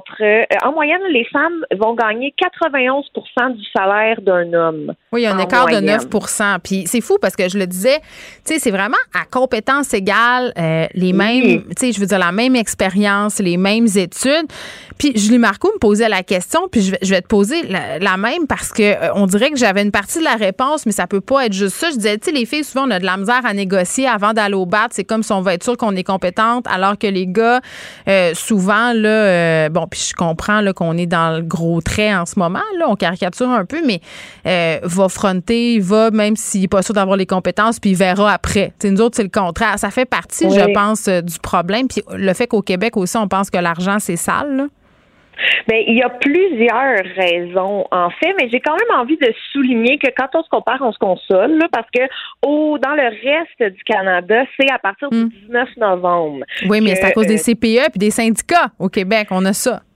en moyenne, les femmes vont gagner 91% du salaire d'un homme. Oui, il y a un écart de 9%. Puis c'est fou parce que je le disais, tu sais, c'est vraiment à compétences égales, les mêmes, tu sais, je veux dire, la même expérience, les mêmes études. Puis Julie Marcoux me posait la question, puis je vais te poser la même parce que on dirait que j'avais une partie de la réponse, mais ça peut pas être juste ça. Je disais, tu sais, les filles, souvent, on a de la misère à négocier avant d'aller au bat. C'est comme si on va être sûr qu'on est compétente, alors que les gars, souvent, là, bon, puis je comprends là, qu'on est dans le gros trait en ce moment, là, on caricature un peu, mais va fronter, va, même s'il n'est pas sûr d'avoir les compétences, puis il verra après. T'sais, nous autres, c'est le contraire. Ça fait partie, je pense, du problème. Puis le fait qu'au Québec aussi, on pense que l'argent, c'est sale, là. Bien, il y a plusieurs raisons, en fait, mais j'ai quand même envie de souligner que quand on se compare, on se console, là, parce que dans le reste du Canada, c'est à partir du 19 novembre. Oui, mais c'est à cause des CPE puis des syndicats au Québec, on a ça.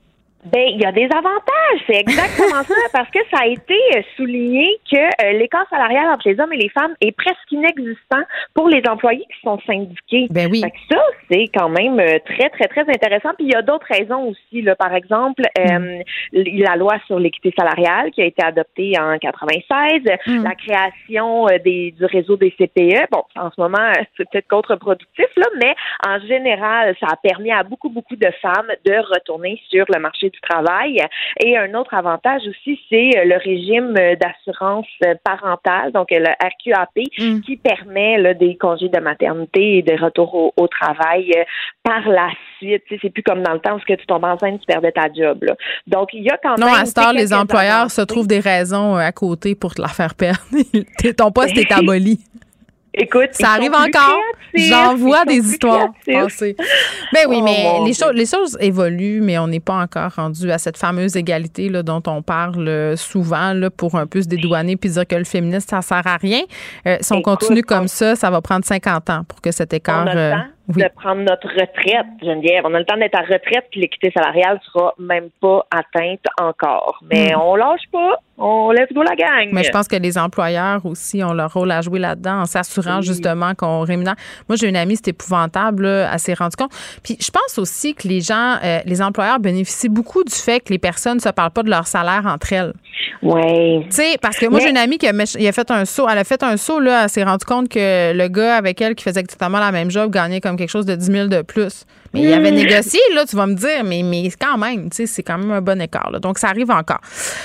Ben, il y a des avantages, c'est exactement ça, parce que ça a été souligné que l'écart salarial entre les hommes et les femmes est presque inexistant pour les employés qui sont syndiqués. Ben oui. Fait que ça, c'est quand même très, très, très intéressant. Puis il y a d'autres raisons aussi, là. Par exemple, la loi sur l'équité salariale qui a été adoptée en 96, la création du réseau des CPE. Bon, en ce moment, c'est peut-être contre-productif, là, mais en général, ça a permis à beaucoup, beaucoup de femmes de retourner sur le marché du travail. Et un autre avantage aussi, c'est le régime d'assurance parentale, donc le RQAP, qui permet là, des congés de maternité et des retours au travail par la suite. Tu sais, c'est plus comme dans le temps où tu tombes enceinte, tu perdais ta job. Là. Donc, il y a quand même... Non, à cette heure, les employeurs se trouvent des raisons à côté pour te la faire perdre. Ton poste est aboli. Écoute, ça arrive encore. J'en vois des histoires passées. Ben oui, mais les choses évoluent, mais on n'est pas encore rendu à cette fameuse égalité là, dont on parle souvent là, pour un peu se dédouaner puis dire que le féminisme, ça sert à rien. Si on continue comme ça va prendre 50 ans pour que cet écart... On a le temps de prendre notre retraite, Geneviève. On a le temps d'être à retraite puis l'équité salariale sera même pas atteinte encore. Mais on lâche pas. On laisse go la gang. Mais je pense que les employeurs aussi ont leur rôle à jouer là-dedans en s'assurant justement qu'on rémunère. Moi, j'ai une amie, c'est épouvantable, là, elle s'est rendue compte. Puis je pense aussi que les gens, les employeurs bénéficient beaucoup du fait que les personnes ne se parlent pas de leur salaire entre elles. Oui. Tu sais, parce que moi, j'ai une amie qui a fait un saut. Elle a fait un saut, là, elle s'est rendue compte que le gars avec elle qui faisait exactement la même job gagnait comme quelque chose de 10 000 de plus. Mais il avait négocié, là, tu vas me dire, mais quand même, tu sais, c'est quand même un bon écart, là. Donc, ça arrive encore.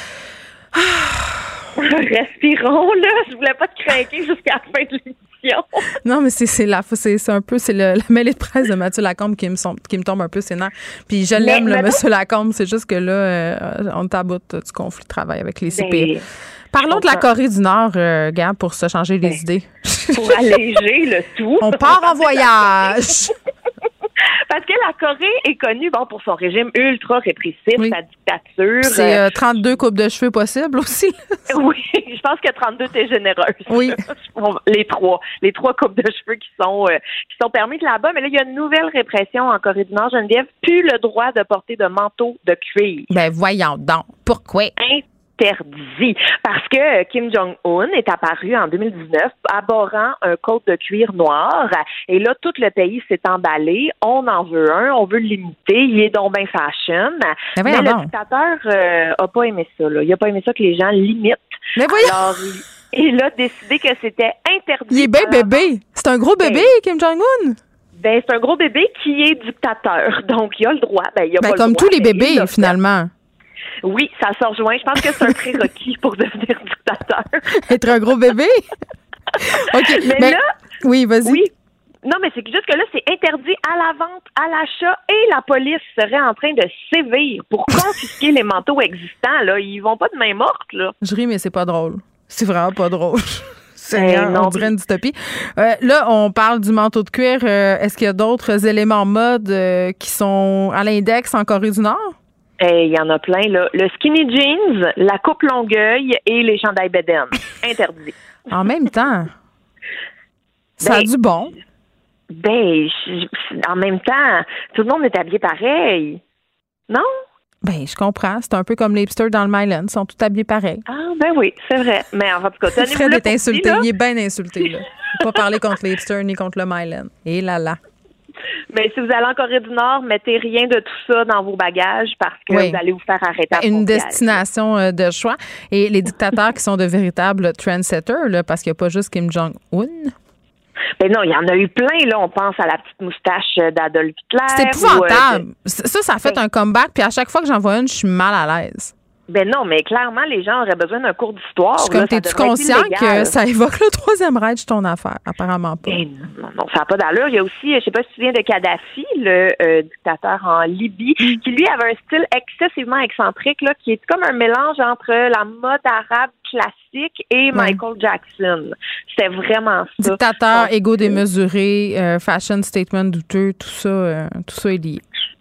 Respirons, là. Je voulais pas te craquer jusqu'à la fin de l'émission. Non, mais c'est un peu, c'est la mêlée de presse de Mathieu Lacombe qui me tombe un peu ses nerfs. Puis je l'aime, le monsieur Lacombe. C'est juste que là, on taboute du conflit de travail avec les CPE. Parlons de la Corée du Nord, Gab, pour se changer les idées. Pour alléger le tout. On part en voyage. Parce que la Corée est connue pour son régime ultra répressif, sa dictature. C'est 32 coupes de cheveux possibles aussi. Oui, je pense que 32, t'es généreuse. Oui. Les trois coupes de cheveux qui sont permises là-bas. Mais là, il y a une nouvelle répression en Corée du Nord, Geneviève. Plus le droit de porter de manteau de cuir. Ben voyons donc. Pourquoi? Interdit. Parce que Kim Jong-un est apparu en 2019 aborant un coat de cuir noir. Et là, tout le pays s'est emballé. On en veut un. On veut l'imiter. Il est donc bien fashion. Mais le dictateur a pas aimé ça. Là. Il a pas aimé ça que les gens l'imitent. Mais voyons! Alors, il a décidé que c'était interdit. Il est bien bébé. C'est un gros bébé, Kim Jong-un. Ben, c'est un gros bébé qui est dictateur. Donc, il a le droit. Ben, il a pas comme le droit, tous les bébés, finalement. Oui, ça se rejoint. Je pense que c'est un prérequis pour devenir dictateur. Être un gros bébé? OK. Mais là... Oui, vas-y. Oui. Non, mais c'est juste que là, c'est interdit à la vente, à l'achat, et la police serait en train de sévir pour confisquer les manteaux existants. Là. Ils vont pas de main morte, là. Je ris, mais c'est pas drôle. C'est vraiment pas drôle. On dirait une dystopie. Là, on parle du manteau de cuir. Est-ce qu'il y a d'autres éléments mode qui sont à l'index en Corée du Nord? Il y en a plein, là. Le skinny jeans, la coupe longueuil et les chandails bedaine. Interdit. En même temps. Ça a du bon. En même temps, tout le monde est habillé pareil. Non? Ben, je comprends. C'est un peu comme les hipsters dans le Myland. Ils sont tous habillés pareil. Ah, ben oui, c'est vrai. Mais en tout cas, Fred est insulté. Il est bien insulté, là. Il ne faut pas parler contre les hipsters ni contre le Myland. Et là. Mais si vous allez en Corée du Nord, mettez rien de tout ça dans vos bagages parce que vous allez vous faire arrêter. Une destination de choix. Et les dictateurs qui sont de véritables trendsetters, là, parce qu'il n'y a pas juste Kim Jong-un. Ben non, il y en a eu plein, là. On pense à la petite moustache d'Adolf Hitler. C'est épouvantable. Ça a fait un comeback, puis à chaque fois que j'en vois une, je suis mal à l'aise. Ben non, mais clairement, les gens auraient besoin d'un cours d'histoire. Je suis comme, t'es-tu conscient que ça évoque le Troisième Reich, ton affaire? Apparemment pas. Ben non, ça n'a pas d'allure. Il y a aussi, je sais pas si tu te souviens de Kadhafi, le dictateur en Libye, qui lui avait un style excessivement excentrique, là, qui est comme un mélange entre la mode arabe classique et Michael Jackson. C'était vraiment ça. Dictateur, égo démesuré, fashion statement douteux, tout ça est lié.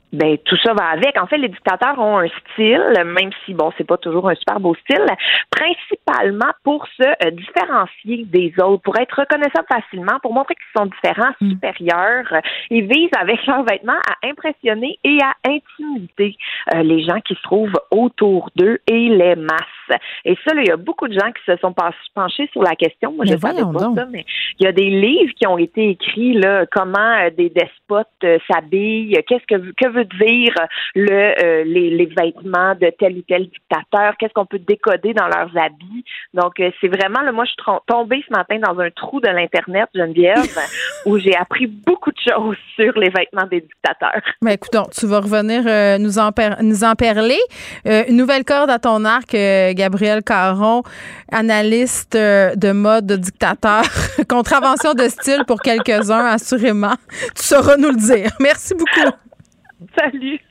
Ben tout ça va avec. En fait, les dictateurs ont un style, même si bon, c'est pas toujours un super beau style, principalement pour se différencier des autres, pour être reconnaissables facilement, pour montrer qu'ils sont différents, supérieurs. Ils visent avec leurs vêtements à impressionner et à intimider les gens qui se trouvent autour d'eux et les masses. Et ça, là, il y a beaucoup de gens qui se sont penchés sur la question. Moi, je ne savais pas ça, mais il y a des livres qui ont été écrits là, comment des despotes s'habillent, que veut dire les vêtements de tel ou tel dictateur, qu'est-ce qu'on peut décoder dans leurs habits. Donc, c'est vraiment, là, moi, je suis tombée ce matin dans un trou de l'Internet, Geneviève, où j'ai appris beaucoup de choses sur les vêtements des dictateurs. Ben, écoute, donc, tu vas revenir nous en perler. Une nouvelle corde à ton arc, Gabrielle Caron, analyste de mode de dictateur, contravention de style pour quelques-uns, assurément. Tu sauras nous le dire. Merci beaucoup. Salut.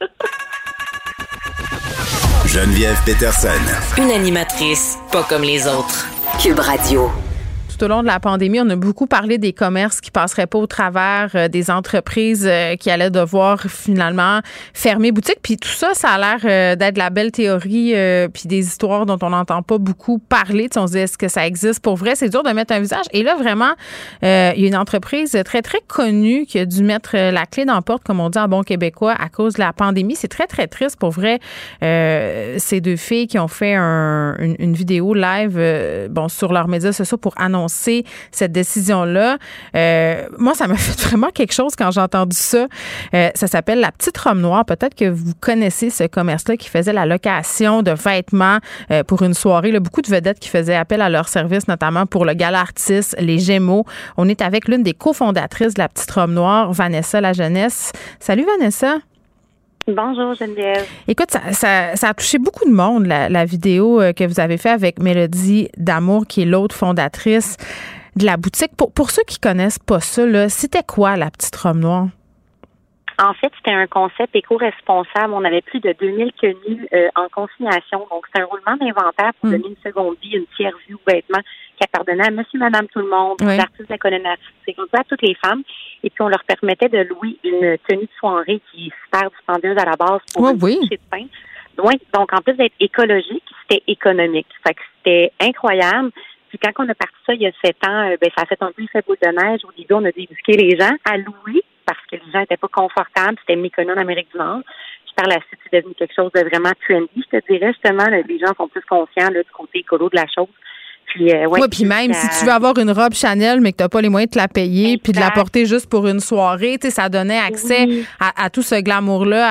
Geneviève Peterson. Une animatrice pas comme les autres. Cube Radio. Tout au long de la pandémie, on a beaucoup parlé des commerces qui passeraient pas au travers, des entreprises qui allaient devoir finalement fermer boutique. Puis tout ça, ça a l'air d'être de la belle théorie, puis des histoires dont on n'entend pas beaucoup parler. Tu sais, on se dit, est-ce que ça existe pour vrai? C'est dur de mettre un visage. Et là, vraiment, il y a une entreprise très, très connue qui a dû mettre la clé dans la porte, comme on dit en bon québécois, à cause de la pandémie. C'est très, très triste pour vrai. Ces deux filles qui ont fait une vidéo live sur leurs médias sociaux pour annoncer cette décision-là. Moi, ça m'a fait vraiment quelque chose quand j'ai entendu ça. Ça s'appelle La Petite Robe Noire. Peut-être que vous connaissez ce commerce-là qui faisait la location de vêtements pour une soirée. Là, beaucoup de vedettes qui faisaient appel à leur service, notamment pour le gala artiste, les Gémeaux. On est avec l'une des cofondatrices de La Petite Robe Noire, Vanessa Lajeunesse. Salut, Vanessa. Bonjour Geneviève. Écoute, ça a touché beaucoup de monde, la vidéo que vous avez fait avec Mélodie Damour, qui est l'autre fondatrice de la boutique. Pour ceux qui connaissent pas ça, là, c'était quoi La Petite Robe Noire? En fait, c'était un concept éco-responsable. On avait plus de 2000 tenues en consignation. Donc, c'est un roulement d'inventaire pour donner une seconde vie, une tiers vie aux vêtements qui appartenaient à monsieur, madame, tout le monde, aux artistes de la colonie artistique, à toutes les femmes. Et puis, on leur permettait de louer une tenue de soirée qui est super dispendieuse à la base pour une bouchée de pain. Donc, en plus d'être écologique, c'était économique. Fait que c'était incroyable. Puis quand on a parti ça il y a 7 ans, ça a fait un peu effet boule de neige. Au début, on a dû éduquer les gens à louer parce que les gens n'étaient pas confortables. C'était méconnu en Amérique du Nord. Puis par la suite, c'est devenu quelque chose de vraiment trendy. Je te dirais justement, les gens sont plus conscients du côté écolo de la chose. Puis, puis même si tu veux avoir une robe Chanel, mais que tu n'as pas les moyens de te la payer, puis de la porter juste pour une soirée, ça donnait accès à tout ce glamour-là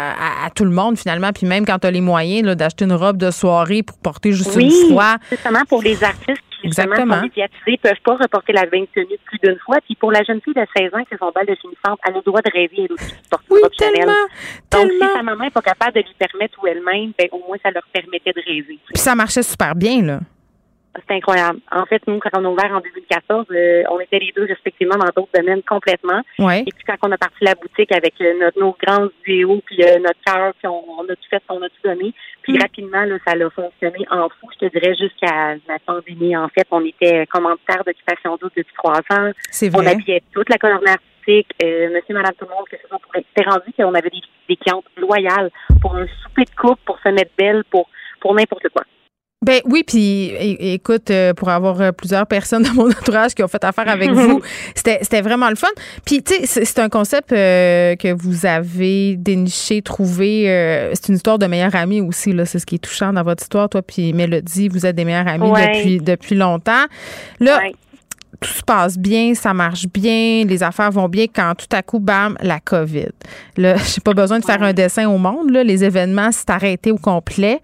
à tout le monde, finalement. Puis même quand tu as les moyens là, d'acheter une robe de soirée pour porter juste une fois. Justement, pour les artistes qui justement sont médiatisés, ne peuvent pas reporter la même tenue plus d'une fois. Puis pour la jeune fille de 16 ans qui fait son bal de finissante, elle a le droit de rêver, elle aussi, de porter une robe Chanel. Donc, si sa maman n'est pas capable de lui permettre ou elle-même, au moins, ça leur permettait de rêver. Puis ça marchait super bien, là. C'est incroyable. En fait, nous, quand on a ouvert en 2014, on était les deux respectivement dans d'autres domaines complètement. Ouais. Et puis quand on a parti la boutique avec nos grandes vidéos, puis notre cœur, puis on a tout fait, on a tout donné. Puis rapidement, là, ça a fonctionné en fou. Je te dirais jusqu'à la pandémie. En fait, on était commanditaire d'Occupation Double depuis 3 ans. C'est vrai. On habillait toute la colonie artistique, monsieur, madame, tout le monde, que ce soit pour être. C'était rendu qu'on avait des clientes loyales pour un souper de couple, pour se mettre belle, pour n'importe quoi. Ben oui, puis écoute, pour avoir plusieurs personnes dans mon entourage qui ont fait affaire avec vous, c'était vraiment le fun. Puis tu sais, c'est un concept que vous avez déniché, trouvé. C'est une histoire de meilleure amie aussi, là. C'est ce qui est touchant dans votre histoire, toi puis Mélodie, vous êtes des meilleures amies depuis longtemps. Là, tout se passe bien, ça marche bien, les affaires vont bien quand tout à coup, bam, la COVID. Là, j'ai pas besoin de faire un dessin au monde, là. Les événements s'est arrêté au complet.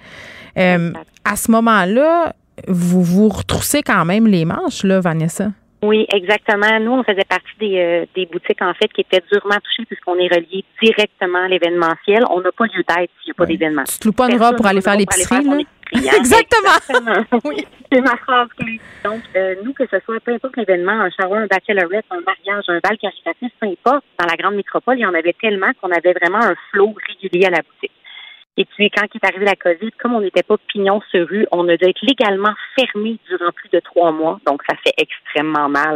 À ce moment-là, vous retroussez quand même les manches, là, Vanessa? Oui, exactement. Nous, on faisait partie des boutiques, en fait, qui étaient durement touchées puisqu'on est relié directement à l'événementiel. On n'a pas lieu d'être s'il n'y a pas d'événement. Tu te loues pas une robe pour aller faire l'épicerie, là? Exactement. Oui, c'est ma phrase clé. Donc, nous, que ce soit peu importe l'événement, un shower, un bachelorette, un mariage, un bal caritatif, peu importe, dans la grande métropole, il y en avait tellement qu'on avait vraiment un flot régulier à la boutique. Et puis, quand est arrivé la COVID, comme on n'était pas pignon sur rue, on a dû être légalement fermé durant plus de 3 mois. Donc, ça fait extrêmement mal.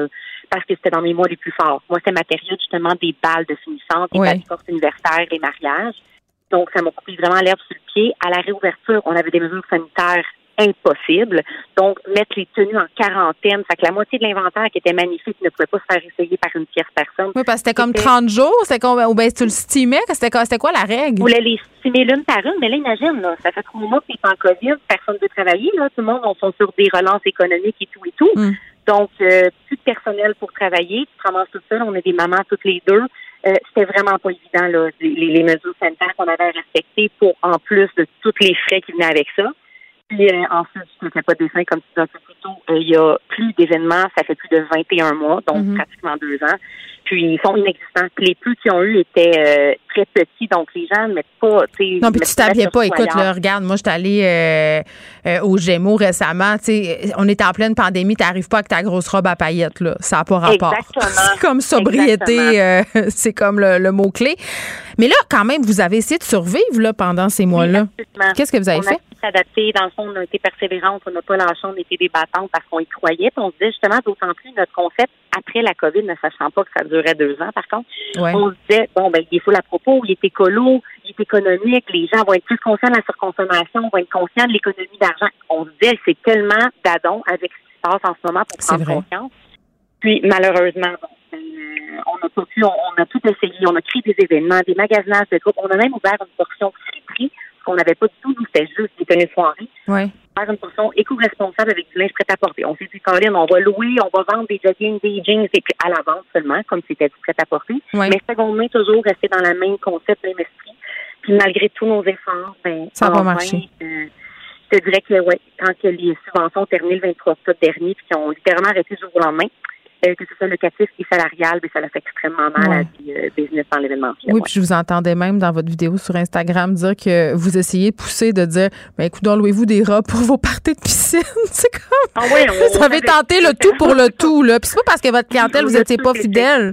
parce que c'était dans mes mois les plus forts. Moi, c'est ma période, justement, des balles de finissantes, des balles de force universitaires, les mariages. Donc, ça m'a coupé vraiment l'herbe sur le pied. À la réouverture, on avait des mesures sanitaires impossibles. Donc, mettre les tenues en quarantaine, fait que la moitié de l'inventaire qui était magnifique ne pouvait pas se faire essayer par une tierce personne. Oui, parce que c'était comme 30 jours, ou bien tu le stimais, c'était quoi la règle? On voulait les stimer l'une par une, mais là, imagine, là, ça fait 3 mois que t'es en COVID, personne ne veut travailler, là, tout le monde, on sont sur des relances économiques et tout. Donc, plus de personnel pour travailler, tu te ramasses tout seul, on est des mamans toutes les deux. C'était vraiment pas évident, là, les mesures sanitaires qu'on avait à respecter pour, en plus de tous les frais qui venaient avec ça. Puis ensuite, je ne fais pas de dessin comme tu disais un peu plus tôt. Il y a plus d'événements, ça fait plus de 21 mois, donc pratiquement 2 ans. Puis ils sont inexistants. Les plus qu'ils ont eu étaient très petits, donc les gens ne mettent pas. Non, puis tu t'habillais pas. Écoute, là, regarde, moi, je suis allée au Gémeaux récemment. On était en pleine pandémie, tu n'arrives pas avec ta grosse robe à paillettes, là. Ça n'a pas rapport. Exactement. C'est comme sobriété, c'est comme le mot-clé. Mais là, quand même, vous avez essayé de survivre là, pendant ces mois-là. Qu'est-ce que vous avez fait? S'adapter. Dans le fond, on a été persévérantes, on n'a pas lâché, on a été débattantes parce qu'on y croyait. Puis on se disait justement, d'autant plus notre concept après la COVID, ne sachant pas que ça durait 2 ans, par contre, on se disait, bon, ben, il est full à propos, il est écolo, il est économique, les gens vont être plus conscients de la surconsommation, vont être conscients de l'économie d'argent. On se disait, c'est tellement d'adon avec ce qui se passe en ce moment pour prendre conscience. Puis, malheureusement, on n'a pas pu, on a tout essayé, on a créé des événements, des magasinages de groupes, on a même ouvert une portion friperie, qu'on n'avait pas du tout, nous, c'était juste des tenues soirées. Faire une portion éco-responsable avec du linge prêt-à-porter. On s'est dit, Caroline, on va louer, on va vendre des joggings, des jeans, et puis à la vente seulement, comme c'était du prêt-à-porter. Mais seconde main, toujours rester dans la même concept, même esprit. Puis malgré tous nos efforts, ça va marcher. Je te dirais que, quand les subventions ont terminé le 23 octobre dernier, puis qu'ils ont littéralement arrêté du jour au lendemain, que ce soit locatif et salarial, ça l'a fait extrêmement mal à la vie business dans l'événementiel. Oui, puis je vous entendais même dans votre vidéo sur Instagram dire que vous essayez de pousser, de dire, écoute, louez-vous des robes pour vos parties de piscine. C'est comme, vous avez tenté le tout pour le tout, là. Puis c'est pas parce que votre clientèle, vous n'étiez pas fidèle.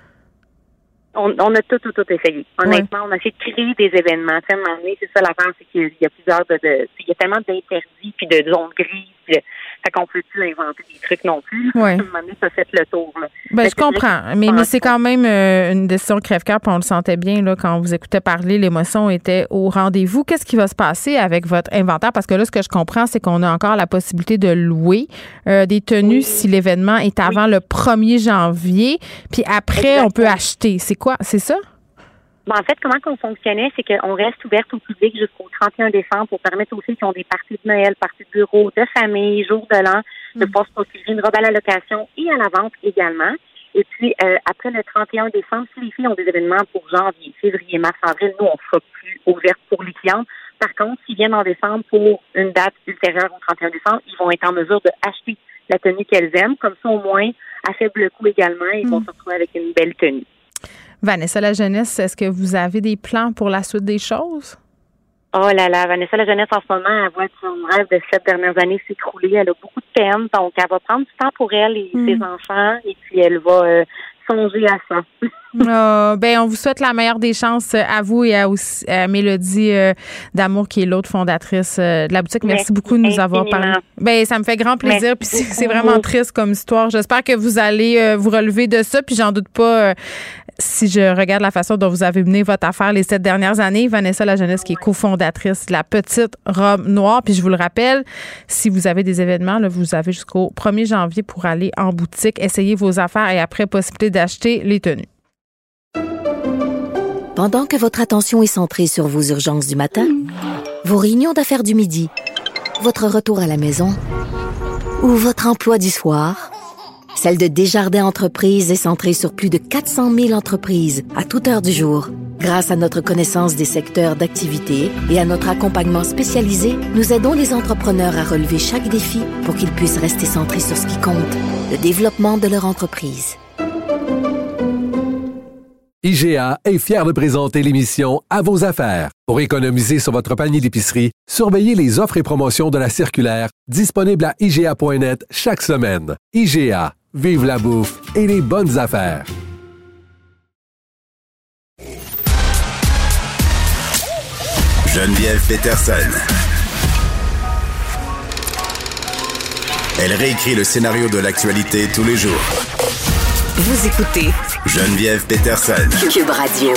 On a tout essayé. Honnêtement, on a essayé de créer des événements. À un moment donné, c'est ça l'affaire, c'est qu'il y a plusieurs il y a tellement d'interdits puis de zones grises. Fait qu'on peut plus inventer des trucs non plus. À un moment donné, ça fait le tour. Là. Je comprends. Mais c'est quand même une décision crève-cœur, puis on le sentait bien là, quand on vous écoutait parler, l'émotion était au rendez-vous. Qu'est-ce qui va se passer avec votre inventaire? Parce que là, ce que je comprends, c'est qu'on a encore la possibilité de louer des tenues si l'événement est avant le 1er janvier. Puis après, on peut acheter. C'est quoi? C'est ça? En fait, comment qu'on fonctionnait, c'est qu'on reste ouverte au public jusqu'au 31 décembre pour permettre aussi qui ont des parties de Noël, parties de bureau, de famille, jour de l'an, de pouvoir se procurer une robe à la location et à la vente également. Et puis, après le 31 décembre, si les filles ont des événements pour janvier, février, mars, avril, nous, on sera plus ouverte pour les clientes. Par contre, s'ils viennent en décembre pour une date ultérieure au 31 décembre, ils vont être en mesure d'acheter la tenue qu'elles aiment. Comme ça, au moins, à faible coût également, ils vont se retrouver avec une belle tenue. Vanessa La Jeunesse, est-ce que vous avez des plans pour la suite des choses? Oh là là, Vanessa La Jeunesse, en ce moment, elle voit son rêve de 7 dernières années s'écrouler. Elle a beaucoup de peine, donc elle va prendre du temps pour elle et ses enfants, et puis elle va songer à ça. On vous souhaite la meilleure des chances à vous et à Mélodie D'Amour, qui est l'autre fondatrice de la boutique. Merci beaucoup de nous avoir parlé. Ça me fait grand plaisir, puis c'est vraiment triste comme histoire. J'espère que vous allez vous relever de ça, puis j'en doute pas. Si je regarde la façon dont vous avez mené votre affaire les 7 dernières années, Vanessa La Jeunesse, qui est cofondatrice de la Petite Robe Noire. Puis je vous le rappelle, si vous avez des événements, là, vous avez jusqu'au 1er janvier pour aller en boutique, essayer vos affaires et après, possibilité d'acheter les tenues. Pendant que votre attention est centrée sur vos urgences du matin, vos réunions d'affaires du midi, votre retour à la maison ou votre emploi du soir, celle de Desjardins Entreprises est centrée sur plus de 400 000 entreprises à toute heure du jour. Grâce à notre connaissance des secteurs d'activité et à notre accompagnement spécialisé, nous aidons les entrepreneurs à relever chaque défi pour qu'ils puissent rester centrés sur ce qui compte, le développement de leur entreprise. IGA est fier de présenter l'émission À vos affaires. Pour économiser sur votre panier d'épicerie, surveillez les offres et promotions de la circulaire disponible à IGA.net chaque semaine. IGA, vive la bouffe et les bonnes affaires. Geneviève Peterson. Elle réécrit le scénario de l'actualité tous les jours. Vous écoutez Geneviève Peterson. Cube Radio.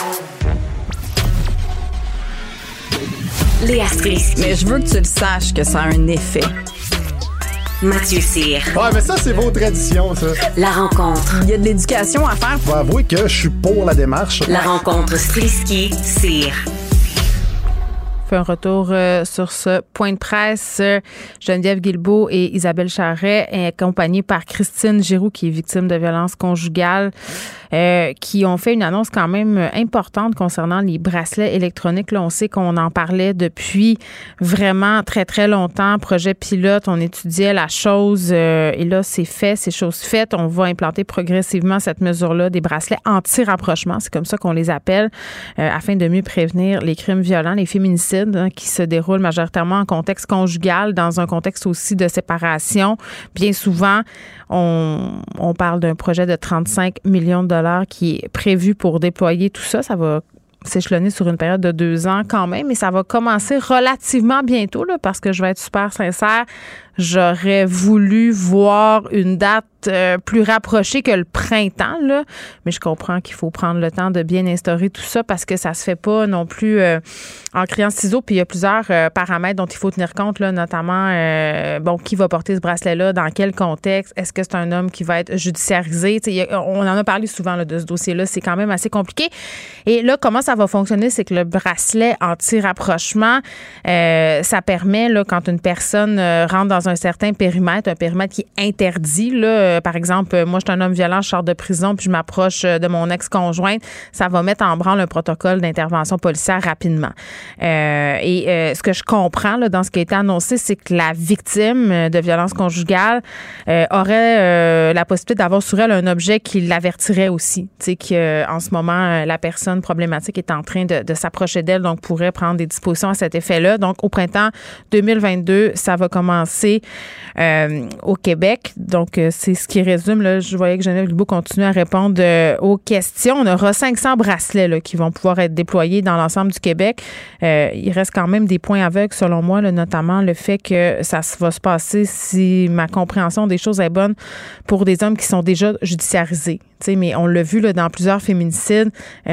Léa Strisky. Mais je veux que tu le saches que ça a un effet. Mathieu Cyr. Ouais, mais ça, c'est vos traditions, ça. La rencontre. Il y a de l'éducation à faire. Faut avouer que je suis pour la démarche. La rencontre Strisky-Cyr. Un retour sur ce point de presse. Geneviève Guilbeault et Isabelle Charret, accompagnées par Christine Giroux, qui est victime de violences conjugales, qui ont fait une annonce quand même importante concernant les bracelets électroniques. Là, on sait qu'on en parlait depuis vraiment très, très longtemps. Projet pilote, on étudiait la chose et là, c'est fait, c'est chose faite. On va implanter progressivement cette mesure-là, des bracelets anti-rapprochement, c'est comme ça qu'on les appelle, afin de mieux prévenir les crimes violents, les féminicides, qui se déroulent majoritairement en contexte conjugal, dans un contexte aussi de séparation. Bien souvent, on parle d'un projet de 35 millions de dollars qui est prévu pour déployer tout ça. Ça va s'échelonner sur une période de 2 ans quand même, mais ça va commencer relativement bientôt, là, parce que je vais être super sincère, j'aurais voulu voir une date plus rapprochée que le printemps, là, mais je comprends qu'il faut prendre le temps de bien instaurer tout ça parce que ça se fait pas non plus en criant ciseaux, puis il y a plusieurs paramètres dont il faut tenir compte, là, notamment qui va porter ce bracelet-là, dans quel contexte, est-ce que c'est un homme qui va être judiciarisé, on en a parlé souvent là, de ce dossier-là, c'est quand même assez compliqué. Et là, comment ça va fonctionner, c'est que le bracelet anti-rapprochement, ça permet, là, quand une personne rentre dans un certain périmètre, un périmètre qui est interdit, là, par exemple, moi, je suis un homme violent, je sors de prison, puis je m'approche de mon ex-conjointe, ça va mettre en branle un protocole d'intervention policière rapidement. Ce que je comprends là, dans ce qui a été annoncé, c'est que la victime de violence conjugale aurait la possibilité d'avoir sur elle un objet qui l'avertirait aussi. Tu sais, qu'en ce moment, la personne problématique est en train de s'approcher d'elle, donc pourrait prendre des dispositions à cet effet-là. Donc, au printemps 2022, ça va commencer au Québec. Donc, c'est ce qui résume. Là, je voyais que Geneviève Guilbeault continue à répondre aux questions. On aura 500 bracelets là, qui vont pouvoir être déployés dans l'ensemble du Québec. Il reste quand même des points aveugles, selon moi, là, notamment le fait que ça va se passer, si ma compréhension des choses est bonne, pour des hommes qui sont déjà judiciarisés. T'sais, mais on l'a vu là, dans plusieurs féminicides,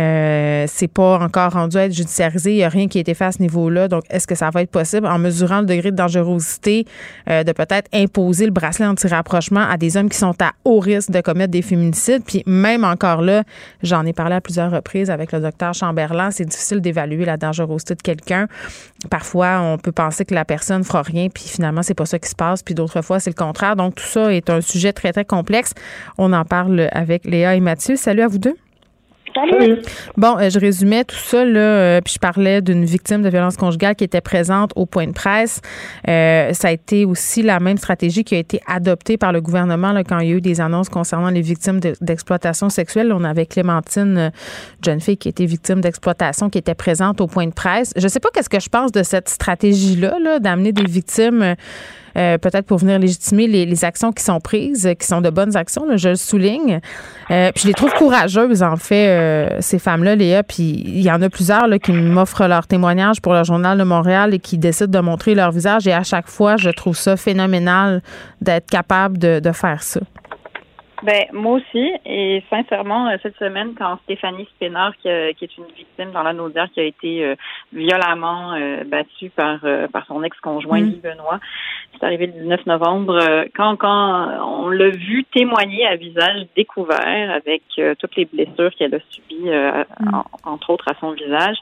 c'est pas encore rendu à être judiciarisé. Il n'y a rien qui a été fait à ce niveau-là. Donc, est-ce que ça va être possible, en mesurant le degré de dangerosité, de peut-être imposer le bracelet anti-rapprochement à des hommes qui sont à haut risque de commettre des féminicides? Puis même encore là, j'en ai parlé à plusieurs reprises avec le docteur Chamberlain, c'est difficile d'évaluer la dangerosité de quelqu'un. Parfois, on peut penser que la personne fera rien, puis finalement, c'est pas ça qui se passe. Puis d'autres fois, c'est le contraire. Donc, tout ça est un sujet très, très complexe. On en parle avec Léa et Mathieu. Salut à vous deux. Salut. Bon, je résumais tout ça, là, puis je parlais d'une victime de violence conjugale qui était présente au point de presse. Ça a été aussi la même stratégie qui a été adoptée par le gouvernement là, quand il y a eu des annonces concernant les victimes d'exploitation sexuelle. On avait Clémentine, jeune fille qui était victime d'exploitation, qui était présente au point de presse. Je sais pas qu'est-ce que je pense de cette stratégie-là, là, d'amener des victimes peut-être pour venir légitimer les actions qui sont prises, qui sont de bonnes actions, là, je le souligne. Puis je les trouve courageuses, en fait, ces femmes-là, Léa. Puis il y en a plusieurs là, qui m'offrent leur témoignage pour le Journal de Montréal et qui décident de montrer leur visage. Et à chaque fois, je trouve ça phénoménal d'être capable de faire ça. Ben moi aussi, et sincèrement, cette semaine, quand Stéphanie Spénard, qui est une victime dans la Naudière, qui a été violemment battue par son ex-conjoint Guy Benoît, c'est arrivé le 19 novembre, quand on l'a vu témoigner à visage découvert avec toutes les blessures qu'elle a subies, entre autres à son visage.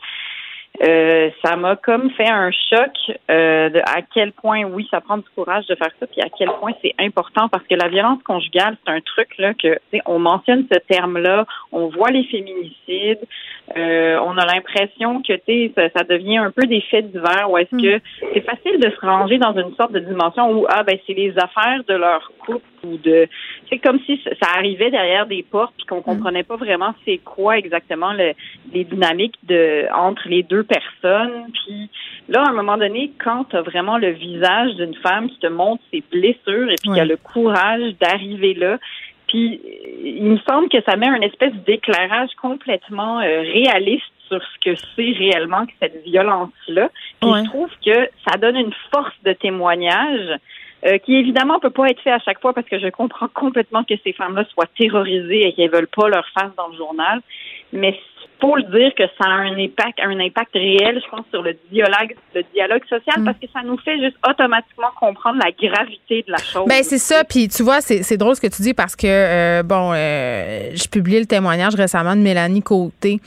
Ça m'a comme fait un choc de à quel point, oui, ça prend du courage de faire ça, puis à quel point c'est important, parce que la violence conjugale, c'est un truc là que on mentionne ce terme-là, on voit les féminicides, on a l'impression que ça devient un peu des faits divers, où est-ce que c'est facile de se ranger dans une sorte de dimension où c'est les affaires de leur couple, ou c'est comme si ça arrivait derrière des portes puis qu'on comprenait pas vraiment c'est quoi exactement les dynamiques entre les deux personnes. Puis là, à un moment donné, quand tu as vraiment le visage d'une femme qui te montre ses blessures et puis qui a le courage d'arriver là, puis il me semble que ça met un espèce d'éclairage complètement réaliste sur ce que c'est réellement que cette violence-là. Puis je trouve que ça donne une force de témoignage qui évidemment peut pas être fait à chaque fois parce que je comprends complètement que ces femmes-là soient terrorisées et qu'elles veulent pas leur face dans le journal. Mais faut le dire que ça a un impact réel, je pense, sur le dialogue social, parce que ça nous fait juste automatiquement comprendre la gravité de la chose. Ben c'est ça, puis tu vois, c'est drôle ce que tu dis parce que je publiais le témoignage récemment de Mélanie Côté.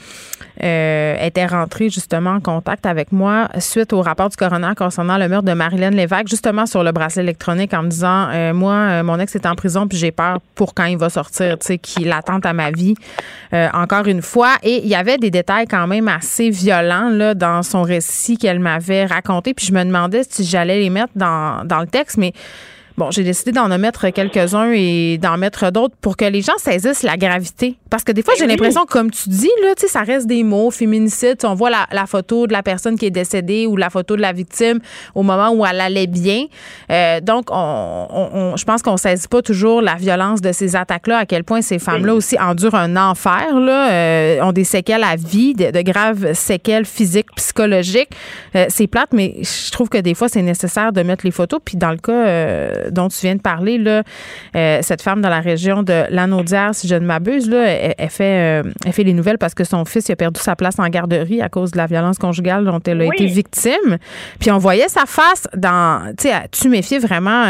Était rentrée justement en contact avec moi suite au rapport du coroner concernant le meurtre de Marilyn Lévesque, justement sur le bracelet électronique, en me disant moi, mon ex est en prison puis j'ai peur pour quand il va sortir, tu sais, qu'il attente à ma vie encore une fois. Et il y avait des détails quand même assez violents là dans son récit qu'elle m'avait raconté, puis je me demandais si j'allais les mettre dans le texte, mais bon, j'ai décidé d'en omettre quelques-uns et d'en mettre d'autres pour que les gens saisissent la gravité. Parce que des fois, j'ai l'impression, comme tu dis, là, tu sais, ça reste des mots, féminicide. On voit la photo de la personne qui est décédée ou la photo de la victime au moment où elle allait bien. Donc, je pense qu'on ne saisit pas toujours la violence de ces attaques-là, à quel point ces femmes-là aussi endurent un enfer, là, ont des séquelles à vie, de graves séquelles physiques, psychologiques. C'est plate, mais je trouve que des fois, c'est nécessaire de mettre les photos. Puis dans le cas dont tu viens de parler, là, cette femme dans la région de Lanaudière, si je ne m'abuse, là, elle fait les nouvelles parce que son fils a perdu sa place en garderie à cause de la violence conjugale dont elle a été victime. Puis on voyait sa face tu méfiais vraiment,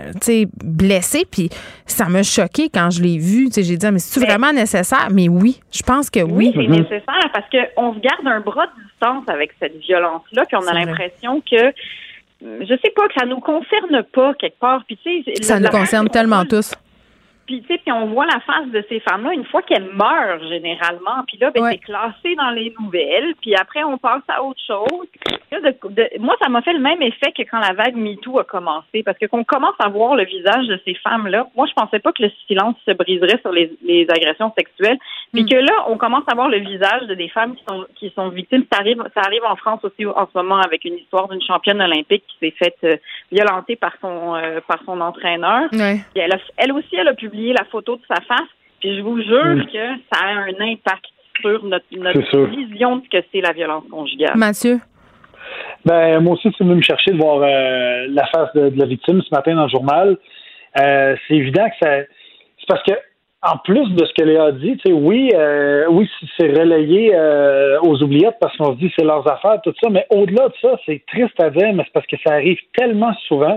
blessée. Puis ça m'a choquée quand je l'ai vue. J'ai dit, mais c'est-tu vraiment nécessaire? Mais oui, je pense que oui. Oui, c'est nécessaire parce qu'on se garde un bras de distance avec cette violence-là. Puis on a l'impression que je sais pas, que ça nous concerne pas quelque part. Puis tu sais, ça nous concerne tellement tous. Puis tu sais, puis on voit la face de ces femmes-là une fois qu'elles meurent généralement. Puis là, c'est classé dans les nouvelles. Puis après, on passe à autre chose. Moi, ça m'a fait le même effet que quand la vague MeToo a commencé, parce que qu'on commence à voir le visage de ces femmes-là. Moi, je pensais pas que le silence se briserait sur les agressions sexuelles. Puis que là, on commence à voir le visage de des femmes qui sont victimes. Ça arrive en France aussi en ce moment avec une histoire d'une championne olympique qui s'est faite violenter par son entraîneur. Ouais. Puis elle aussi, elle a publié la photo de sa face. Puis je vous jure que ça a un impact sur notre vision de ce que c'est la violence conjugale. Mathieu? Ben moi aussi, c'est venu me chercher de voir la face de la victime ce matin dans le journal. C'est évident que c'est parce que en plus de ce que Léa a dit, tu sais, oui, c'est relayé aux oubliettes parce qu'on se dit c'est leurs affaires, tout ça, mais au-delà de ça, c'est triste à dire, mais c'est parce que ça arrive tellement souvent,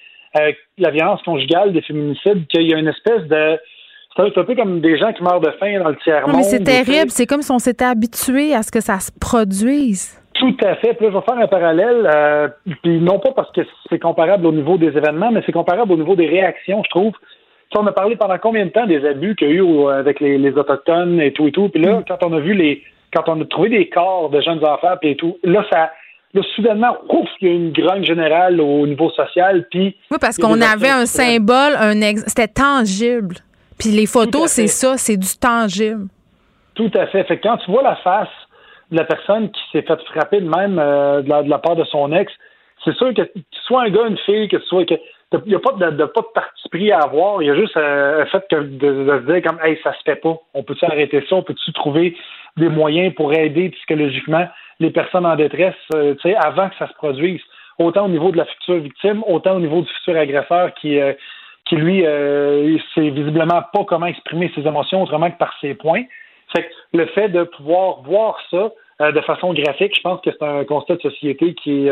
la violence conjugale, des féminicides, qu'il y a une espèce de... C'est un peu comme des gens qui meurent de faim dans le tiers-monde. Mais c'est terrible, c'est comme si on s'était habitué à ce que ça se produise. Tout à fait. Puis là, je vais faire un parallèle, puis non pas parce que c'est comparable au niveau des événements, mais c'est comparable au niveau des réactions, je trouve. On a parlé pendant combien de temps des abus qu'il y a eu avec les Autochtones et tout. Puis là, quand on a trouvé des corps de jeunes enfants et tout, là, soudainement, il y a une grogne générale au niveau social. Puis oui, parce qu'on avait un symbole, c'était tangible. Puis les photos, c'est ça, c'est du tangible. Tout à fait. Fait que quand tu vois la face de la personne qui s'est fait frapper de même de la part de son ex, c'est sûr que tu sois un gars, une fille, que tu sois... Il n'y a pas de parti pris à avoir. Il y a juste un fait de se dire comme, hey, ça se fait pas. On peut-tu arrêter ça? On peut-tu trouver des moyens pour aider psychologiquement les personnes en détresse, avant que ça se produise? Autant au niveau de la future victime, autant au niveau du futur agresseur qui lui, sait visiblement pas comment exprimer ses émotions autrement que par ses points. Fait que le fait de pouvoir voir ça de façon graphique, je pense que c'est un constat de société qu'il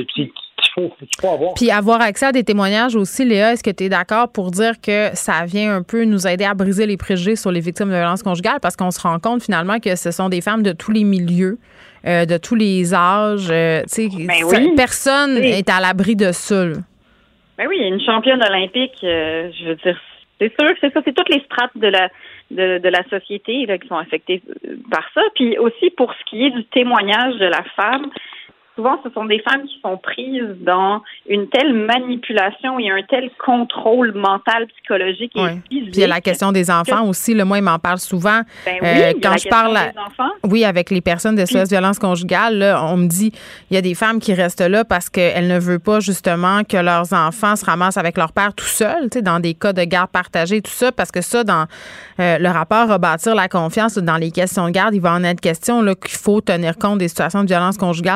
faut avoir. Puis avoir accès à des témoignages aussi, Léa, est-ce que tu es d'accord pour dire que ça vient un peu nous aider à briser les préjugés sur les victimes de violences conjugales? Parce qu'on se rend compte finalement que ce sont des femmes de tous les milieux, de tous les âges. Personne n'est à l'abri de ça. Ben oui, une championne olympique, je veux dire, c'est sûr que c'est ça, c'est toutes les strates de la société là, qui sont affectées par ça. Puis aussi, pour ce qui est du témoignage de la femme, souvent, ce sont des femmes qui sont prises dans une telle manipulation et un tel contrôle mental, psychologique et physique. Puis il y a la question des enfants aussi. Moi, il m'en parle souvent. Quand je parle avec les personnes de SOS violence conjugale, là, on me dit il y a des femmes qui restent là parce qu'elles ne veulent pas justement que leurs enfants se ramassent avec leur père tout seul, dans des cas de garde partagée, tout ça, parce que ça, dans le rapport Rebâtir la confiance, dans les questions de garde, il va en être question là, qu'il faut tenir compte des situations de violence conjugale dans l'octroi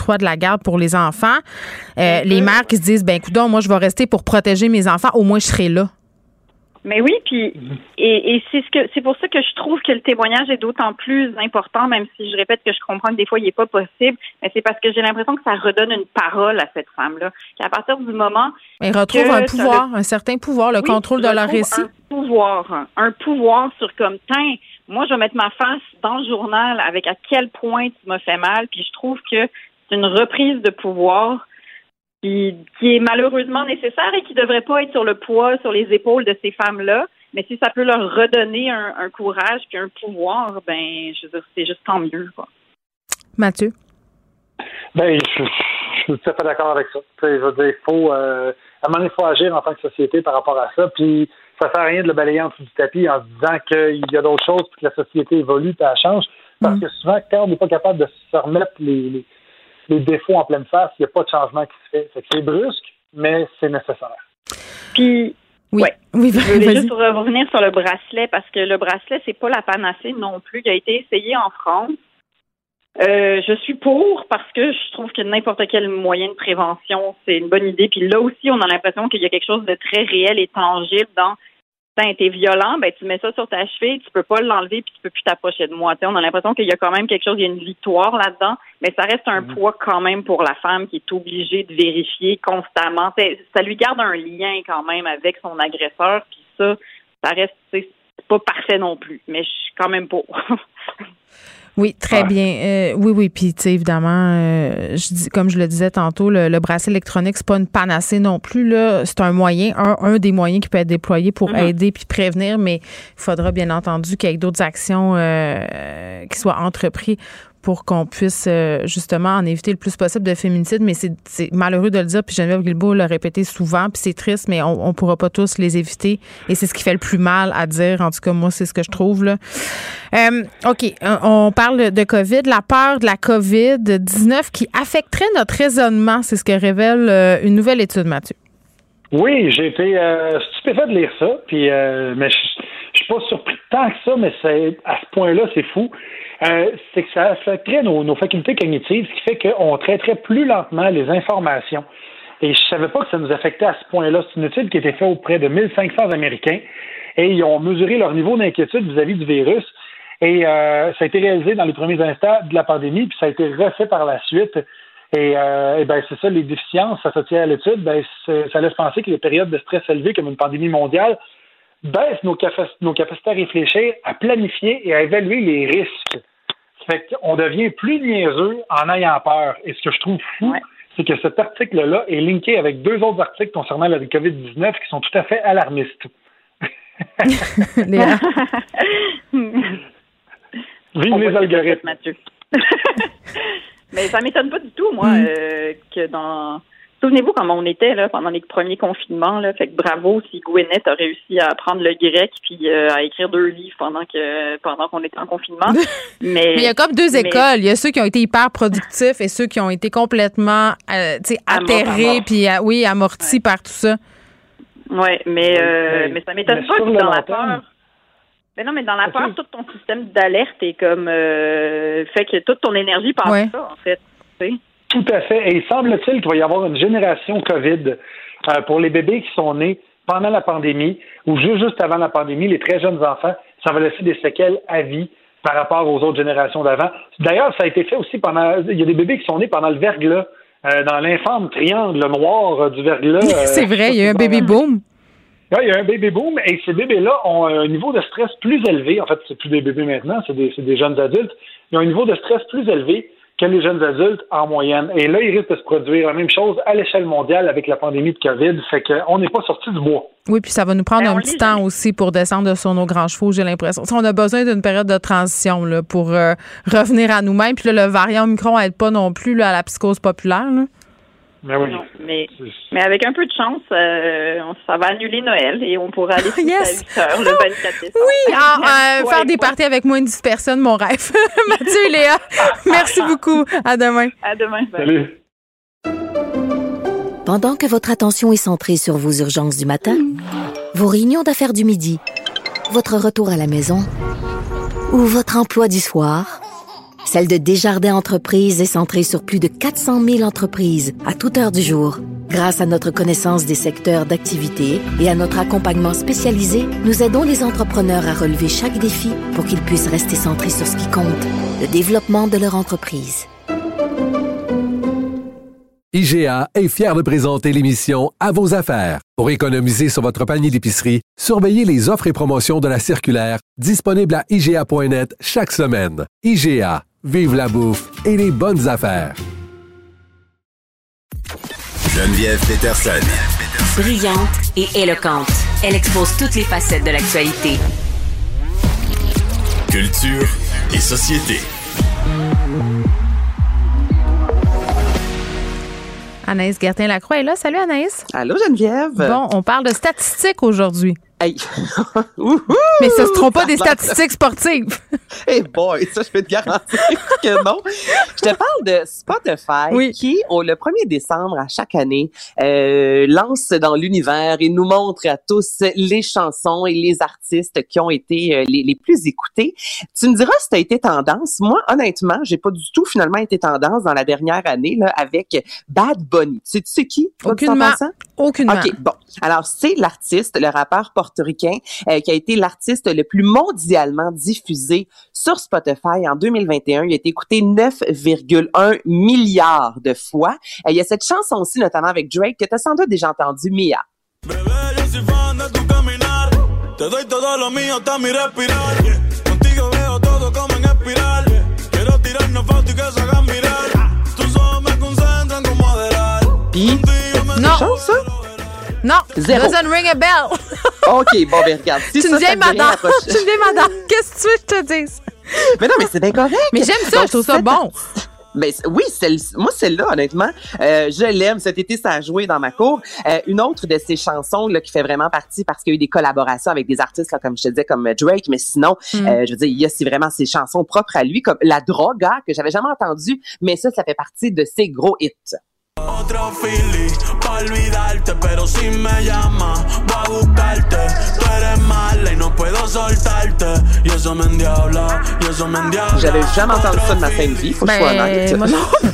l'octroi de la garde pour les enfants. Les mères qui se disent, ben coudonc, moi, je vais rester pour protéger mes enfants, au moins je serai là. Mais oui, puis et c'est pour ça que je trouve que le témoignage est d'autant plus important, même si je répète que je comprends que des fois il n'est pas possible, mais c'est parce que j'ai l'impression que ça redonne une parole à cette femme-là. Qu'à partir du moment elle retrouve un pouvoir, un certain pouvoir, le contrôle de leur récit. Un pouvoir sur comme moi je vais mettre ma face dans le journal avec à quel point tu m'as fait mal, puis je trouve que c'est une reprise de pouvoir qui est malheureusement nécessaire et qui ne devrait pas être sur le poids, sur les épaules de ces femmes-là. Mais si ça peut leur redonner un courage puis un pouvoir, ben, je veux dire, c'est juste tant mieux, quoi. Mathieu? Ben, je suis tout à fait d'accord avec ça. Je veux dire, à un moment donné, il faut agir en tant que société par rapport à ça. Puis, ça sert à rien de le balayer en dessous du tapis en se disant qu'il y a d'autres choses puis que la société évolue et elle change. Parce que souvent, quand on n'est pas capable de se remettre les défauts en pleine face, il n'y a pas de changement qui se fait. C'est brusque, mais c'est nécessaire. Puis, oui, je voulais juste revenir sur le bracelet, parce que le bracelet, c'est pas la panacée non plus. Il a été essayé en France. Je suis pour, parce que je trouve que n'importe quel moyen de prévention, c'est une bonne idée. Puis là aussi, on a l'impression qu'il y a quelque chose de très réel et tangible dans t'es violent, ben tu mets ça sur ta cheville, tu peux pas l'enlever puis tu peux plus t'approcher de moi. T'sais, on a l'impression qu'il y a quand même quelque chose, il y a une victoire là-dedans, mais ça reste un poids quand même pour la femme qui est obligée de vérifier constamment. Ça lui garde un lien quand même avec son agresseur, puis ça reste, c'est pas parfait non plus, mais je suis quand même pour. Oui, très bien. Oui, puis tu sais, évidemment, comme je le disais tantôt, le bracelet électronique, c'est pas une panacée non plus, là. C'est un moyen, un des moyens qui peut être déployé pour aider puis prévenir, mais il faudra bien entendu qu'il y ait d'autres actions qui soient entreprises pour qu'on puisse justement en éviter le plus possible de féminicide. Mais c'est malheureux de le dire, puis Geneviève Guilbeault l'a répété souvent, puis c'est triste, mais on pourra pas tous les éviter. Et c'est ce qui fait le plus mal à dire. En tout cas, moi, c'est ce que je trouve, là. OK, on parle de COVID, la peur de la COVID-19 qui affecterait notre raisonnement. C'est ce que révèle une nouvelle étude, Mathieu. Oui, j'ai été stupéfait de lire ça, puis mais je suis pas surpris tant que ça, mais à ce point-là, c'est fou. C'est que ça affecterait nos facultés cognitives, ce qui fait qu'on traiterait plus lentement les informations. Et je savais pas que ça nous affectait à ce point-là. C'est une étude qui a été faite auprès de 1500 Américains et ils ont mesuré leur niveau d'inquiétude vis-à-vis du virus. Et ça a été réalisé dans les premiers instants de la pandémie, puis ça a été refait par la suite. Et ben c'est ça, les déficiences associées à l'étude, ben ça laisse penser que les périodes de stress élevées, comme une pandémie mondiale, baissent nos capacités à réfléchir, à planifier et à évaluer les risques. Ça fait qu'on devient plus niaiseux en ayant peur. Et ce que je trouve fou, c'est que cet article-là est linké avec 2 autres articles concernant la COVID-19 qui sont tout à fait alarmistes. Léa. Vive les algorithmes. Mathieu. Mais ça m'étonne pas du tout, moi, que dans... Souvenez-vous comment on était là pendant les premiers confinements, là. Fait que bravo si Gwyneth a réussi à apprendre le grec puis à écrire 2 livres pendant qu'on était en confinement. Mais il y a comme 2 écoles. Il y a ceux qui ont été hyper productifs et ceux qui ont été complètement atterrés puis amortis par tout ça. Oui, mais ça m'étonne pas que dans la peur. Mais non, mais dans la peur, tout ton système d'alerte est comme fait que toute ton énergie passe à ça, en fait. Tu sais. Tout à fait. Et il semble-t-il qu'il va y avoir une génération COVID pour les bébés qui sont nés pendant la pandémie ou juste avant la pandémie, les très jeunes enfants, ça va laisser des séquelles à vie par rapport aux autres générations d'avant. D'ailleurs, ça a été fait aussi il y a des bébés qui sont nés pendant le verglas, dans l'infâme triangle noir du verglas. C'est vrai, il y a eu un baby boom. Oui, il y a un baby boom et ces bébés-là ont un niveau de stress plus élevé. En fait, c'est plus des bébés maintenant, c'est des jeunes adultes. Ils ont un niveau de stress plus élevé que les jeunes adultes en moyenne. Et là, il risque de se produire la même chose à l'échelle mondiale avec la pandémie de COVID. Fait qu'on n'est pas sorti du bois. Oui, puis ça va nous prendre un petit temps aussi pour descendre sur nos grands chevaux, j'ai l'impression. On a besoin d'une période de transition là, pour revenir à nous-mêmes. Puis là, le variant Omicron n'aide pas non plus là, à la psychose populaire. Là. Ben oui. Non, mais avec un peu de chance, ça va annuler Noël et on pourra aller à 8 heures le 24 décembre. Oui, faire des parties avec moins de 10 personnes, mon rêve. Mathieu et Léa, merci beaucoup. À demain. À demain. Salut. Pendant que votre attention est centrée sur vos urgences du matin, vos réunions d'affaires du midi, votre retour à la maison ou votre emploi du soir, Celle de Desjardins Entreprises est centrée sur plus de 400 000 entreprises à toute heure du jour. Grâce à notre connaissance des secteurs d'activité et à notre accompagnement spécialisé, nous aidons les entrepreneurs à relever chaque défi pour qu'ils puissent rester centrés sur ce qui compte, le développement de leur entreprise. IGA est fier de présenter l'émission À vos affaires. Pour économiser sur votre panier d'épicerie, surveillez les offres et promotions de la circulaire disponible à IGA.net chaque semaine. IGA, vive la bouffe et les bonnes affaires. Geneviève Peterson. Brillante et éloquente, elle expose toutes les facettes de l'actualité. Culture et société. Anaïs Gertin-Lacroix est là. Salut Anaïs. Allô Geneviève. Bon, on parle de statistiques aujourd'hui. Hey. Mais ce ne seront pas des statistiques sportives. Hey boy, ça je peux te garantir que non. Je te parle de Spotify qui, le 1er décembre à chaque année, lance dans l'univers et nous montre à tous les chansons et les artistes qui ont été les plus écoutés. Tu me diras si ça a été tendance. Moi, honnêtement, j'ai pas du tout finalement été tendance dans la dernière année là avec Bad Bunny. Tu sais qui? Aucunement. OK, bon. Alors, c'est l'artiste, le rappeur portoricain, qui a été l'artiste le plus mondialement diffusé sur Spotify en 2021. Il a été écouté 9,1 milliards de fois. Il y a cette chanson aussi, notamment avec Drake, que tu as sans doute déjà entendu, Mia. Puis, non. Ça? Non, zéro. Doesn't ring a bell. OK, bon, ben regarde. Si tu me viens, madame. Tu me viens, madame. Qu'est-ce que tu veux que je te dise? Mais non, mais c'est bien correct. Mais j'aime ça, je trouve ça bon. Ben oui, moi celle-là, honnêtement, je l'aime. Cet été, ça a joué dans ma cour. Une autre de ses chansons là qui fait vraiment partie parce qu'il y a eu des collaborations avec des artistes là, comme je te disais, comme Drake, mais sinon, je veux dire, il y a vraiment ses chansons propres à lui, comme La Droga que j'avais jamais entendu, mais ça fait partie de ses gros hits. Otro fili pa olvidarte, pero si me llamas voy a buscarte. Tú eres mala y no puedo soltarte. Y eso me endiabla, y eso me endiabla. J'avais jamais entendu ça de ma sainte vie, faut que je sois honnête. Moi non plus.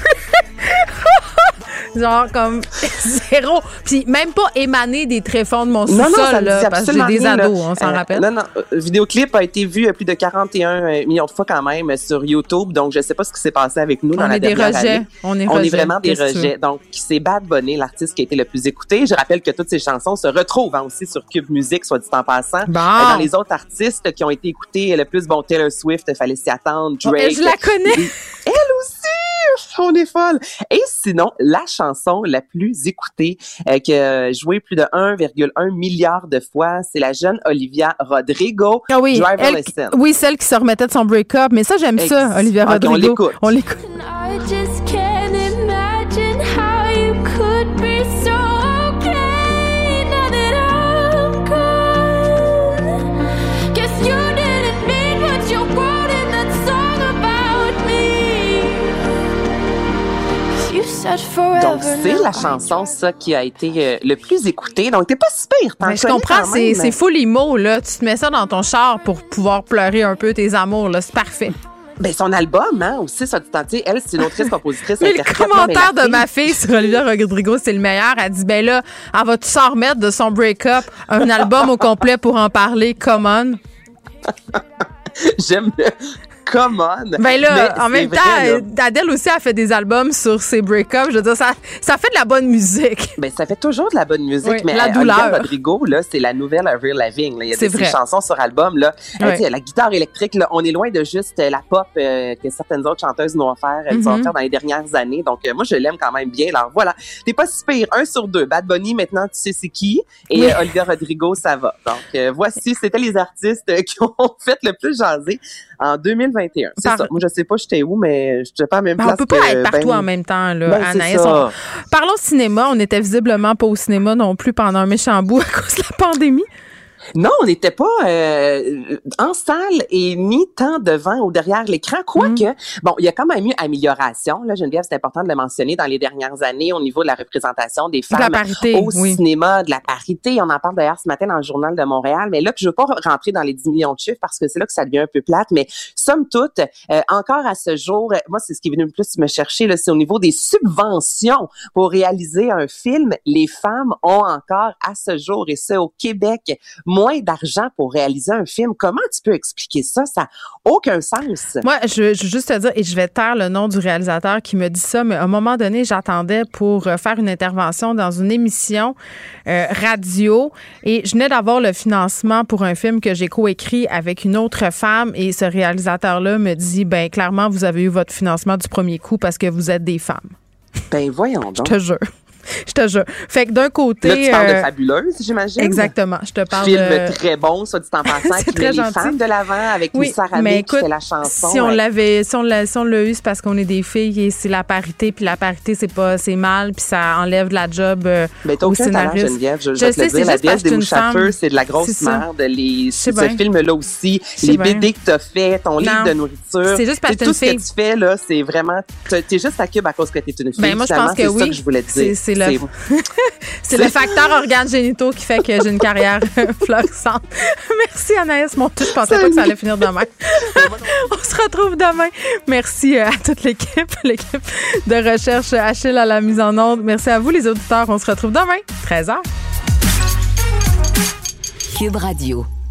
Genre comme zéro. Puis même pas émaner des tréfonds de mon sous-sol, là, parce que j'ai des ados, on s'en rappelle. Non, le vidéoclip a été vu plus de 41 millions de fois quand même sur YouTube, donc je sais pas ce qui s'est passé avec nous dans la dernière année. On est vraiment des rejets. Donc, c'est Bad Bunny, l'artiste qui a été le plus écouté. Je rappelle que toutes ces chansons se retrouvent aussi sur Cube Music, soit dit en passant. Dans les autres artistes qui ont été écoutés le plus, Taylor Swift, fallait s'y attendre, Drake. Je la connais! Elle aussi! On est folle! Et sinon, la chanson la plus écoutée, qui a joué plus de 1,1 milliard de fois, c'est la jeune Olivia Rodrigo. Ah oui, Driverless. Oui, celle qui se remettait de son break-up. Mais ça, j'aime ça, Olivia Rodrigo. On l'écoute. I just can't imagine how you could be so okay now that I'm gone. Guess you didn't mean what you wrote in that song about me. You said forever. Donc, c'est la chanson, ça, qui a été le plus écoutée. Donc, t'es pas si pire. Mais je comprends, c'est full emo, là. Tu te mets ça dans ton char pour pouvoir pleurer un peu tes amours, là. C'est parfait. Ben, son album, hein, aussi, ça dit tant, elle, c'est une autrice, compositrice. Mais le commentaire de ma fille sur Olivia Rodrigo, c'est le meilleur. Elle dit, ben là, elle va tout s'en remettre de son break-up, un album au complet pour en parler. Come on. J'aime le... Come on! Ben là, en même temps, Adèle aussi a fait des albums sur ses break-ups. Je veux dire, ça fait de la bonne musique. Ben, ça fait toujours de la bonne musique. Oui, mais la douleur. Olivia Rodrigo, là, c'est la nouvelle Avril Lavigne. Là. Il y a des chansons sur album, là. Oui. La guitare électrique, là, on est loin de juste la pop que certaines autres chanteuses nous ont offert dans les dernières années. Donc, moi, je l'aime quand même bien. Alors, voilà. T'es pas si pire. 1 sur 2. Bad Bunny, maintenant, tu sais c'est qui. Et Olivia Rodrigo, ça va. Donc, voici, c'était les artistes qui ont fait le plus jaser en 2021. C'est ça. Moi, je sais pas j'étais où, mais je n'étais pas à la même place. On peut pas être partout en même temps, là, Anaïs. Parlons cinéma. On n'était visiblement pas au cinéma non plus pendant un méchant bout à cause de la pandémie. Non, on n'était pas en salle et ni tant devant ou derrière l'écran. Quoique, bon, il y a quand même eu amélioration. Là, Geneviève, c'est important de le mentionner dans les dernières années au niveau de la représentation des femmes au cinéma, de la parité. On en parle d'ailleurs ce matin dans le Journal de Montréal. Mais là, je veux pas rentrer dans les 10 millions de chiffres parce que c'est là que ça devient un peu plate. Mais somme toute, encore à ce jour, moi, c'est ce qui est venu le plus me chercher, là, c'est au niveau des subventions pour réaliser un film. Les femmes ont encore à ce jour, et ça au Québec, moins d'argent pour réaliser un film. Comment tu peux expliquer ça? Ça n'a aucun sens. Moi, je veux juste te dire, et je vais taire le nom du réalisateur qui me dit ça, mais à un moment donné, j'attendais pour faire une intervention dans une émission radio et je venais d'avoir le financement pour un film que j'ai coécrit avec une autre femme et ce réalisateur-là me dit, ben clairement, vous avez eu votre financement du premier coup parce que vous êtes des femmes. Ben voyons donc. Je te jure. Je te jure. Fait que d'un côté... Là, tu parles de Fabuleuse, j'imagine. Exactement. Je te parle film très bon, soit dit en passant, qui met les femmes de l'avant avec Moussa Rabé qui fait la chanson. Si on l'a eu, c'est parce qu'on est des filles et c'est la parité, puis la parité, c'est mal, puis ça enlève de la job au scénariste. Geneviève, je vais te le dire, la déesse des mouches à feu, c'est de la grosse merde. Ce film-là aussi, les BD que t'as fait, ton livre de nourriture, c'est juste parce que tout ce que tu fais, là, c'est vraiment... T'es juste à Cube à cause que t'es une fille. Ben, moi, je pense que oui. C'est ça que je voulais te dire. C'est le facteur organes génitaux qui fait que j'ai une carrière florissante. Merci Anaïs Montou. Je pensais pas que ça allait finir demain. On se retrouve demain. Merci à toute l'équipe de recherche Achille à la mise en onde. Merci à vous les auditeurs. On se retrouve demain, 13h. Cube Radio.